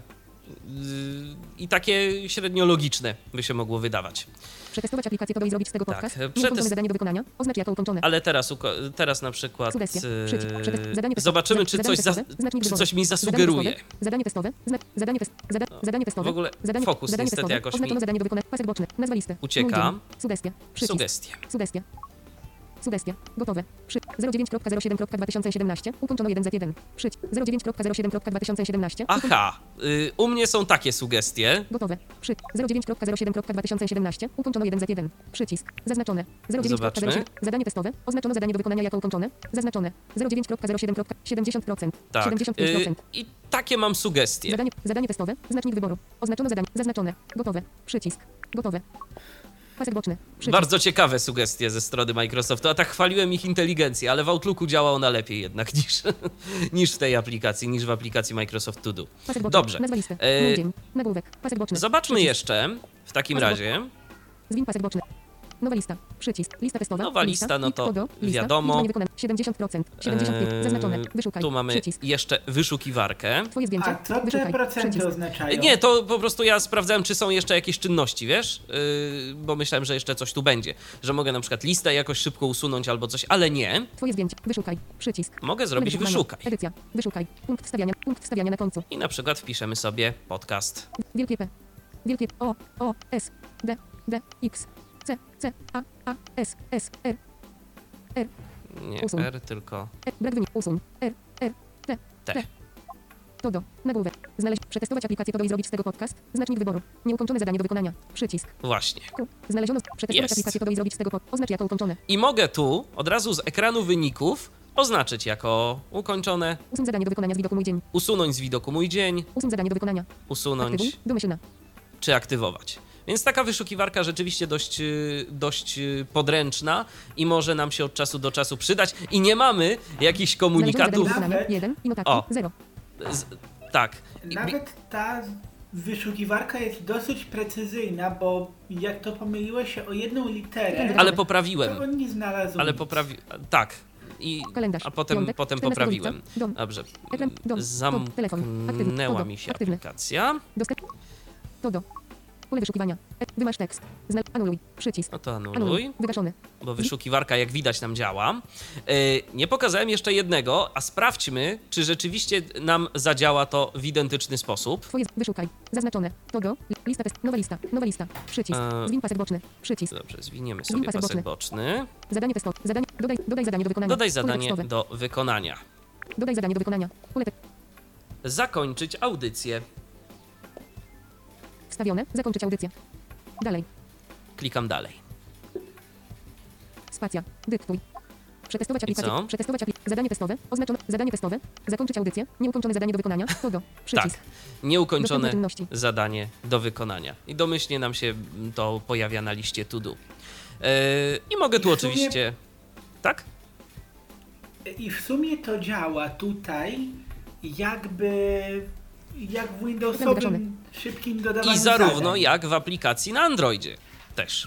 I takie średnio logiczne by się mogło wydawać. Przetestować aplikację Todo i zrobić z tego Tak, podcast. przetest- Nieukończone zadanie do wykonania. Oznacz jako ukończone. Ale teraz na przykład Sugestia. Przycisk. Zadanie testowe. zobaczymy, czy Zadanie coś, testowe. Znacznik czy wyboru. coś mi Zadanie zasugeruje. testowe. Zadanie testowe. Zadanie testowe. W ogóle Zadanie, fokus zadanie niestety testowe. jakoś mi Oznaczono zadanie do wykonania. Pasek boczny. Nazwa listy. ucieka. Mój dzień. Sugestia. Przycisk. Sugestie. Sugestia. Sugestia. Gotowe. 09.07.2017. Ukończono 1Z1. 09.07.2017. Aha, u mnie są takie sugestie. Gotowe. 09.07.2017. Ukończono 1Z1. Przycisk. Zaznaczone. 09.07. Zobaczmy. Zadanie testowe. Oznaczono zadanie do wykonania jako ukończone. Zaznaczone. 09.07. 70%. Tak. 75%. I takie mam sugestie. Zadanie testowe. Znacznik wyboru. Oznaczono zadanie. Zaznaczone. Gotowe. Przycisk. Gotowe. Pasek boczny. Przycisk. Bardzo ciekawe sugestie ze strony Microsoftu, a tak chwaliłem ich inteligencję, ale w Outlooku działa ona lepiej jednak niż w tej aplikacji, niż w aplikacji Microsoft To Do. Pasek boczny. Dobrze. Nazwa listy. E, Mój dzień. Nagłówek. Pasek boczny. Zobaczmy Przycisk. jeszcze w takim Pasek razie. Zwin pasek boczny. Nowa lista. Przycisk. Lista testowa. Nowa lista, no to Todo, lista. wiadomo. Liczba niewykonana. 70%. 75%. Zaznaczone. Wyszukaj. Tu mamy Przycisk. jeszcze wyszukiwarkę. Twoje zdjęcie. A co te Wyszukaj. procenty Przycisk. oznaczają? Nie, to po prostu ja sprawdzałem, czy są jeszcze jakieś czynności, wiesz? Bo myślałem, że jeszcze coś tu będzie. Że mogę na przykład listę jakoś szybko usunąć albo coś, ale nie. Twoje zdjęcie. Wyszukaj. Przycisk. Mogę zrobić Edytowanie. wyszukaj. Edycja. Wyszukaj. Punkt wstawiania na końcu. I na przykład wpiszemy sobie podcast. Wielkie P. Wielkie O, S, D, X, C, A, S, R, Nie Usuń. R, tylko brak wynik, usuń, R, T. Todo, nagłówek, znaleźć, przetestować aplikację Todo i zrobić z tego podcast, znacznik wyboru, nieukończone zadanie do wykonania, przycisk, Właśnie. znaleziono, przetestować Jest. aplikację Todo i zrobić z tego oznacz jako ukończone, I mogę tu od razu z ekranu wyników oznaczyć jako ukończone, usuń zadanie do wykonania z widoku mój dzień, usunąć z widoku mój dzień, usuń zadanie do wykonania, usunąć aktywuj, domyślna, czy aktywować. Więc taka wyszukiwarka rzeczywiście dość podręczna i może nam się od czasu do czasu przydać. I nie mamy jakichś znalezione zadanie do komunikatów. wykonania, Nawet- 1 i notatki, O. 0, Tak. Nawet ta wyszukiwarka jest dosyć precyzyjna, bo jak to pomyliło się o jedną literę, Ale to poprawiłem. on nie znalazł Ale nic. tak. I, kalendarz, a potem piątek, 14 poprawiłem. lipca, dom, Dobrze. ekran, dom, telefon, aktywny, Zamknęła Todo, mi się aktywny. aplikacja. dostęp, Todo, pole wyszukiwania, wymaż tekst, anuluj, przycisk, No to anuluj, anuluj, wygaszony, bo wyszukiwarka jak widać nam działa. Nie pokazałem jeszcze jednego, a sprawdźmy, czy rzeczywiście nam zadziała to w identyczny sposób. twoje, wyszukaj, zaznaczone, Todo, lista test, nowa lista, przycisk, zwin pasek boczny, przycisk, Dobrze, zwiniemy Zwin sobie pasek pasek boczny. boczny. zadanie testowe, dodaj zadanie do wykonania, Dodaj pole zadanie tekstowe, do wykonania. dodaj zadanie do wykonania, pole Zakończyć audycję. wstawione, zakończyć audycję, dalej, Klikam dalej. spacja, dyktuj, przetestować aplikację, co? zadanie testowe, oznaczone, zadanie testowe, zakończyć audycję, nieukończone zadanie do wykonania, Todo, przycisk, Tak, nieukończone Dostępne czynności. zadanie do wykonania. I domyślnie nam się to pojawia na liście to do. I mogę tu I w sumie- oczywiście... Tak? I w sumie to działa tutaj jakby jak w Windowsowym szybkim dodawaniu I zarówno zadań. jak w aplikacji na Androidzie też.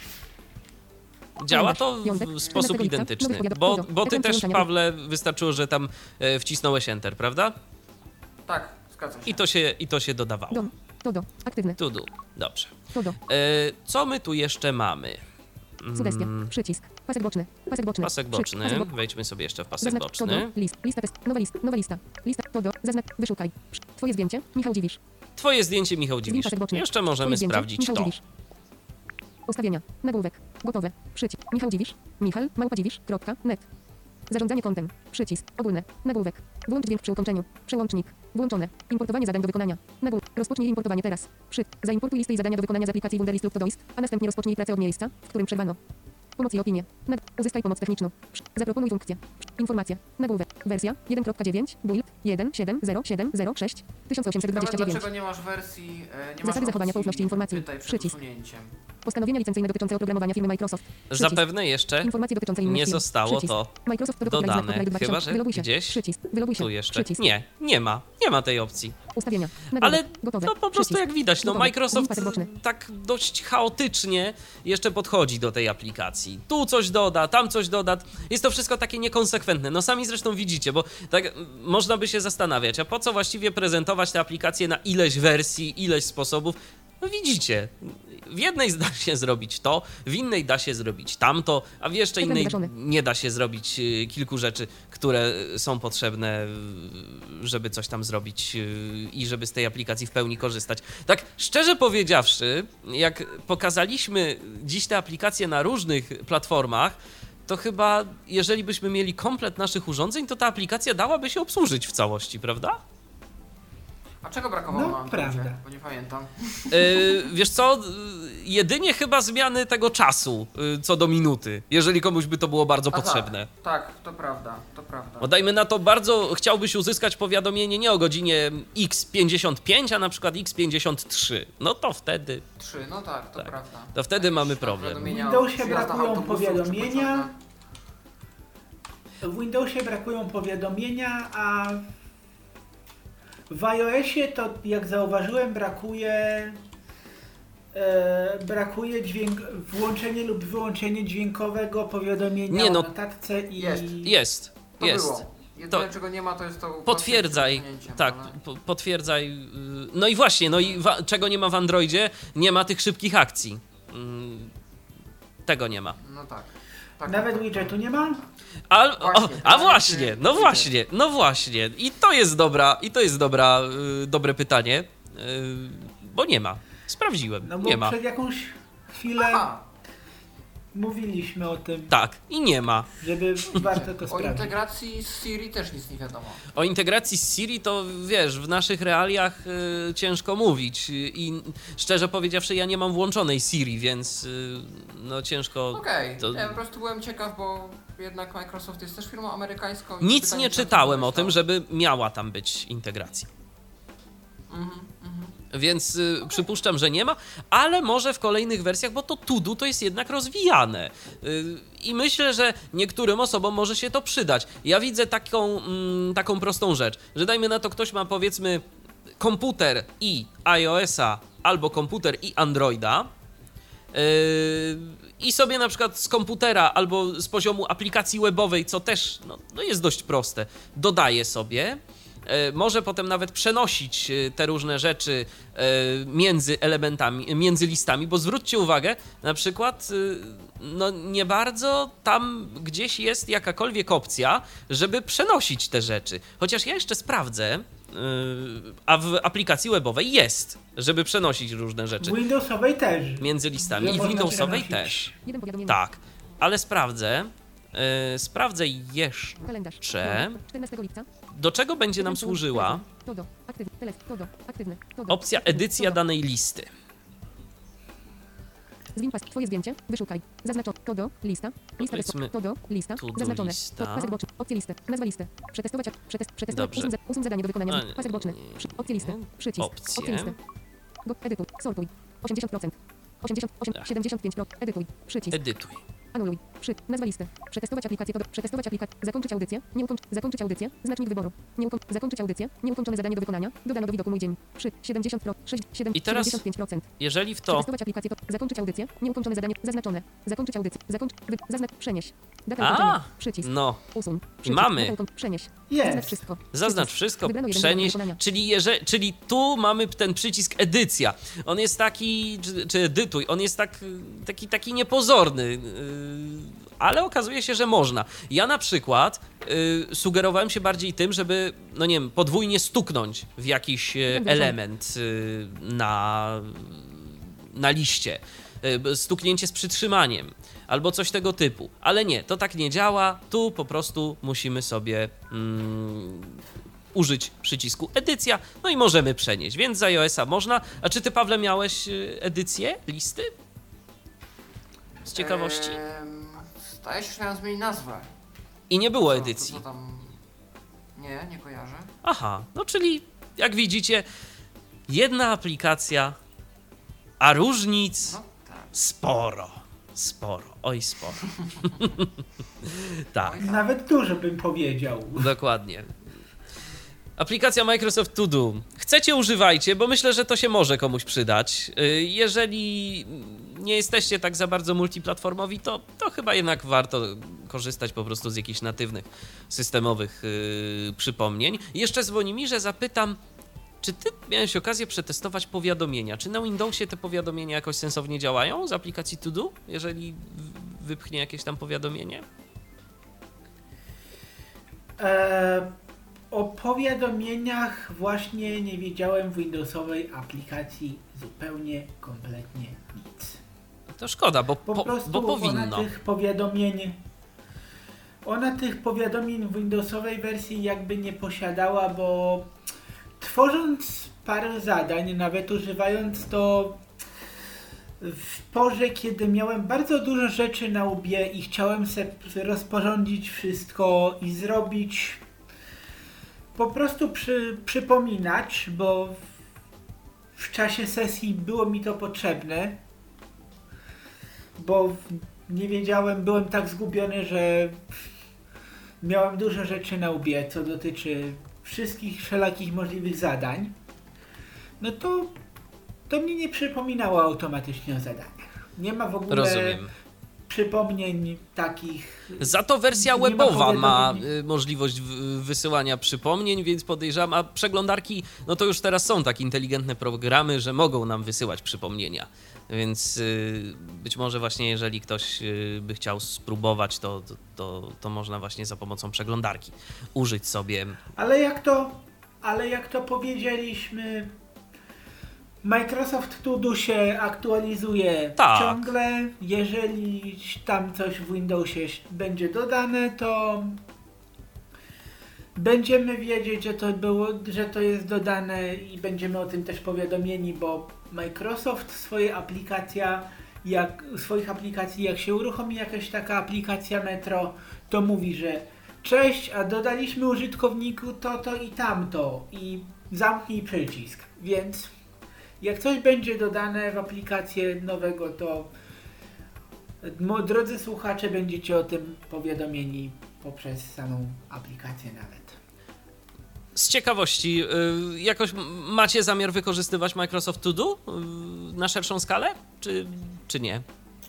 Działa to Piątek, w 14 sposób lipca, identyczny, nowy powiat- bo Todo, ty ekran też, przełączania. Pawle, wystarczyło, że tam wcisnąłeś Enter, prawda? Tak, zgadzam się. I to się dodawało. dom, Todo, aktywny, To do. Dobrze. Todo, Co my tu jeszcze mamy? sugestia, przycisk, pasek boczny, Pasek pasek boczny. bo- Wejdźmy sobie jeszcze w pasek zaznacz, Todo, boczny. lista test, nowa lista, Todo, zaznacz, wyszukaj, twoje zdjęcie, Michał Dziwisz, Twoje zdjęcie, Michał Dziwisz. pasek boczny. Jeszcze możemy twoje zdjęcie, sprawdzić Michał to. Dziwisz. Ustawienia, nagłówek, gotowe, przycisk, Michał Dziwisz, michal@dziwisz.net. Zarządzanie kontem, przycisk, ogólne, nagłówek, wyłącz dźwięk przy ukończeniu, przełącznik, włączone, importowanie zadań do wykonania, nagłówek, rozpocznij importowanie teraz, zaimportuj listy i zadania do wykonania z aplikacji Wunderlist lub Todoist, a następnie rozpocznij pracę od miejsca, w którym przerwano. Pomoc i opinie, uzyskaj pomoc techniczną, zaproponuj funkcję, informacje, nagłówek, wersja 1.9, build 1.7.0.7.0.6, Ciekawe, 1829. dlaczego nie masz wersji, nie Zasady masz zachowania opcji poufności informacji. Pytaj przed Przycisk. usunięciem. Postanowienia licencyjne dotyczące oprogramowania firmy Microsoft. Przycisk. Zapewne jeszcze Informacje dotyczące innych nie firm. zostało Przycisk. to Microsoft to dodane, chyba że Wyloguj się. gdzieś Przycisk. Wyloguj się. tu jeszcze. Przycisk. Nie ma tej opcji. Ustawienia. Ale Nagłówek. Gotowe. no po prostu Przycisk. jak widać, no Gotowe. Microsoft Pasek boczny. tak dość chaotycznie jeszcze podchodzi do tej aplikacji. Tu coś doda, tam coś doda. Jest to wszystko takie niekonsekwentne. No sami zresztą widzicie, bo tak można by się zastanawiać, a po co właściwie prezentować tę aplikację na ileś wersji, ileś sposobów? No widzicie, w jednej da się zrobić to, w innej da się zrobić tamto, a w jeszcze Ekran innej wygaszony. nie da się zrobić kilku rzeczy, które są potrzebne, żeby coś tam zrobić i żeby z tej aplikacji w pełni korzystać. Tak szczerze powiedziawszy, jak pokazaliśmy dziś te aplikacje na różnych platformach, to chyba jeżeli byśmy mieli komplet naszych urządzeń, to ta aplikacja dałaby się obsłużyć w całości, prawda? A czego brakowało No, na Androidzie? prawda. Bo nie pamiętam. Wiesz co, jedynie chyba zmiany tego czasu co do minuty, jeżeli komuś by to było bardzo potrzebne. Tak, to prawda, to prawda. Bo dajmy na to, bardzo chciałbyś uzyskać powiadomienie nie o godzinie X55, a na przykład X53. No to wtedy 3, no tak, to Tak. prawda. To wtedy mamy problem. Powiadomienia W Windowsie o przyjazdach brakują autobusów czy powiadomienia. pociągach. W Windowsie brakują powiadomienia, a w iOSie to jak zauważyłem brakuje włączenie lub wyłączenie dźwiękowego powiadomienia Nie, no, o notatce i jest. To było. Jedyne, To- czego nie ma, to jest to układ Potwierdzaj, z usunięciem, tak, ale- potwierdzaj. No i właśnie, czego nie ma w Androidzie? Nie ma tych szybkich akcji. Tego nie ma. No tak. Tak, nawet tak, widgetu nie ma? Właśnie, No właśnie. I to jest dobre pytanie, bo nie ma. Sprawdziłem, No bo nie ma. przed jakąś chwilę Aha, mówiliśmy o tym, Tak, i nie ma. żeby warto to o sprawdzić. integracji z Siri też nic nie wiadomo. O integracji z Siri to wiesz, w naszych realiach ciężko mówić i szczerze powiedziawszy ja nie mam włączonej Siri, więc no ciężko. Okej, to- ja po prostu byłem ciekaw, bo jednak Microsoft jest też firmą amerykańską. i Nic pytanie, nie czy tam czytałem coś o tym, tam- żeby miała tam być integracja. Więc przypuszczam, że nie ma, ale może w kolejnych wersjach, bo to To-Do to jest jednak rozwijane. I myślę, że niektórym osobom może się to przydać. Ja widzę taką prostą rzecz, że dajmy na to, ktoś ma powiedzmy komputer i iOS-a albo komputer i Androida i sobie na przykład z komputera albo z poziomu aplikacji webowej, co też no jest dość proste, dodaje sobie. Może potem nawet przenosić te różne rzeczy między elementami, między listami, bo zwróćcie uwagę, na przykład no nie bardzo tam gdzieś jest jakakolwiek opcja, żeby przenosić te rzeczy. Chociaż ja jeszcze sprawdzę, a w aplikacji webowej jest, żeby przenosić różne rzeczy W Windowsowej też. między listami Że i w można Windowsowej przenosić. też. Jeden powiadomienie. Tak, ale sprawdzę jeszcze, Kalendarz. 14 lipca. do czego będzie nam Jeden punkt, służyła Todo. Aktywny. Todo. Aktywny. Todo. opcja Aktywny. edycja Todo. danej listy. Zwin pas. Twoje zdjęcie. Wyszukaj. Zaznaczono. Todo. Lista. Lista Powiedzmy, desktop. Todo. Lista. to do Zaznaczone. lista. Pasek boczny. Opcje listy. Nazwa listy. Przetestować. Przetestować. Dobrze. Usuń zadanie do wykonania. No, Pasek boczny. Opcje listy. Przycisk. Opcje. Opcje listy. Edytuj. Sortuj. 80%. 88. Tak. 75%. Edytuj. Przycisk. Edytuj. Anuluj. Nazwa listy. Przetestować aplikację. Przetestować aplikację. Zakończyć audycję. Zakończyć audycję. Znacznik wyboru. Zakończyć audycję. Nieukończone zadanie do wykonania. Dodano do widoku mój dzień. 70%. I teraz 75%. Jeżeli w to Przetestować aplikację. Zakończyć audycję. Nieukończone zadanie. Zaznaczone. Zakończyć audycję. Zaznacz. Przenieś. Data A, ukończenia. Przycisk. no, Usuń. mamy. Data przenieś. Jest. Zaznacz wszystko. zaznacz Przycisk. wszystko, Wybrano jeden przenieś, do wykonania. czyli tu mamy ten przycisk edycja. On jest taki, czy edytuj, on jest taki niepozorny, ale okazuje się, że można. Ja na przykład sugerowałem się bardziej tym, żeby, no nie wiem, podwójnie stuknąć w jakiś element na liście. Stuknięcie z przytrzymaniem albo coś tego typu. Ale nie, to tak nie działa. Tu po prostu musimy sobie użyć przycisku edycja, no i możemy przenieść, więc z iOS-a można. A czy ty, Pawle, miałeś edycję listy? Z ciekawości? Zdaje się, że miałem zmienić nazwę. I nie było Co edycji. tam... Nie kojarzę. Aha, no czyli jak widzicie, jedna aplikacja, a różnic No tak. sporo, oj sporo. Tak. Nawet dużo bym powiedział. Dokładnie. Aplikacja Microsoft To Do. Chcecie, używajcie, bo myślę, że to się może komuś przydać. Jeżeli nie jesteście tak za bardzo multiplatformowi, to chyba jednak warto korzystać po prostu z jakichś natywnych, systemowych przypomnień. Jeszcze dzwoni mi, że zapytam, czy ty miałeś okazję przetestować powiadomienia? Czy na Windowsie te powiadomienia jakoś sensownie działają z aplikacji To Do, jeżeli wypchnie jakieś tam powiadomienie? O powiadomieniach właśnie nie wiedziałem w Windowsowej aplikacji zupełnie, kompletnie nic. To szkoda, bo Po prostu bo powinno. Ona tych powiadomień w Windowsowej wersji jakby nie posiadała, bo tworząc parę zadań, nawet używając to w porze, kiedy miałem bardzo dużo rzeczy na łbie i chciałem sobie rozporządzić wszystko i zrobić po prostu przypominać, bo w czasie sesji było mi to potrzebne, bo nie wiedziałem, byłem tak zgubiony, że miałem dużo rzeczy na łbie, co dotyczy wszystkich wszelakich możliwych zadań, no to mnie nie przypominało automatycznie o zadaniach. Nie ma w ogóle Rozumiem. przypomnień takich. Za to wersja Nie ma webowa ma powiadomień. możliwość wysyłania przypomnień, więc podejrzewam, a przeglądarki, no to już teraz są tak inteligentne programy, że mogą nam wysyłać przypomnienia. Więc być może właśnie jeżeli ktoś by chciał spróbować, to można właśnie za pomocą przeglądarki użyć sobie. Ale jak to powiedzieliśmy Microsoft To Do się aktualizuje Tak. ciągle. Jeżeli tam coś w Windowsie będzie dodane, to będziemy wiedzieć, że to jest dodane i będziemy o tym też powiadomieni, bo Microsoft swoich aplikacji, jak się uruchomi jakaś taka aplikacja Metro, to mówi, że cześć, a dodaliśmy użytkowniku to i tamto i zamknij przycisk. Więc jak coś będzie dodane w aplikację nowego, to drodzy słuchacze, będziecie o tym powiadomieni poprzez samą aplikację nawet. Z ciekawości, jakoś macie zamiar wykorzystywać Microsoft To Do na szerszą skalę, czy nie?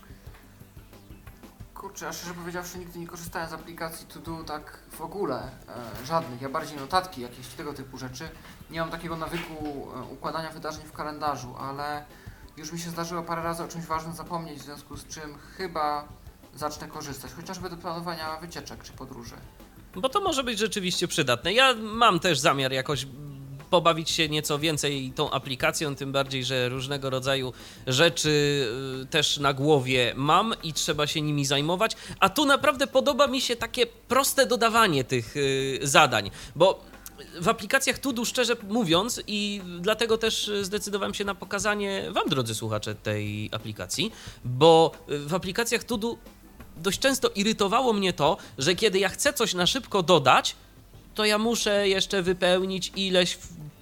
Kurczę, a szczerze powiedziawszy, nigdy nie korzystałem z aplikacji To Do tak w ogóle, żadnych. Ja bardziej notatki, jakieś tego typu rzeczy. Nie mam takiego nawyku układania wydarzeń w kalendarzu, ale już mi się zdarzyło parę razy o czymś ważnym zapomnieć, w związku z czym chyba zacznę korzystać, chociażby do planowania wycieczek czy podróży. Bo to może być rzeczywiście przydatne. Ja mam też zamiar jakoś pobawić się nieco więcej tą aplikacją, tym bardziej, że różnego rodzaju rzeczy też na głowie mam i trzeba się nimi zajmować, a tu naprawdę podoba mi się takie proste dodawanie tych zadań, bo w aplikacjach To Do, szczerze mówiąc, i dlatego też zdecydowałem się na pokazanie wam, drodzy słuchacze, tej aplikacji, bo w aplikacjach To Do dość często irytowało mnie to, że kiedy ja chcę coś na szybko dodać, to ja muszę jeszcze wypełnić ileś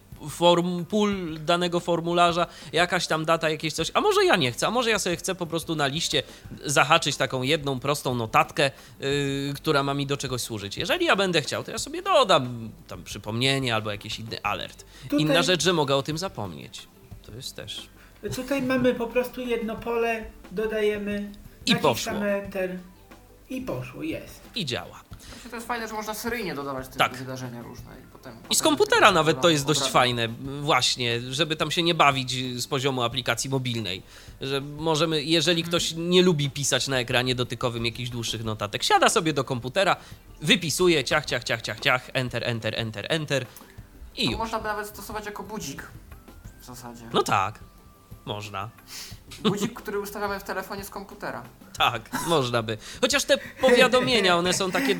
pól danego formularza, jakaś tam data, jakieś coś, a może ja nie chcę, a może ja sobie chcę po prostu na liście zahaczyć taką jedną prostą notatkę, która ma mi do czegoś służyć. Jeżeli ja będę chciał, to ja sobie dodam tam przypomnienie albo jakiś inny alert. Inna rzecz, że mogę o tym zapomnieć. To jest też... Tutaj mamy po prostu jedno pole, dodajemy, I poszło. Enter i poszło, jest. I działa. To jest fajne, że można seryjnie dodawać te Tak. wydarzenia różne. I z komputera nawet to jest dość fajne, właśnie, żeby tam się nie bawić z poziomu aplikacji mobilnej. Że możemy, jeżeli ktoś nie lubi pisać na ekranie dotykowym jakichś dłuższych notatek, siada sobie do komputera, wypisuje, ciach, enter i To już. można by nawet stosować jako budzik w zasadzie. No tak, można. Budzik, który ustawiamy w telefonie z komputera. Tak, można by. Chociaż te powiadomienia, one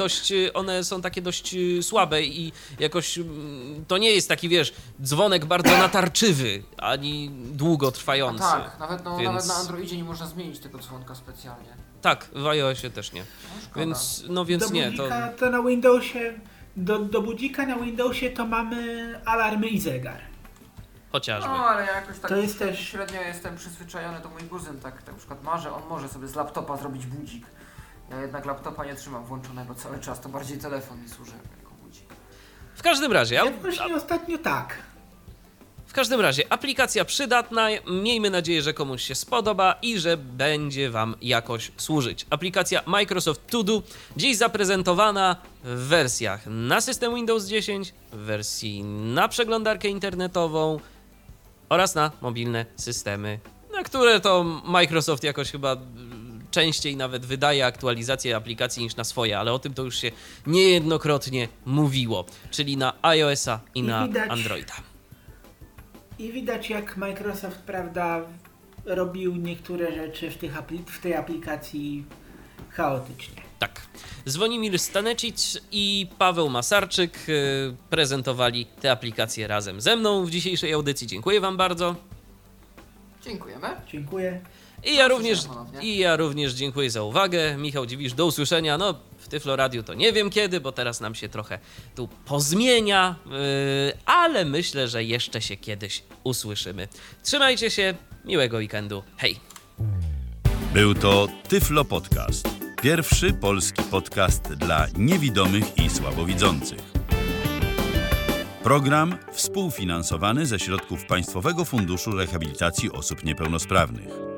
są takie dość słabe i jakoś to nie jest taki, wiesz, dzwonek bardzo natarczywy, ani długotrwający. A tak, nawet Więc... na Androidzie nie można zmienić tego dzwonka specjalnie. Tak, w iOSie też nie. Więc Do nie, budzika to na Windowsie, do budzika na Windowsie to mamy alarmy i zegar. chociażby. No, ale ja jakoś tak To jest też... średnio jestem przyzwyczajony, to mój kuzyn tak na przykład marzy, on może sobie z laptopa zrobić budzik. Ja jednak laptopa nie trzymam włączonego cały czas, to bardziej telefon mi służy jako budzik. W każdym razie, Ja właśnie ostatnio tak. w każdym razie, aplikacja przydatna, miejmy nadzieję, że komuś się spodoba i że będzie wam jakoś służyć. Aplikacja Microsoft To Do, dziś zaprezentowana w wersjach na system Windows 10, w wersji na przeglądarkę internetową oraz na mobilne systemy, na które to Microsoft jakoś chyba częściej nawet wydaje aktualizacje aplikacji niż na swoje, ale o tym to już się niejednokrotnie mówiło, czyli na iOS-a i na Androida. I widać, jak Microsoft, prawda, robił niektóre rzeczy w tej aplikacji chaotycznie. Tak. Zwonimir Stanecic i Paweł Masarczyk prezentowali te aplikacje razem ze mną w dzisiejszej audycji. Dziękuję wam bardzo. Dziękujemy. Dziękuję. I ja również dziękuję za uwagę. Michał Dziwisz, do usłyszenia. No, w Tyflo Radiu to nie wiem kiedy, bo teraz nam się trochę tu pozmienia, ale myślę, że jeszcze się kiedyś usłyszymy. Trzymajcie się, miłego weekendu. Hej! Był to Tyflo Podcast. Pierwszy polski podcast dla niewidomych i słabowidzących. Program współfinansowany ze środków Państwowego Funduszu Rehabilitacji Osób Niepełnosprawnych.